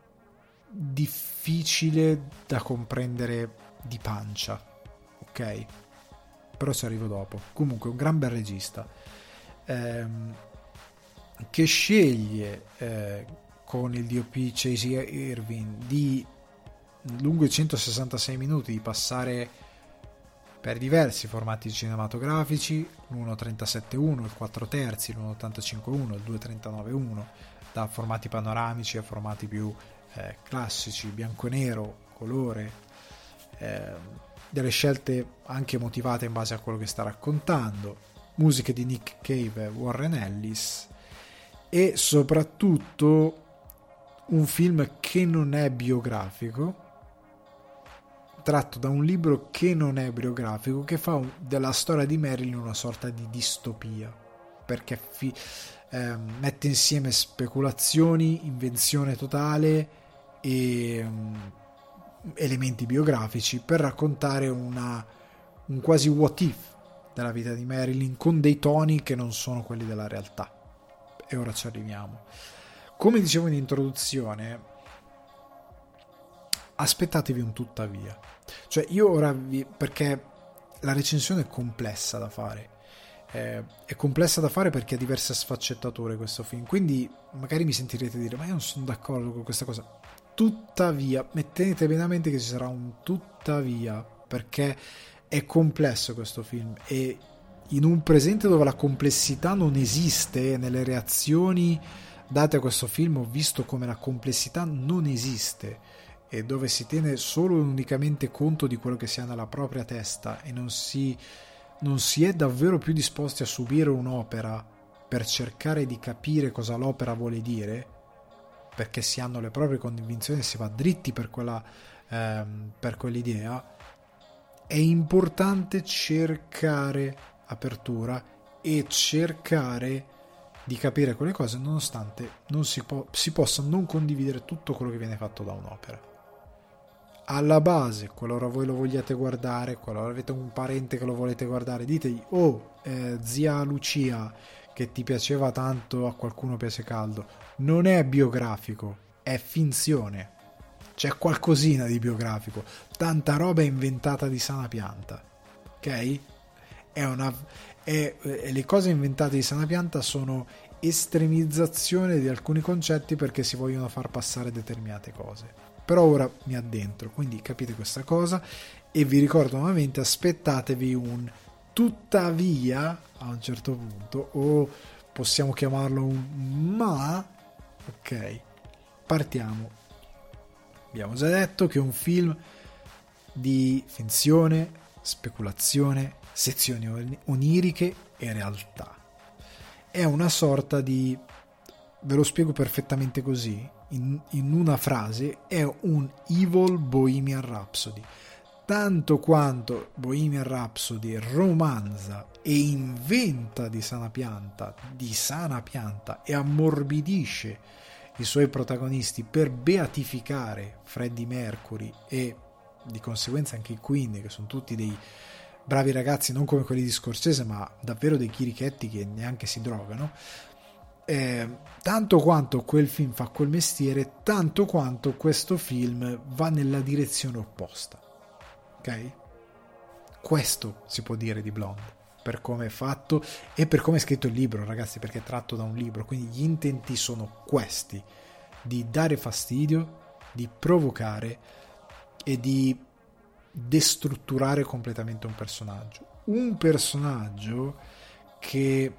difficile da comprendere di pancia, ok? Però ci arrivo dopo. Comunque un gran bel regista ehm, che sceglie eh, con il D O P Chase Irvin di lungo i centosessantasei minuti di passare per diversi formati cinematografici, l'uno trentasette uno, il quattro terzi, l'uno ottantacinque uno, il due trentanove uno, da formati panoramici a formati più eh, classici, bianco e nero, colore, eh, delle scelte anche motivate in base a quello che sta raccontando, musiche di Nick Cave e Warren Ellis, e soprattutto un film che non è biografico, tratto da un libro che non è biografico, che fa un, della storia di Marilyn una sorta di distopia, perché fi, eh, mette insieme speculazioni, invenzione totale e um, elementi biografici per raccontare una, un quasi what if della vita di Marilyn, con dei toni che non sono quelli della realtà. E ora ci arriviamo. Come dicevo in introduzione, aspettatevi un tuttavia. Cioè io ora vi, perché la recensione è complessa da fare, eh, è complessa da fare perché ha diverse sfaccettature questo film, quindi magari mi sentirete dire ma io non sono d'accordo con questa cosa. Tuttavia, mettete bene a mente che ci sarà un tuttavia, perché è complesso questo film, e in un presente dove la complessità non esiste, nelle reazioni date a questo film ho visto come la complessità non esiste, e dove si tiene solo e unicamente conto di quello che si ha nella propria testa e non si, non si è davvero più disposti a subire un'opera per cercare di capire cosa l'opera vuole dire, perché si hanno le proprie convinzioni e si va dritti per quella ehm, per quell'idea, è importante cercare apertura e cercare di capire quelle cose, nonostante non si, po- si possa non condividere tutto quello che viene fatto da un'opera. Alla base, qualora voi lo vogliate guardare, qualora avete un parente che lo volete guardare, ditegli: oh, eh, zia Lucia, che ti piaceva tanto, a qualcuno piace caldo. Non è biografico, è finzione. C'è qualcosina di biografico, tanta roba è inventata di sana pianta, ok? È una, è, è, le cose inventate di sana pianta sono estremizzazione di alcuni concetti perché si vogliono far passare determinate cose. Però ora mi addentro, quindi capite questa cosa, e vi ricordo nuovamente: aspettatevi un tuttavia a un certo punto, o possiamo chiamarlo un ma. Ok, partiamo. Abbiamo già detto che è un film di finzione, speculazione, sezioni oniriche e realtà. È una sorta di, ve lo spiego perfettamente così, in, in una frase, è un Evil Bohemian Rhapsody. Tanto quanto Bohemian Rhapsody romanza e inventa di sana pianta, di sana pianta e ammorbidisce i suoi protagonisti per beatificare Freddie Mercury e di conseguenza anche i Queen, che sono tutti dei bravi ragazzi, non come quelli di Scorsese, ma davvero dei chirichetti che neanche si drogano. Eh, tanto quanto quel film fa quel mestiere, tanto quanto questo film va nella direzione opposta. Ok? Questo si può dire di Blonde, per come è fatto e per come è scritto il libro, ragazzi, perché è tratto da un libro, quindi gli intenti sono questi: di dare fastidio, di provocare e di destrutturare completamente un personaggio. Un personaggio che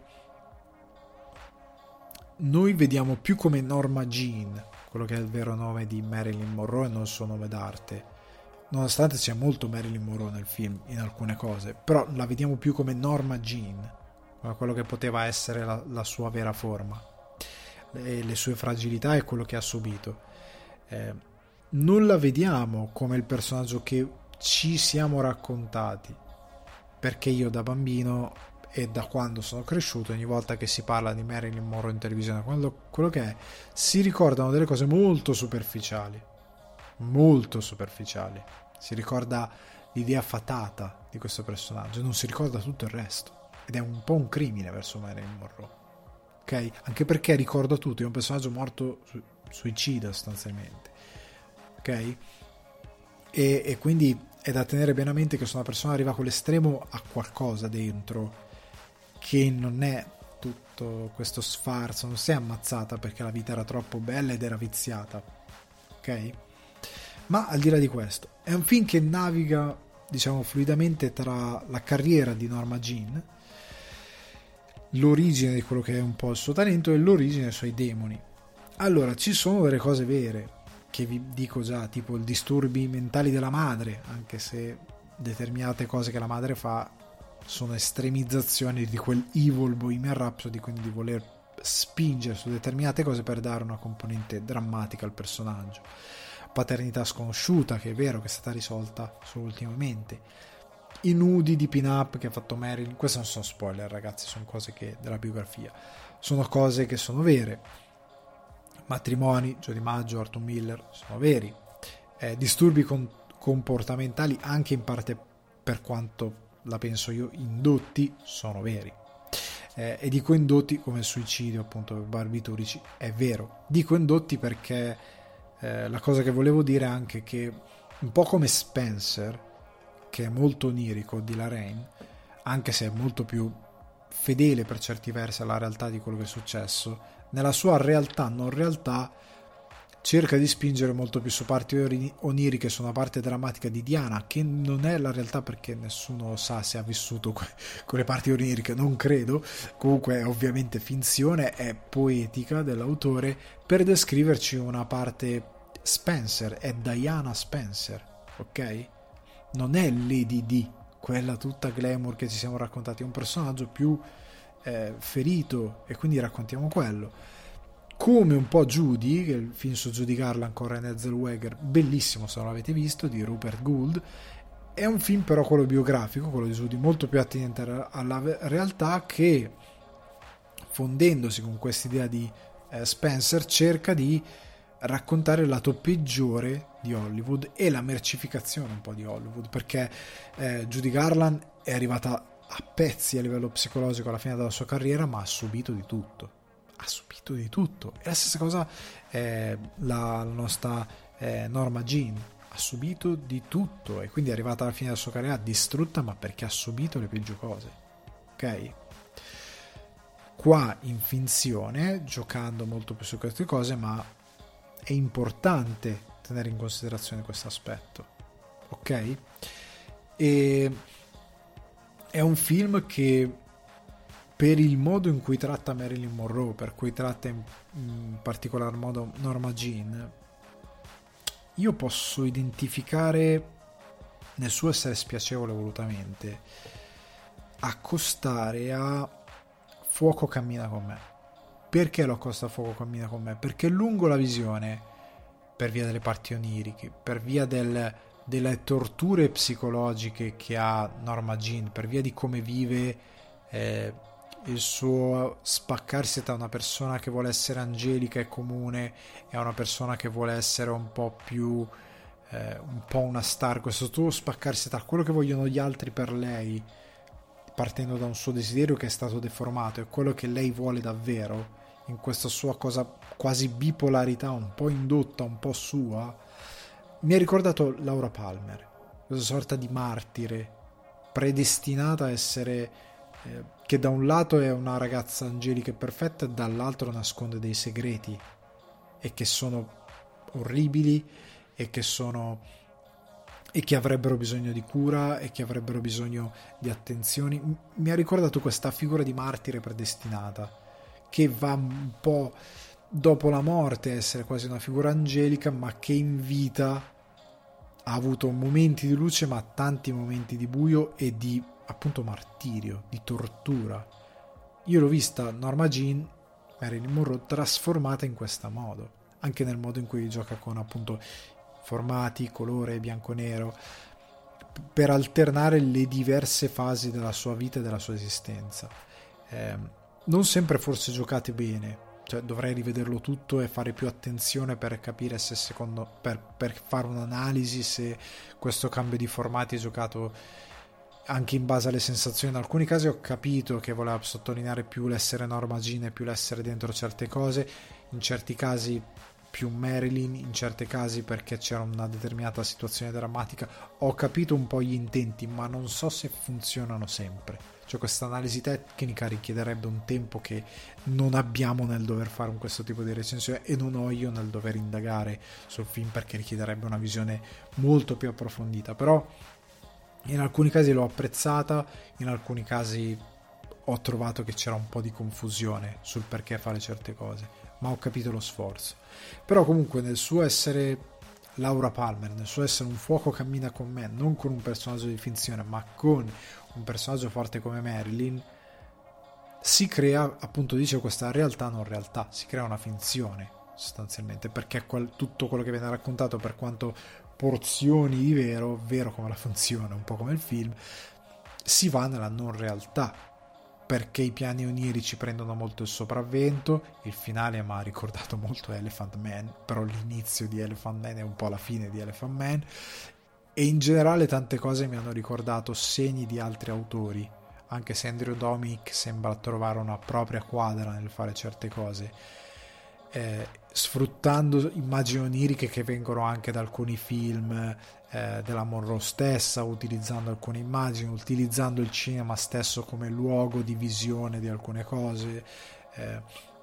noi vediamo più come Norma Jean, quello che è il vero nome di Marilyn Monroe e non il suo nome d'arte, nonostante c'è molto Marilyn Monroe nel film in alcune cose, però la vediamo più come Norma Jean, come quello che poteva essere la, la sua vera forma, le, le sue fragilità e quello che ha subito. Eh, non la vediamo come il personaggio che ci siamo raccontati, perché io da bambino e da quando sono cresciuto, ogni volta che si parla di Marilyn Monroe in televisione, quello, quello che è, si ricordano delle cose molto superficiali, molto superficiali. Si ricorda l'idea fatata di questo personaggio, non si ricorda tutto il resto, ed è un po' un crimine verso Marilyn Monroe, ok? Anche perché ricorda tutto, è un personaggio morto su, suicida sostanzialmente, ok? E, e quindi è da tenere bene a mente che se una persona arriva a quell'estremo ha qualcosa dentro che non è tutto questo sfarzo, non si è ammazzata perché la vita era troppo bella ed era viziata, ok? Ma al di là di questo, è un film che naviga, diciamo, fluidamente tra la carriera di Norma Jean, l'origine di quello che è un po' il suo talento e l'origine dei suoi demoni. Allora, ci sono delle cose vere che vi dico già, tipo i disturbi mentali della madre, anche se determinate cose che la madre fa sono estremizzazioni di quel evil Bohemian Rhapsody, quindi di voler spingere su determinate cose per dare una componente drammatica al personaggio. Paternità sconosciuta, che è vero che è stata risolta solo ultimamente. I nudi di pin-up che ha fatto Marilyn, questi non sono spoiler, ragazzi, sono cose che della biografia, sono cose che sono vere. Matrimoni, Joe DiMaggio, Arthur Miller, sono veri. Eh, disturbi con- comportamentali, anche in parte, per quanto la penso io, indotti, sono veri. Eh, e dico indotti come il suicidio appunto per barbiturici, è vero. Dico indotti perché eh, la cosa che volevo dire è anche che, un po' come Spencer, che è molto onirico, di Larraine, anche se è molto più fedele per certi versi alla realtà di quello che è successo, nella sua realtà non realtà cerca di spingere molto più su parti oniriche, su una parte drammatica di Diana, che non è la realtà perché nessuno sa se ha vissuto que- quelle parti oniriche, non credo. Comunque è ovviamente finzione, è poetica dell'autore per descriverci una parte Spencer, è Diana Spencer, ok? Non è Lady Di, quella tutta glamour che ci siamo raccontati, è un personaggio più eh, ferito, e quindi raccontiamo quello. come un po' Judy, che è il film su Judy Garland con Renée Zellweger, bellissimo se non l'avete visto, di Rupert Gould. È un film però quello biografico, quello di Judy, molto più attinente alla realtà, che fondendosi con quest'idea di eh, Spencer cerca di raccontare il lato peggiore di Hollywood e la mercificazione un po' di Hollywood, perché eh, Judy Garland è arrivata a pezzi a livello psicologico alla fine della sua carriera, ma ha subito di tutto, ha subito di tutto. E la stessa cosa eh, la, la nostra eh, Norma Jean ha subito di tutto, e quindi è arrivata alla fine della sua carriera distrutta, ma perché ha subito le peggio cose. Ok? Qua in finzione, giocando molto più su queste cose, ma è importante tenere in considerazione questo aspetto, ok? E è un film che, per il modo in cui tratta Marilyn Monroe, per cui tratta in, in particolar modo Norma Jean, io posso identificare nel suo essere spiacevole volutamente, accostare a Fuoco cammina con me. Perché lo accosta a Fuoco cammina con me? Perché lungo la visione, per via delle parti oniriche, per via del, delle torture psicologiche che ha Norma Jean, per via di come vive eh, il suo spaccarsi tra una persona che vuole essere angelica e comune e una persona che vuole essere un po' più eh, un po' una star, questo tuo spaccarsi tra quello che vogliono gli altri per lei, partendo da un suo desiderio che è stato deformato, e quello che lei vuole davvero, in questa sua cosa quasi bipolarità un po' indotta, un po' sua, mi ha ricordato Laura Palmer, questa sorta di martire predestinata a essere eh, che da un lato è una ragazza angelica e perfetta e dall'altro nasconde dei segreti, e che sono orribili, e che sono e che avrebbero bisogno di cura, e che avrebbero bisogno di attenzioni. Mi ha ricordato questa figura di martire predestinata, che va un po' dopo la morte a essere quasi una figura angelica, ma che in vita ha avuto momenti di luce, ma tanti momenti di buio e di, appunto, martirio, di tortura. Io l'ho vista Norma Jean, Marilyn Monroe, trasformata in questo modo, anche nel modo in cui gioca con, appunto, formati, colore, bianco-nero, per alternare le diverse fasi della sua vita e della sua esistenza. Eh, non sempre forse giocate bene, cioè dovrei rivederlo tutto e fare più attenzione per capire se secondo per, per fare un'analisi se questo cambio di formati è giocato anche in base alle sensazioni. In alcuni casi ho capito che voleva sottolineare più l'essere Norma Jean e più l'essere dentro certe cose, in certi casi più Marilyn, in certi casi perché c'era una determinata situazione drammatica. Ho capito un po' gli intenti, ma non so se funzionano sempre. Cioè, questa analisi tecnica richiederebbe un tempo che non abbiamo nel dover fare un questo tipo di recensione, e non ho io nel dover indagare sul film, perché richiederebbe una visione molto più approfondita. Però in alcuni casi l'ho apprezzata, in alcuni casi ho trovato che c'era un po' di confusione sul perché fare certe cose, ma ho capito lo sforzo. Però comunque nel suo essere Laura Palmer, nel suo essere un fuoco cammina con me, non con un personaggio di finzione, ma con un personaggio forte come Marilyn, si crea, appunto, dice, questa realtà non realtà, si crea una finzione sostanzialmente, perché quel, tutto quello che viene raccontato, per quanto porzioni di vero, vero come la finzione, un po' come il film, si va nella non realtà, perché i piani onirici prendono molto il sopravvento. Il finale mi ha ricordato molto Elephant Man, però l'inizio di Elephant Man è un po' la fine di Elephant Man, e in generale tante cose mi hanno ricordato segni di altri autori, anche se Andrew Dominik sembra trovare una propria quadra nel fare certe cose, eh, sfruttando immagini oniriche che vengono anche da alcuni film eh, della Monroe stessa, utilizzando alcune immagini, utilizzando il cinema stesso come luogo di visione di alcune cose. Eh,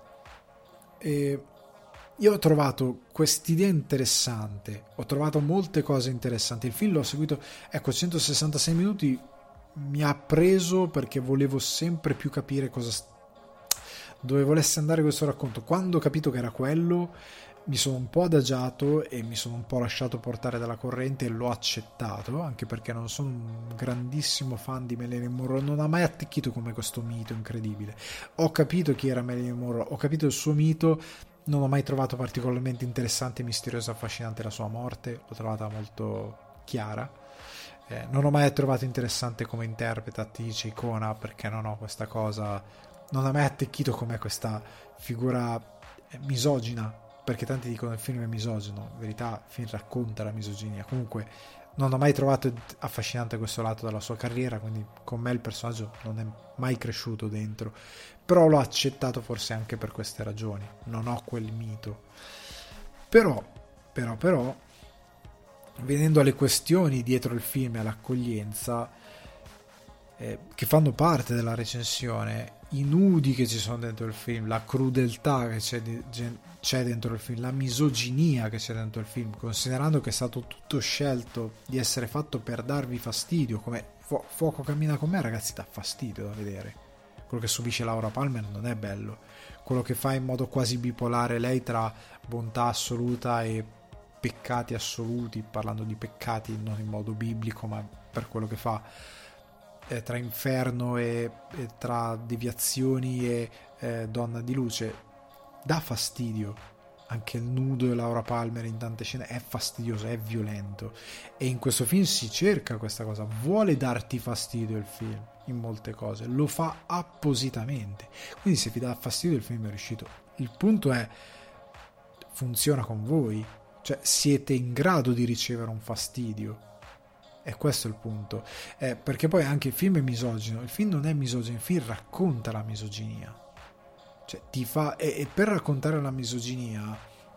e io ho trovato quest'idea interessante, ho trovato molte cose interessanti. Il film l'ho seguito, ecco, centosessantasei minuti mi ha preso perché volevo sempre più capire cosa dove volesse andare questo racconto. Quando ho capito che era quello, mi sono un po' adagiato e mi sono un po' lasciato portare dalla corrente, e l'ho accettato, anche perché non sono un grandissimo fan di Marilyn Monroe, non ha mai attecchito come questo mito incredibile. Ho capito chi era Marilyn Monroe, ho capito il suo mito, non ho mai trovato particolarmente interessante, misteriosa, affascinante la sua morte, l'ho trovata molto chiara. Eh, non ho mai trovato interessante come interpreta, attrice, icona, perché non ho questa cosa, non ha mai attecchito com'è questa figura misogina, perché tanti dicono il film è misogino, in verità il film racconta la misoginia. Comunque non ho mai trovato affascinante questo lato della sua carriera, quindi con me il personaggio non è mai cresciuto dentro, però l'ho accettato forse anche per queste ragioni, non ho quel mito. Però, però, però, venendo alle questioni dietro il film e all'accoglienza, eh, che fanno parte della recensione, i nudi che ci sono dentro il film, la crudeltà che c'è, di, c'è dentro il film, la misoginia che c'è dentro il film, considerando che è stato tutto scelto di essere fatto per darvi fastidio, come Fu- Fuoco cammina con me, ragazzi, dà fastidio da vedere. Quello che subisce Laura Palmer non è bello, quello che fa in modo quasi bipolare lei tra bontà assoluta e peccati assoluti, parlando di peccati non in modo biblico ma per quello che fa, eh, tra inferno e, e tra deviazioni e eh, donna di luce, dà fastidio. Anche il nudo di Laura Palmer in tante scene è fastidioso, è violento, e in questo film si cerca questa cosa, vuole darti fastidio il film in molte cose, lo fa appositamente, quindi se vi dà fastidio il film è riuscito. Il punto è, funziona con voi, cioè siete in grado di ricevere un fastidio, e questo è il punto. Eh, perché poi anche il film è misogino, il film non è misogino, il film racconta la misoginia, cioè ti fa, e, e per raccontare la misoginia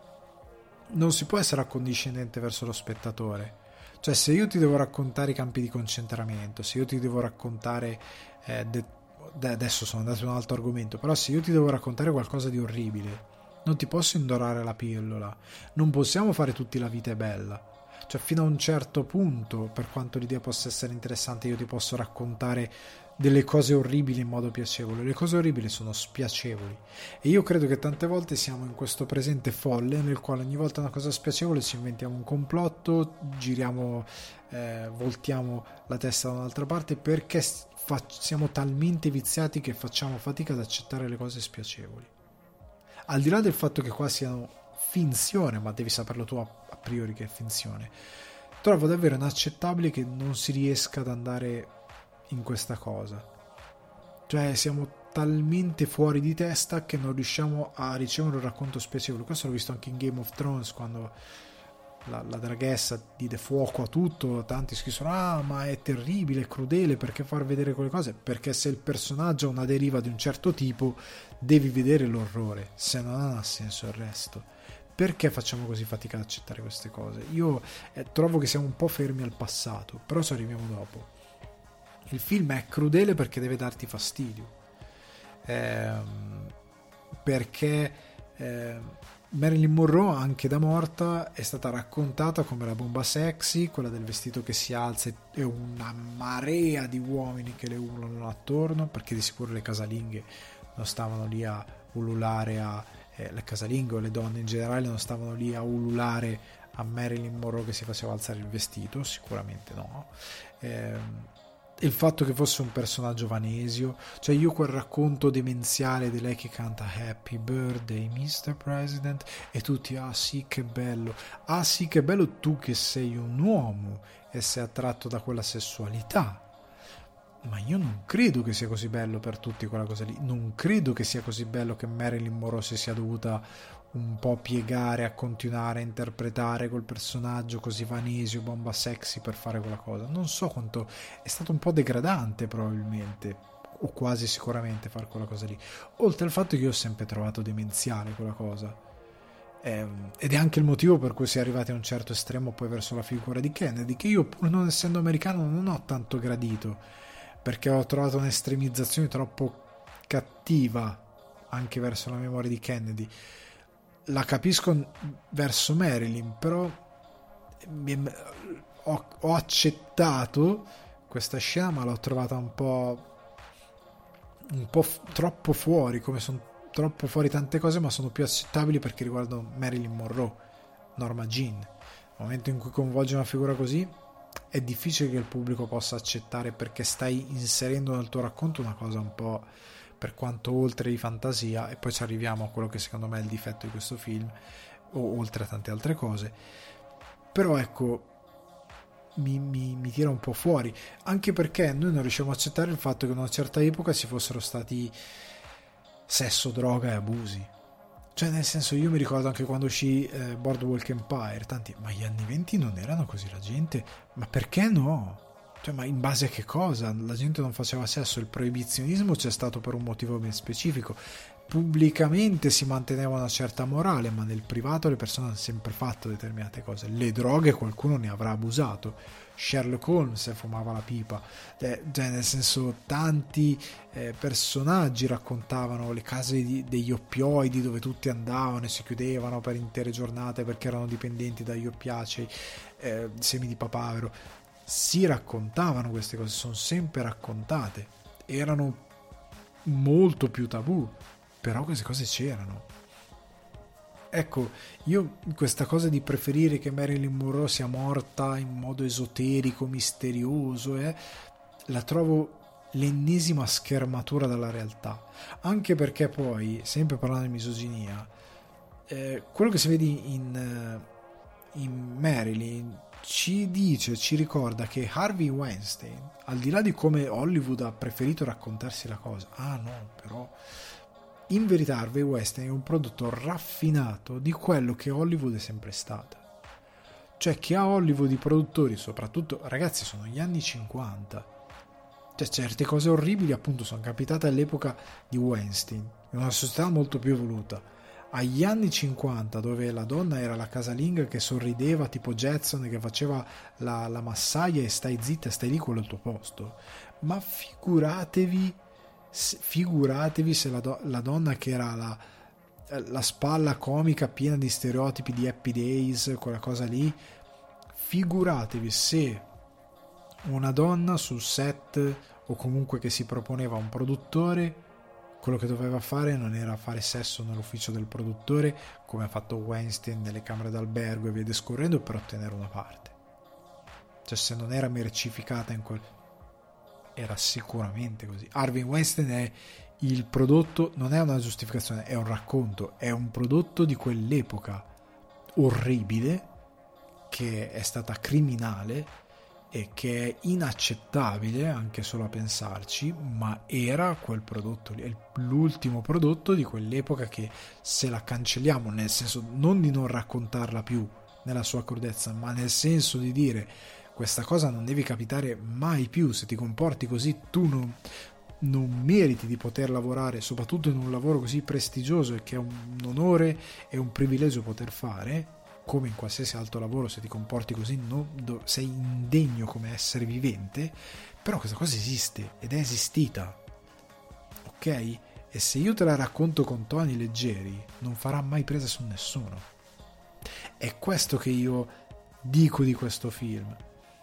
non si può essere accondiscendente verso lo spettatore. Cioè se io ti devo raccontare i campi di concentramento, se io ti devo raccontare eh, de, de, adesso sono andato in un altro argomento, però se io ti devo raccontare qualcosa di orribile, non ti posso indorare la pillola, non possiamo fare tutti la vita è bella. Cioè fino a un certo punto, per quanto l'idea possa essere interessante, io ti posso raccontare delle cose orribili in modo piacevole. Le cose orribili sono spiacevoli, e io credo che tante volte siamo in questo presente folle nel quale ogni volta una cosa spiacevole ci inventiamo un complotto, giriamo, eh, voltiamo la testa da un'altra parte, perché fa- siamo talmente viziati che facciamo fatica ad accettare le cose spiacevoli. Al di là del fatto che qua siano finzione, ma devi saperlo tu a, a priori che è finzione, trovo davvero inaccettabile che non si riesca ad andare in questa cosa. Cioè siamo talmente fuori di testa che non riusciamo a ricevere un racconto spiacevole. Questo l'ho visto anche in Game of Thrones, quando la, la draghessa diede fuoco a tutto, tanti scrissero ah ma è terribile, è crudele, perché far vedere quelle cose? Perché se il personaggio ha una deriva di un certo tipo devi vedere l'orrore, se no non ha senso il resto. Perché facciamo così fatica ad accettare queste cose? Io eh, trovo che siamo un po' fermi al passato, però ci arriviamo dopo. Il film è crudele perché deve darti fastidio, ehm, perché eh, Marilyn Monroe anche da morta è stata raccontata come la bomba sexy, quella del vestito che si alza e una marea di uomini che le ululano attorno, perché di sicuro le casalinghe non stavano lì a ululare a eh, le casalinghe o le donne in generale non stavano lì a ululare a Marilyn Monroe che si faceva alzare il vestito, sicuramente no. ehm, il fatto che fosse un personaggio vanesio, cioè io quel racconto demenziale di lei che canta Happy Birthday mister President e tutti ah sì che bello, ah sì che bello, tu che sei un uomo e sei attratto da quella sessualità, ma io non credo che sia così bello per tutti quella cosa lì, non credo che sia così bello che Marilyn Monroe si sia dovuta un po' piegare a continuare a interpretare quel personaggio così vanesio, bomba sexy per fare quella cosa. Non so quanto è stato un po' degradante probabilmente, o quasi sicuramente fare quella cosa lì, oltre al fatto che io ho sempre trovato demenziale quella cosa, eh, ed è anche il motivo per cui si è arrivati a un certo estremo poi verso la figura di Kennedy, che io pur non essendo americano non ho tanto gradito, perché ho trovato un'estremizzazione troppo cattiva anche verso la memoria di Kennedy. La capisco verso Marilyn, però ho, ho accettato questa scena, ma l'ho trovata un po' un po' f- troppo fuori, come sono troppo fuori tante cose, ma sono più accettabili perché riguardano Marilyn Monroe, Norma Jean. Nel momento in cui coinvolge una figura così è difficile che il pubblico possa accettare, perché stai inserendo nel tuo racconto una cosa un po' per quanto oltre di fantasia, e poi ci arriviamo a quello che secondo me è il difetto di questo film, o oltre a tante altre cose. Però ecco, mi, mi, mi tira un po' fuori, anche perché noi non riusciamo a accettare il fatto che in una certa epoca ci fossero stati sesso, droga e abusi. Cioè, nel senso, io mi ricordo anche quando uscì eh, Boardwalk Empire, tanti, ma gli anni venti non erano così, la gente, ma perché no? Cioè, ma in base a che cosa? La gente non faceva sesso, il proibizionismo c'è stato per un motivo ben specifico. Pubblicamente si manteneva una certa morale, ma nel privato le persone hanno sempre fatto determinate cose. Le droghe qualcuno ne avrà abusato. Sherlock Holmes fumava la pipa, eh, cioè nel senso, tanti eh, personaggi raccontavano le case di, degli oppioidi dove tutti andavano e si chiudevano per intere giornate perché erano dipendenti dagli oppiacei, eh, semi di papavero. Si raccontavano queste cose, sono sempre raccontate, erano molto più tabù, però queste cose c'erano. Ecco, io questa cosa di preferire che Marilyn Monroe sia morta in modo esoterico, misterioso, eh, la trovo l'ennesima schermatura dalla realtà. Anche perché poi, sempre parlando di misoginia, eh, quello che si vede in, in Marilyn ci dice, ci ricorda che Harvey Weinstein, al di là di come Hollywood ha preferito raccontarsi la cosa, ah no, però... in verità Harvey Weinstein è un prodotto raffinato di quello che Hollywood è sempre stata. Cioè che a Hollywood i produttori, soprattutto, ragazzi, sono gli anni cinquanta. Cioè certe cose orribili appunto sono capitate all'epoca di Weinstein, in una società molto più evoluta. Agli anni cinquanta, dove la donna era la casalinga che sorrideva tipo Jetson, che faceva la, la massaia e stai zitta, stai lì, quello è il tuo posto. Ma figuratevi figuratevi se la, do- la donna che era la, la spalla comica piena di stereotipi di Happy Days, quella cosa lì, figuratevi se una donna sul set o comunque che si proponeva un produttore, quello che doveva fare non era fare sesso nell'ufficio del produttore come ha fatto Weinstein nelle camere d'albergo e via discorrendo per ottenere una parte. Cioè se non era mercificata in quel... era sicuramente così. Harvey Weinstein è il prodotto, non è una giustificazione, è un racconto, è un prodotto di quell'epoca orribile, che è stata criminale e che è inaccettabile anche solo a pensarci, ma era quel prodotto lì, è l'ultimo prodotto di quell'epoca che se la cancelliamo, nel senso non di non raccontarla più nella sua crudezza, ma nel senso di dire questa cosa non deve capitare mai più, se ti comporti così tu non, non meriti di poter lavorare, soprattutto in un lavoro così prestigioso e che è un onore e un privilegio poter fare, come in qualsiasi altro lavoro. Se ti comporti così no, do, sei indegno come essere vivente. Però questa cosa esiste ed è esistita, ok? E se io te la racconto con toni leggeri non farà mai presa su nessuno. È questo che io dico di questo film.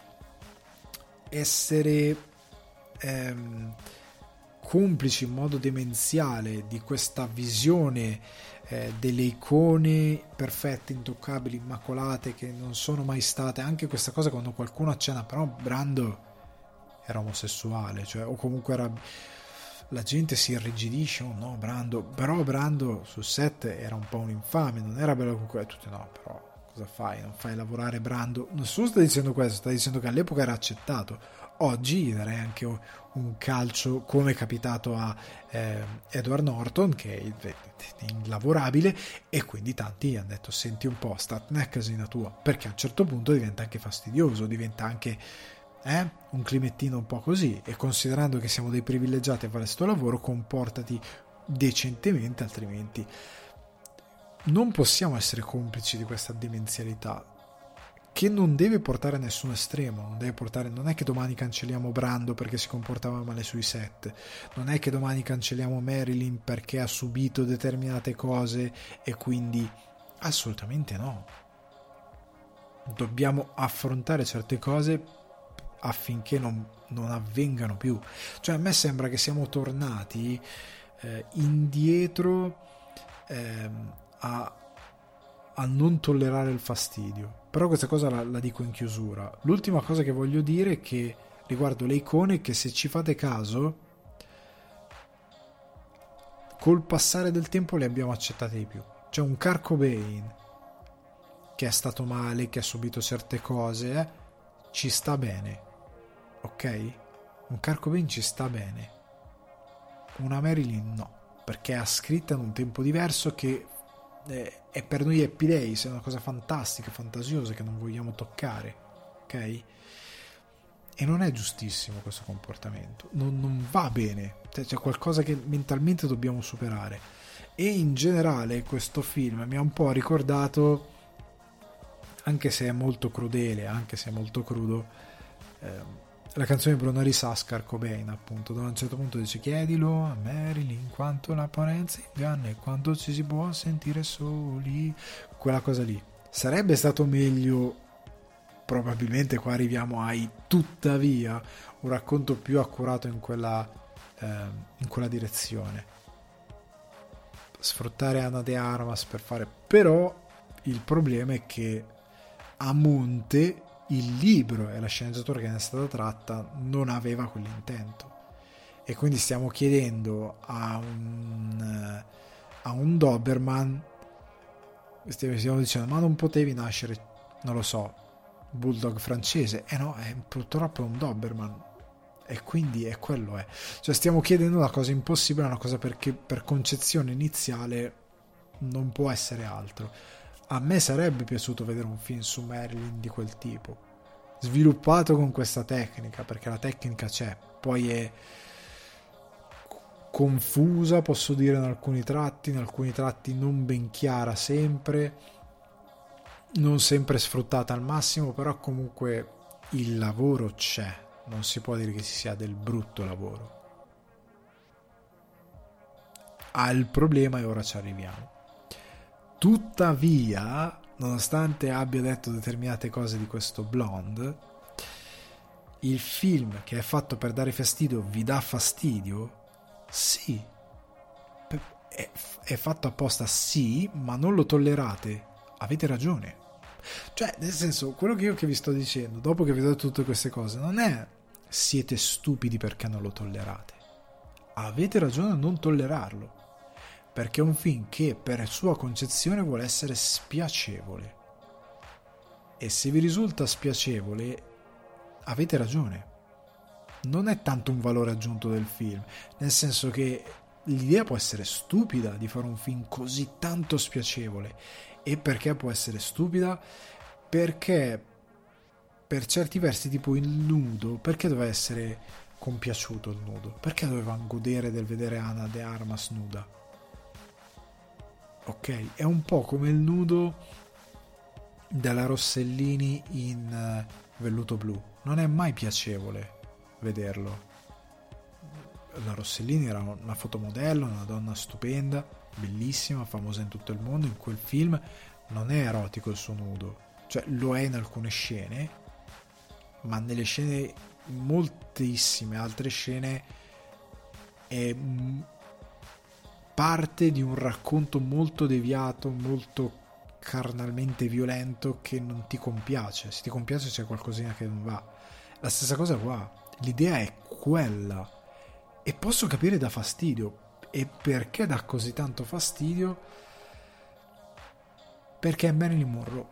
Essere ehm, complici in modo demenziale di questa visione eh, delle icone perfette, intoccabili, immacolate, che non sono mai state. Anche questa cosa quando qualcuno accenna, però Brando era omosessuale, cioè, o comunque era, la gente si irrigidisce, oh no Brando, però Brando sul set era un po' un infame, non era bello con quello, tutti no, però cosa fai? Non fai lavorare Brando? Nessuno sta dicendo questo, sta dicendo che all'epoca era accettato. Oggi gli darei anche un calcio, come è capitato a eh, Edward Norton, che è inlavorabile, e quindi tanti hanno detto senti un po', statene a casina tua, perché a un certo punto diventa anche fastidioso, diventa anche eh, un climettino un po' così, e considerando che siamo dei privilegiati a fare questo lavoro, comportati decentemente, altrimenti non possiamo essere complici di questa demenzialità che non deve portare a nessun estremo. Non deve portare, non è che domani cancelliamo Brando perché si comportava male sui set, non è che domani cancelliamo Marilyn perché ha subito determinate cose e quindi assolutamente no. Dobbiamo affrontare certe cose affinché non, non avvengano più. Cioè a me sembra che siamo tornati eh, indietro eh, a, a non tollerare il fastidio. Però questa cosa la, la dico in chiusura. L'ultima cosa che voglio dire è che riguardo le icone, che se ci fate caso col passare del tempo le abbiamo accettate di più. Cioè un Kurt Cobain che è stato male, che ha subito certe cose, eh, ci sta bene, ok? Un Kurt Cobain ci sta bene, una Marilyn no, perché ha scritta in un tempo diverso che eh, è per noi Happy Days, è una cosa fantastica, fantasiosa che non vogliamo toccare, ok? E non è giustissimo questo comportamento, non, non va bene, cioè, c'è qualcosa che mentalmente dobbiamo superare. E in generale questo film mi ha un po' ricordato, anche se è molto crudele, anche se è molto crudo, ehm, la canzone di Bruno Risas, Kurt Cobain, appunto, dove a un certo punto dice: chiedilo a Marilyn quanto l'apparenza inganna e quanto ci si può sentire soli, quella cosa lì. Sarebbe stato meglio, probabilmente qua arriviamo ai tuttavia, un racconto più accurato in quella, ehm, in quella direzione, sfruttare Ana de Armas per fare, però il problema è che a monte il libro e la sceneggiatura che ne è stata tratta non aveva quell'intento, e quindi stiamo chiedendo a un a un Doberman, stiamo dicendo: ma non potevi nascere, non lo so, bulldog francese? Eh no, è, purtroppo è un Doberman, e quindi è quello è. Cioè stiamo chiedendo una cosa impossibile, una cosa perché per concezione iniziale non può essere altro. A me sarebbe piaciuto vedere un film su Marilyn di quel tipo, sviluppato con questa tecnica, perché la tecnica c'è, poi è confusa, posso dire, in alcuni tratti, in alcuni tratti non ben chiara sempre, non sempre sfruttata al massimo, però comunque il lavoro c'è, non si può dire che ci sia del brutto lavoro. Ha il problema, e ora ci arriviamo. Tuttavia, nonostante abbia detto determinate cose di questo Blonde, il film, che è fatto per dare fastidio, vi dà fastidio? Sì. È, è fatto apposta, sì, ma non lo tollerate. Avete ragione. Cioè, nel senso, quello che io che vi sto dicendo, dopo che vi ho detto tutte queste cose, non è siete stupidi perché non lo tollerate. Avete ragione a non tollerarlo, perché è un film che per sua concezione vuole essere spiacevole, e se vi risulta spiacevole avete ragione, non è tanto un valore aggiunto del film, nel senso che l'idea può essere stupida di fare un film così tanto spiacevole. E perché può essere stupida? Perché per certi versi, tipo il nudo, perché doveva essere compiaciuto il nudo? Perché dovevano godere del vedere Ana de Armas nuda? Ok, è un po' come il nudo della Rossellini in Velluto Blu, non è mai piacevole vederlo. La Rossellini era una fotomodello, una donna stupenda, bellissima, famosa in tutto il mondo. In quel film non è erotico il suo nudo, cioè lo è in alcune scene, ma nelle scene, moltissime altre scene, è parte di un racconto molto deviato, molto carnalmente violento, che non ti compiace. Se ti compiace c'è qualcosina che non va. La stessa cosa qua, l'idea è quella, e posso capire da fastidio. E perché dà così tanto fastidio? Perché è Marilyn Monroe,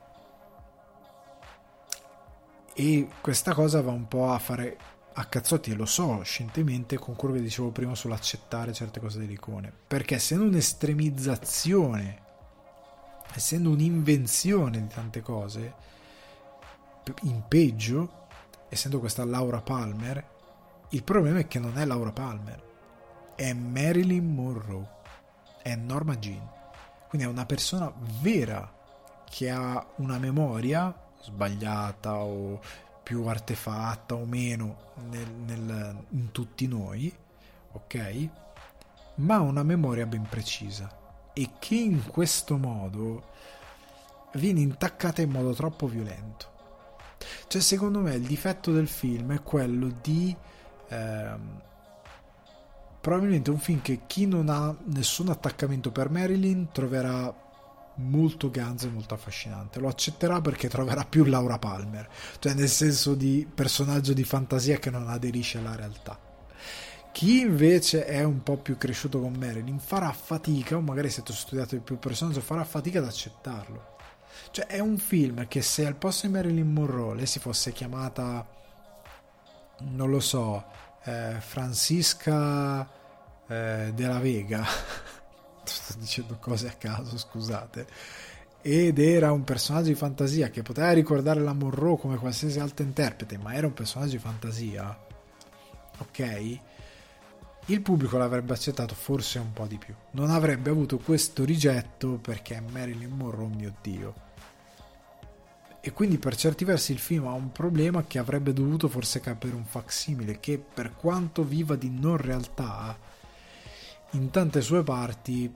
e questa cosa va un po' a fare a cazzotti, e lo so scientemente, con quello che dicevo prima sull'accettare certe cose dell'icone, perché essendo un'estremizzazione, essendo un'invenzione di tante cose in peggio, essendo questa Laura Palmer, il problema è che non è Laura Palmer, è Marilyn Monroe, è Norma Jean, quindi è una persona vera che ha una memoria sbagliata o più artefatta o meno nel, nel, in tutti noi, ok, ma una memoria ben precisa, e che in questo modo viene intaccata in modo troppo violento. Cioè, secondo me il difetto del film è quello di ehm, probabilmente un film che chi non ha nessun attaccamento per Marilyn troverà molto ganzo e molto affascinante, lo accetterà perché troverà più Laura Palmer, cioè nel senso di personaggio di fantasia che non aderisce alla realtà. Chi invece è un po' più cresciuto con Marilyn farà fatica, o magari se tu hai studiato di più il personaggio, farà fatica ad accettarlo. Cioè è un film che se al posto di Marilyn Monroe lei si fosse chiamata, non lo so, eh, Francisca eh, de la Vega, sto dicendo cose a caso, scusate, ed era un personaggio di fantasia che poteva ricordare la Monroe come qualsiasi altra interprete, ma era un personaggio di fantasia, ok? Il pubblico l'avrebbe accettato forse un po' di più, non avrebbe avuto questo rigetto perché Marilyn Monroe, mio Dio. E quindi per certi versi il film ha un problema che avrebbe dovuto forse capire un facsimile che, per quanto viva di non realtà, in tante sue parti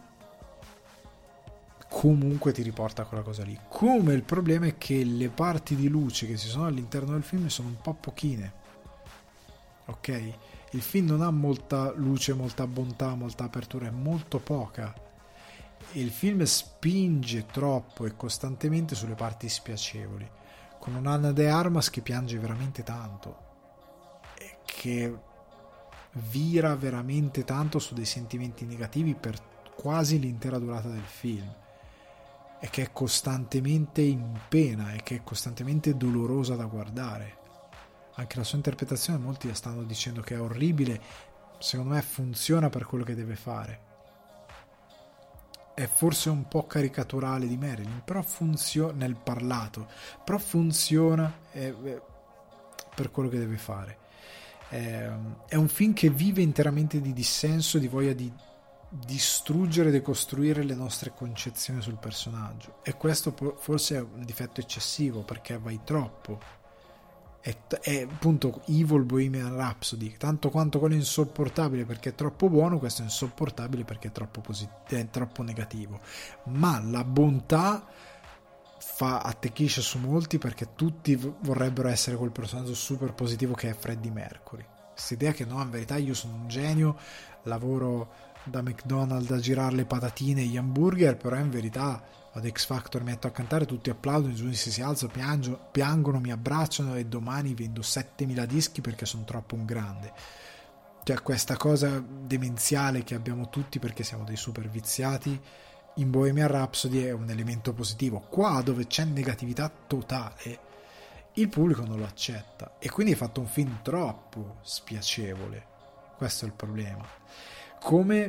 comunque ti riporta a quella cosa lì. Come il problema è che le parti di luce che ci sono all'interno del film sono un po' pochine, ok? Il film non ha molta luce, molta bontà, molta apertura, è molto poca. E il film spinge troppo e costantemente sulle parti spiacevoli, con un'Anna de Armas che piange veramente tanto e che vira veramente tanto su dei sentimenti negativi per quasi l'intera durata del film, e che è costantemente in pena e che è costantemente dolorosa da guardare. Anche la sua interpretazione, molti stanno dicendo che è orribile, secondo me funziona per quello che deve fare. È forse un po' caricaturale di Marilyn, però funziona nel parlato, però funziona eh, per quello che deve fare. Eh, è un film che vive interamente di dissenso, di voglia di distruggere e decostruire le nostre concezioni sul personaggio, e questo forse è un difetto eccessivo perché vai troppo. È, è appunto Evil Bohemian Rhapsody, tanto quanto quello insopportabile perché è troppo buono, questo è insopportabile perché è troppo, posit- è troppo negativo, ma la bontà fa attecchisce su molti perché tutti vorrebbero essere quel personaggio super positivo che è Freddie Mercury. Questa idea che no, in verità io sono un genio, lavoro da McDonald's a girare le patatine e gli hamburger, però in verità ad X Factor mi metto a cantare, tutti applaudono, i giudici si alzano, piangio, piangono, mi abbracciano e domani vendo settemila dischi perché sono troppo un grande. Cioè questa cosa demenziale che abbiamo tutti perché siamo dei super viziati, in Bohemian Rhapsody è un elemento positivo. Qua dove c'è negatività totale il pubblico non lo accetta e quindi hai fatto un film troppo spiacevole. Questo è il problema. Come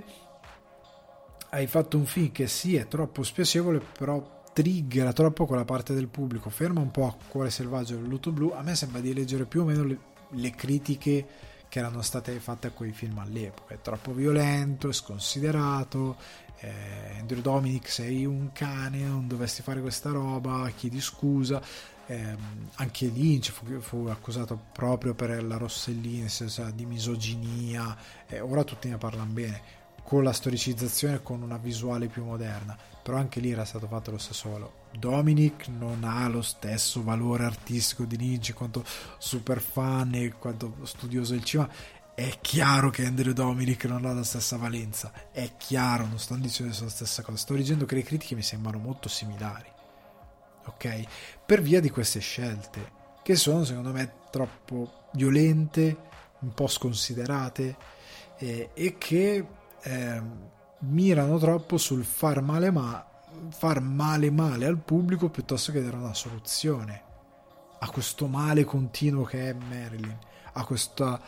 hai fatto un film che sì è troppo spiacevole, però triggera troppo quella parte del pubblico, ferma un po' a Cuore selvaggio e Luto blu. A me sembra di leggere più o meno le, le critiche che erano state fatte a quei film all'epoca. È troppo violento, è sconsiderato, eh, Andrew Dominic sei un cane, non dovresti fare questa roba, chiedi scusa. Eh, anche Lynch fu, fu accusato proprio per la Rossellini, cioè, di misoginia, eh, ora tutti ne parlano bene, con la storicizzazione, con una visuale più moderna, però anche lì era stato fatto lo stesso valore. Dominic non ha lo stesso valore artistico di Lynch, quanto super fan e quanto studioso del cinema. È chiaro che Andrew Dominic non ha la stessa valenza, è chiaro, non sto dicendo la stessa cosa, sto dicendo che le critiche mi sembrano molto similari, ok? Per via di queste scelte che sono secondo me troppo violente, un po' sconsiderate, eh, e che eh, mirano troppo sul far male ma far male male al pubblico piuttosto che dare una soluzione a questo male continuo che è Marilyn, a questa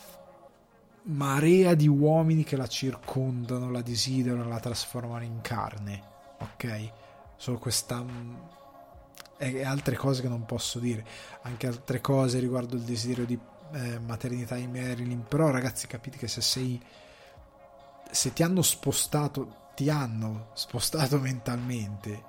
marea di uomini che la circondano, la desiderano, la trasformano in carne, ok? Solo questa e altre cose che non posso dire, anche altre cose riguardo il desiderio di eh, maternità di Marilyn. Però ragazzi, capite che se sei se ti hanno spostato ti hanno spostato mentalmente,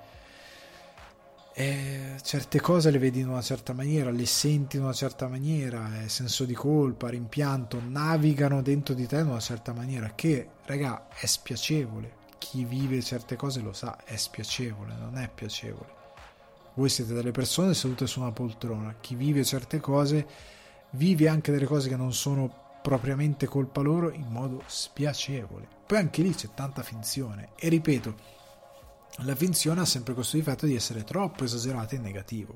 e certe cose le vedi in una certa maniera, le senti in una certa maniera, senso di colpa, rimpianto, navigano dentro di te in una certa maniera che, raga, è spiacevole. Chi vive certe cose lo sa, è spiacevole, non è piacevole. Voi siete delle persone sedute su una poltrona, chi vive certe cose vive anche delle cose che non sono propriamente colpa loro in modo spiacevole. Poi anche lì c'è tanta finzione e ripeto, la finzione ha sempre questo difetto di essere troppo esagerata e negativo.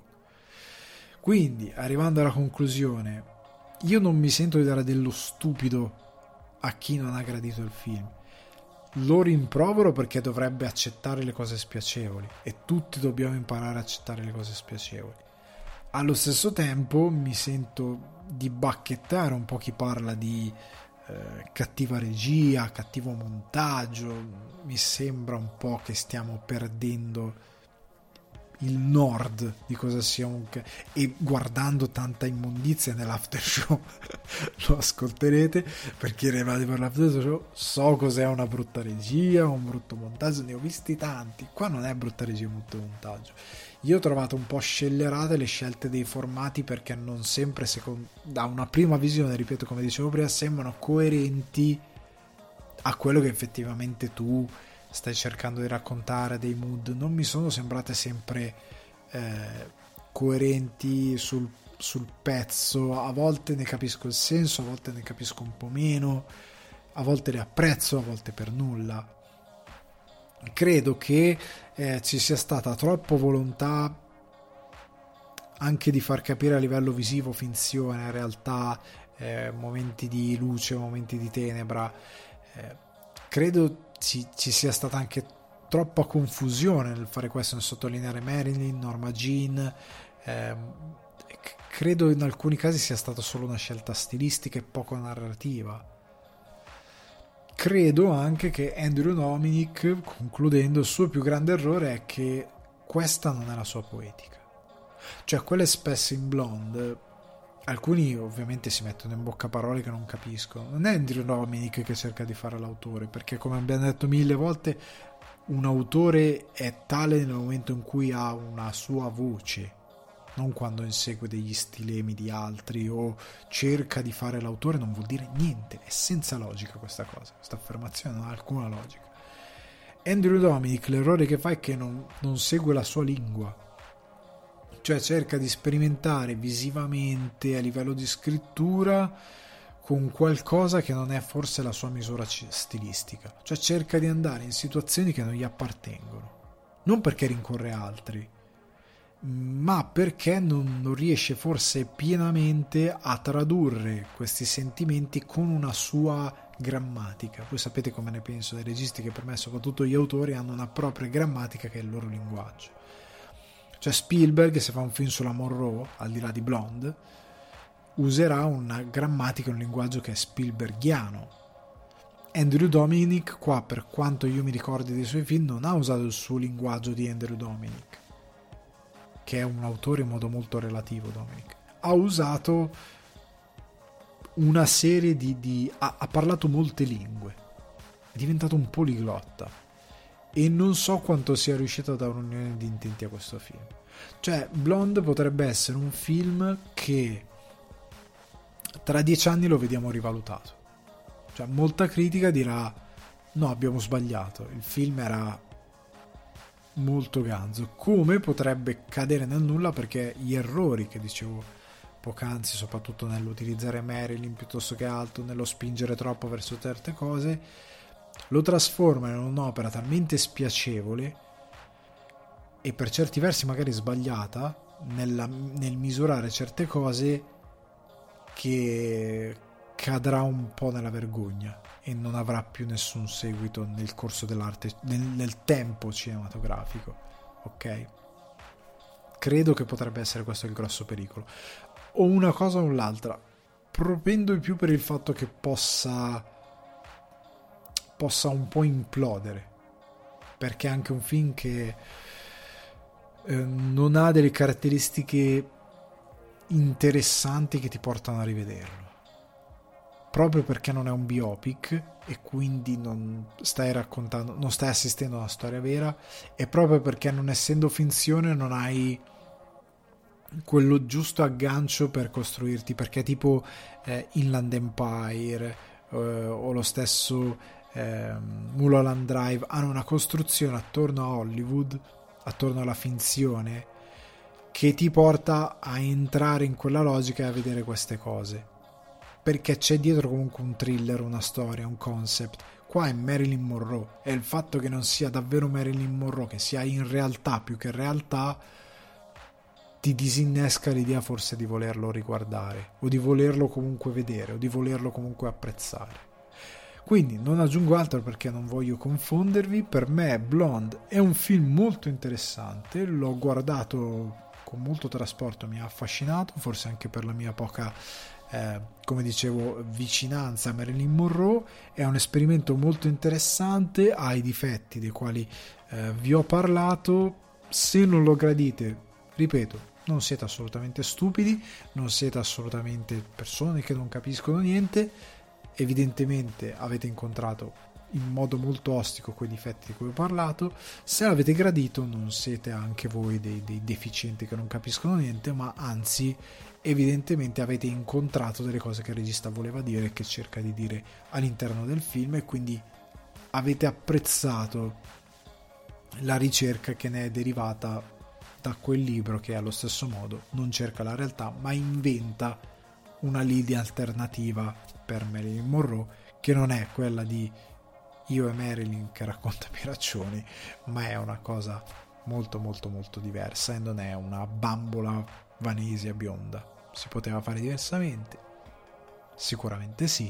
Quindi, arrivando alla conclusione, io non mi sento di dare dello stupido a chi non ha gradito il film. Lo rimprovero perché dovrebbe accettare le cose spiacevoli, e tutti dobbiamo imparare a accettare le cose spiacevoli. Allo stesso tempo mi sento di bacchettare un po' chi parla di eh, cattiva regia, cattivo montaggio. Mi sembra un po' che stiamo perdendo il nord di cosa sia un... e guardando tanta immondizia nell'after show lo ascolterete, perché ne vado per l'after show, so cos'è una brutta regia, un brutto montaggio, ne ho visti tanti. Qua non è brutta regia, brutto montaggio. Io ho trovato un po' scellerate le scelte dei formati, perché non sempre, secondo, da una prima visione, ripeto, come dicevo prima, sembrano coerenti a quello che effettivamente tu stai cercando di raccontare, dei mood. Non mi sono sembrate sempre eh, coerenti sul, sul pezzo. A volte ne capisco il senso, a volte ne capisco un po' meno, a volte le apprezzo, a volte per nulla. Credo che eh, ci sia stata troppa volontà anche di far capire a livello visivo finzione, realtà, eh, momenti di luce, momenti di tenebra. Eh, credo Ci, ci sia stata anche troppa confusione nel fare questo, nel sottolineare Marilyn, Norma Jean. Eh, credo in alcuni casi sia stata solo una scelta stilistica e poco narrativa. Credo anche che Andrew Dominik, concludendo, il suo più grande errore è che questa non è la sua poetica. Cioè, quelle spesse in Blonde, alcuni ovviamente si mettono in bocca parole che non capiscono. Non è Andrew Dominik che cerca di fare l'autore, perché, come abbiamo detto mille volte, un autore è tale nel momento in cui ha una sua voce, non quando insegue degli stilemi di altri o cerca di fare l'autore. Non vuol dire niente, è senza logica questa cosa, questa affermazione non ha alcuna logica. Andrew Dominik, l'errore che fa è che non, non segue la sua lingua, cioè cerca di sperimentare visivamente, a livello di scrittura, con qualcosa che non è forse la sua misura stilistica. Cioè cerca di andare in situazioni che non gli appartengono, non perché rincorre altri, ma perché non, non riesce forse pienamente a tradurre questi sentimenti con una sua grammatica. Voi sapete come ne penso dei registi, che per me, soprattutto gli autori, hanno una propria grammatica che è il loro linguaggio. Cioè Spielberg, se fa un film sulla Monroe, al di là di Blonde, userà una grammatica, un linguaggio che è Spielbergiano. Andrew Dominik qua, per quanto io mi ricordi dei suoi film, non ha usato il suo linguaggio di Andrew Dominik, che è un autore in modo molto relativo. Dominik ha usato una serie di, di ha, ha parlato molte lingue, è diventato un poliglotta, e non so quanto sia riuscito a dare un'unione di intenti a questo film. Cioè Blonde potrebbe essere un film che tra dieci anni lo vediamo rivalutato. Cioè molta critica dirà no, abbiamo sbagliato, il film era molto ganzo, come potrebbe cadere nel nulla, perché gli errori che dicevo poc'anzi, soprattutto nell'utilizzare Marilyn piuttosto che altro, nello spingere troppo verso certe cose, lo trasforma in un'opera talmente spiacevole e per certi versi magari sbagliata nella, nel misurare certe cose, che cadrà un po' nella vergogna e non avrà più nessun seguito nel corso dell'arte, nel, nel tempo cinematografico. Ok? Credo che potrebbe essere questo il grosso pericolo. O una cosa o l'altra. Propendo di più per il fatto che possa possa un po' implodere, perché è anche un film che eh, non ha delle caratteristiche interessanti che ti portano a rivederlo, proprio perché non è un biopic e quindi non stai raccontando, non stai assistendo a una storia vera, e proprio perché, non essendo finzione, non hai quello giusto aggancio per costruirti, perché tipo eh, Inland Empire eh, o lo stesso eh, Mulholland Drive hanno una costruzione attorno a Hollywood, attorno alla finzione, che ti porta a entrare in quella logica e a vedere queste cose, perché c'è dietro comunque un thriller, una storia, un concept. Qua è Marilyn Monroe, e il fatto che non sia davvero Marilyn Monroe, che sia in realtà più che realtà, ti disinnesca l'idea forse di volerlo riguardare, o di volerlo comunque vedere, o di volerlo comunque apprezzare. Quindi non aggiungo altro perché non voglio confondervi. Per me Blonde è un film molto interessante, l'ho guardato con molto trasporto, mi ha affascinato, forse anche per la mia poca eh, come dicevo vicinanza a Marilyn Monroe. È un esperimento molto interessante, ha i difetti dei quali eh, vi ho parlato. Se non lo gradite, ripeto, non siete assolutamente stupidi, non siete assolutamente persone che non capiscono niente, evidentemente avete incontrato in modo molto ostico quei difetti di cui ho parlato. Se l'avete gradito, non siete anche voi dei, dei deficienti che non capiscono niente, ma anzi evidentemente avete incontrato delle cose che il regista voleva dire e che cerca di dire all'interno del film, e quindi avete apprezzato la ricerca che ne è derivata da quel libro, che allo stesso modo non cerca la realtà ma inventa una linea alternativa per Marilyn Monroe, che non è quella di Io e Marilyn che racconta Piraccioni, ma è una cosa molto molto molto diversa e non è una bambola vanesia bionda. Si poteva fare diversamente? Sicuramente sì.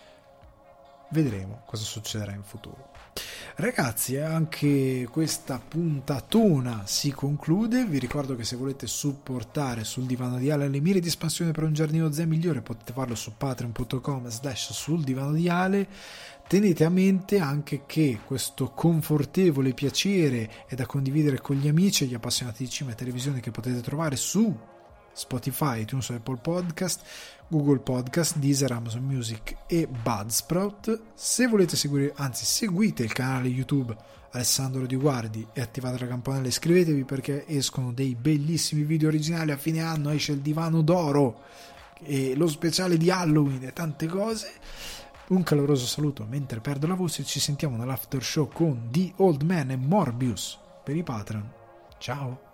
Vedremo cosa succederà in futuro. Ragazzi, anche questa puntatona si conclude. Vi ricordo che se volete supportare Sul Divano di Ale le mire di espansione per un giardino zen migliore, potete farlo su patreon punto com slash sul divano di Ale. Tenete a mente anche che questo confortevole piacere è da condividere con gli amici e gli appassionati di cinema e televisione, che potete trovare su Spotify, iTunes, Apple Podcast, Google Podcast, Deezer, Amazon Music e Buzzsprout. Se volete seguire, anzi seguite il canale YouTube Alessandro Di Guardi e attivate la campanella, iscrivetevi perché escono dei bellissimi video originali. A fine anno esce il divano d'oro e lo speciale di Halloween e tante cose. Un caloroso saluto mentre perdo la voce, ci sentiamo nell'after show con The Old Man e Morbius per i Patreon. Ciao!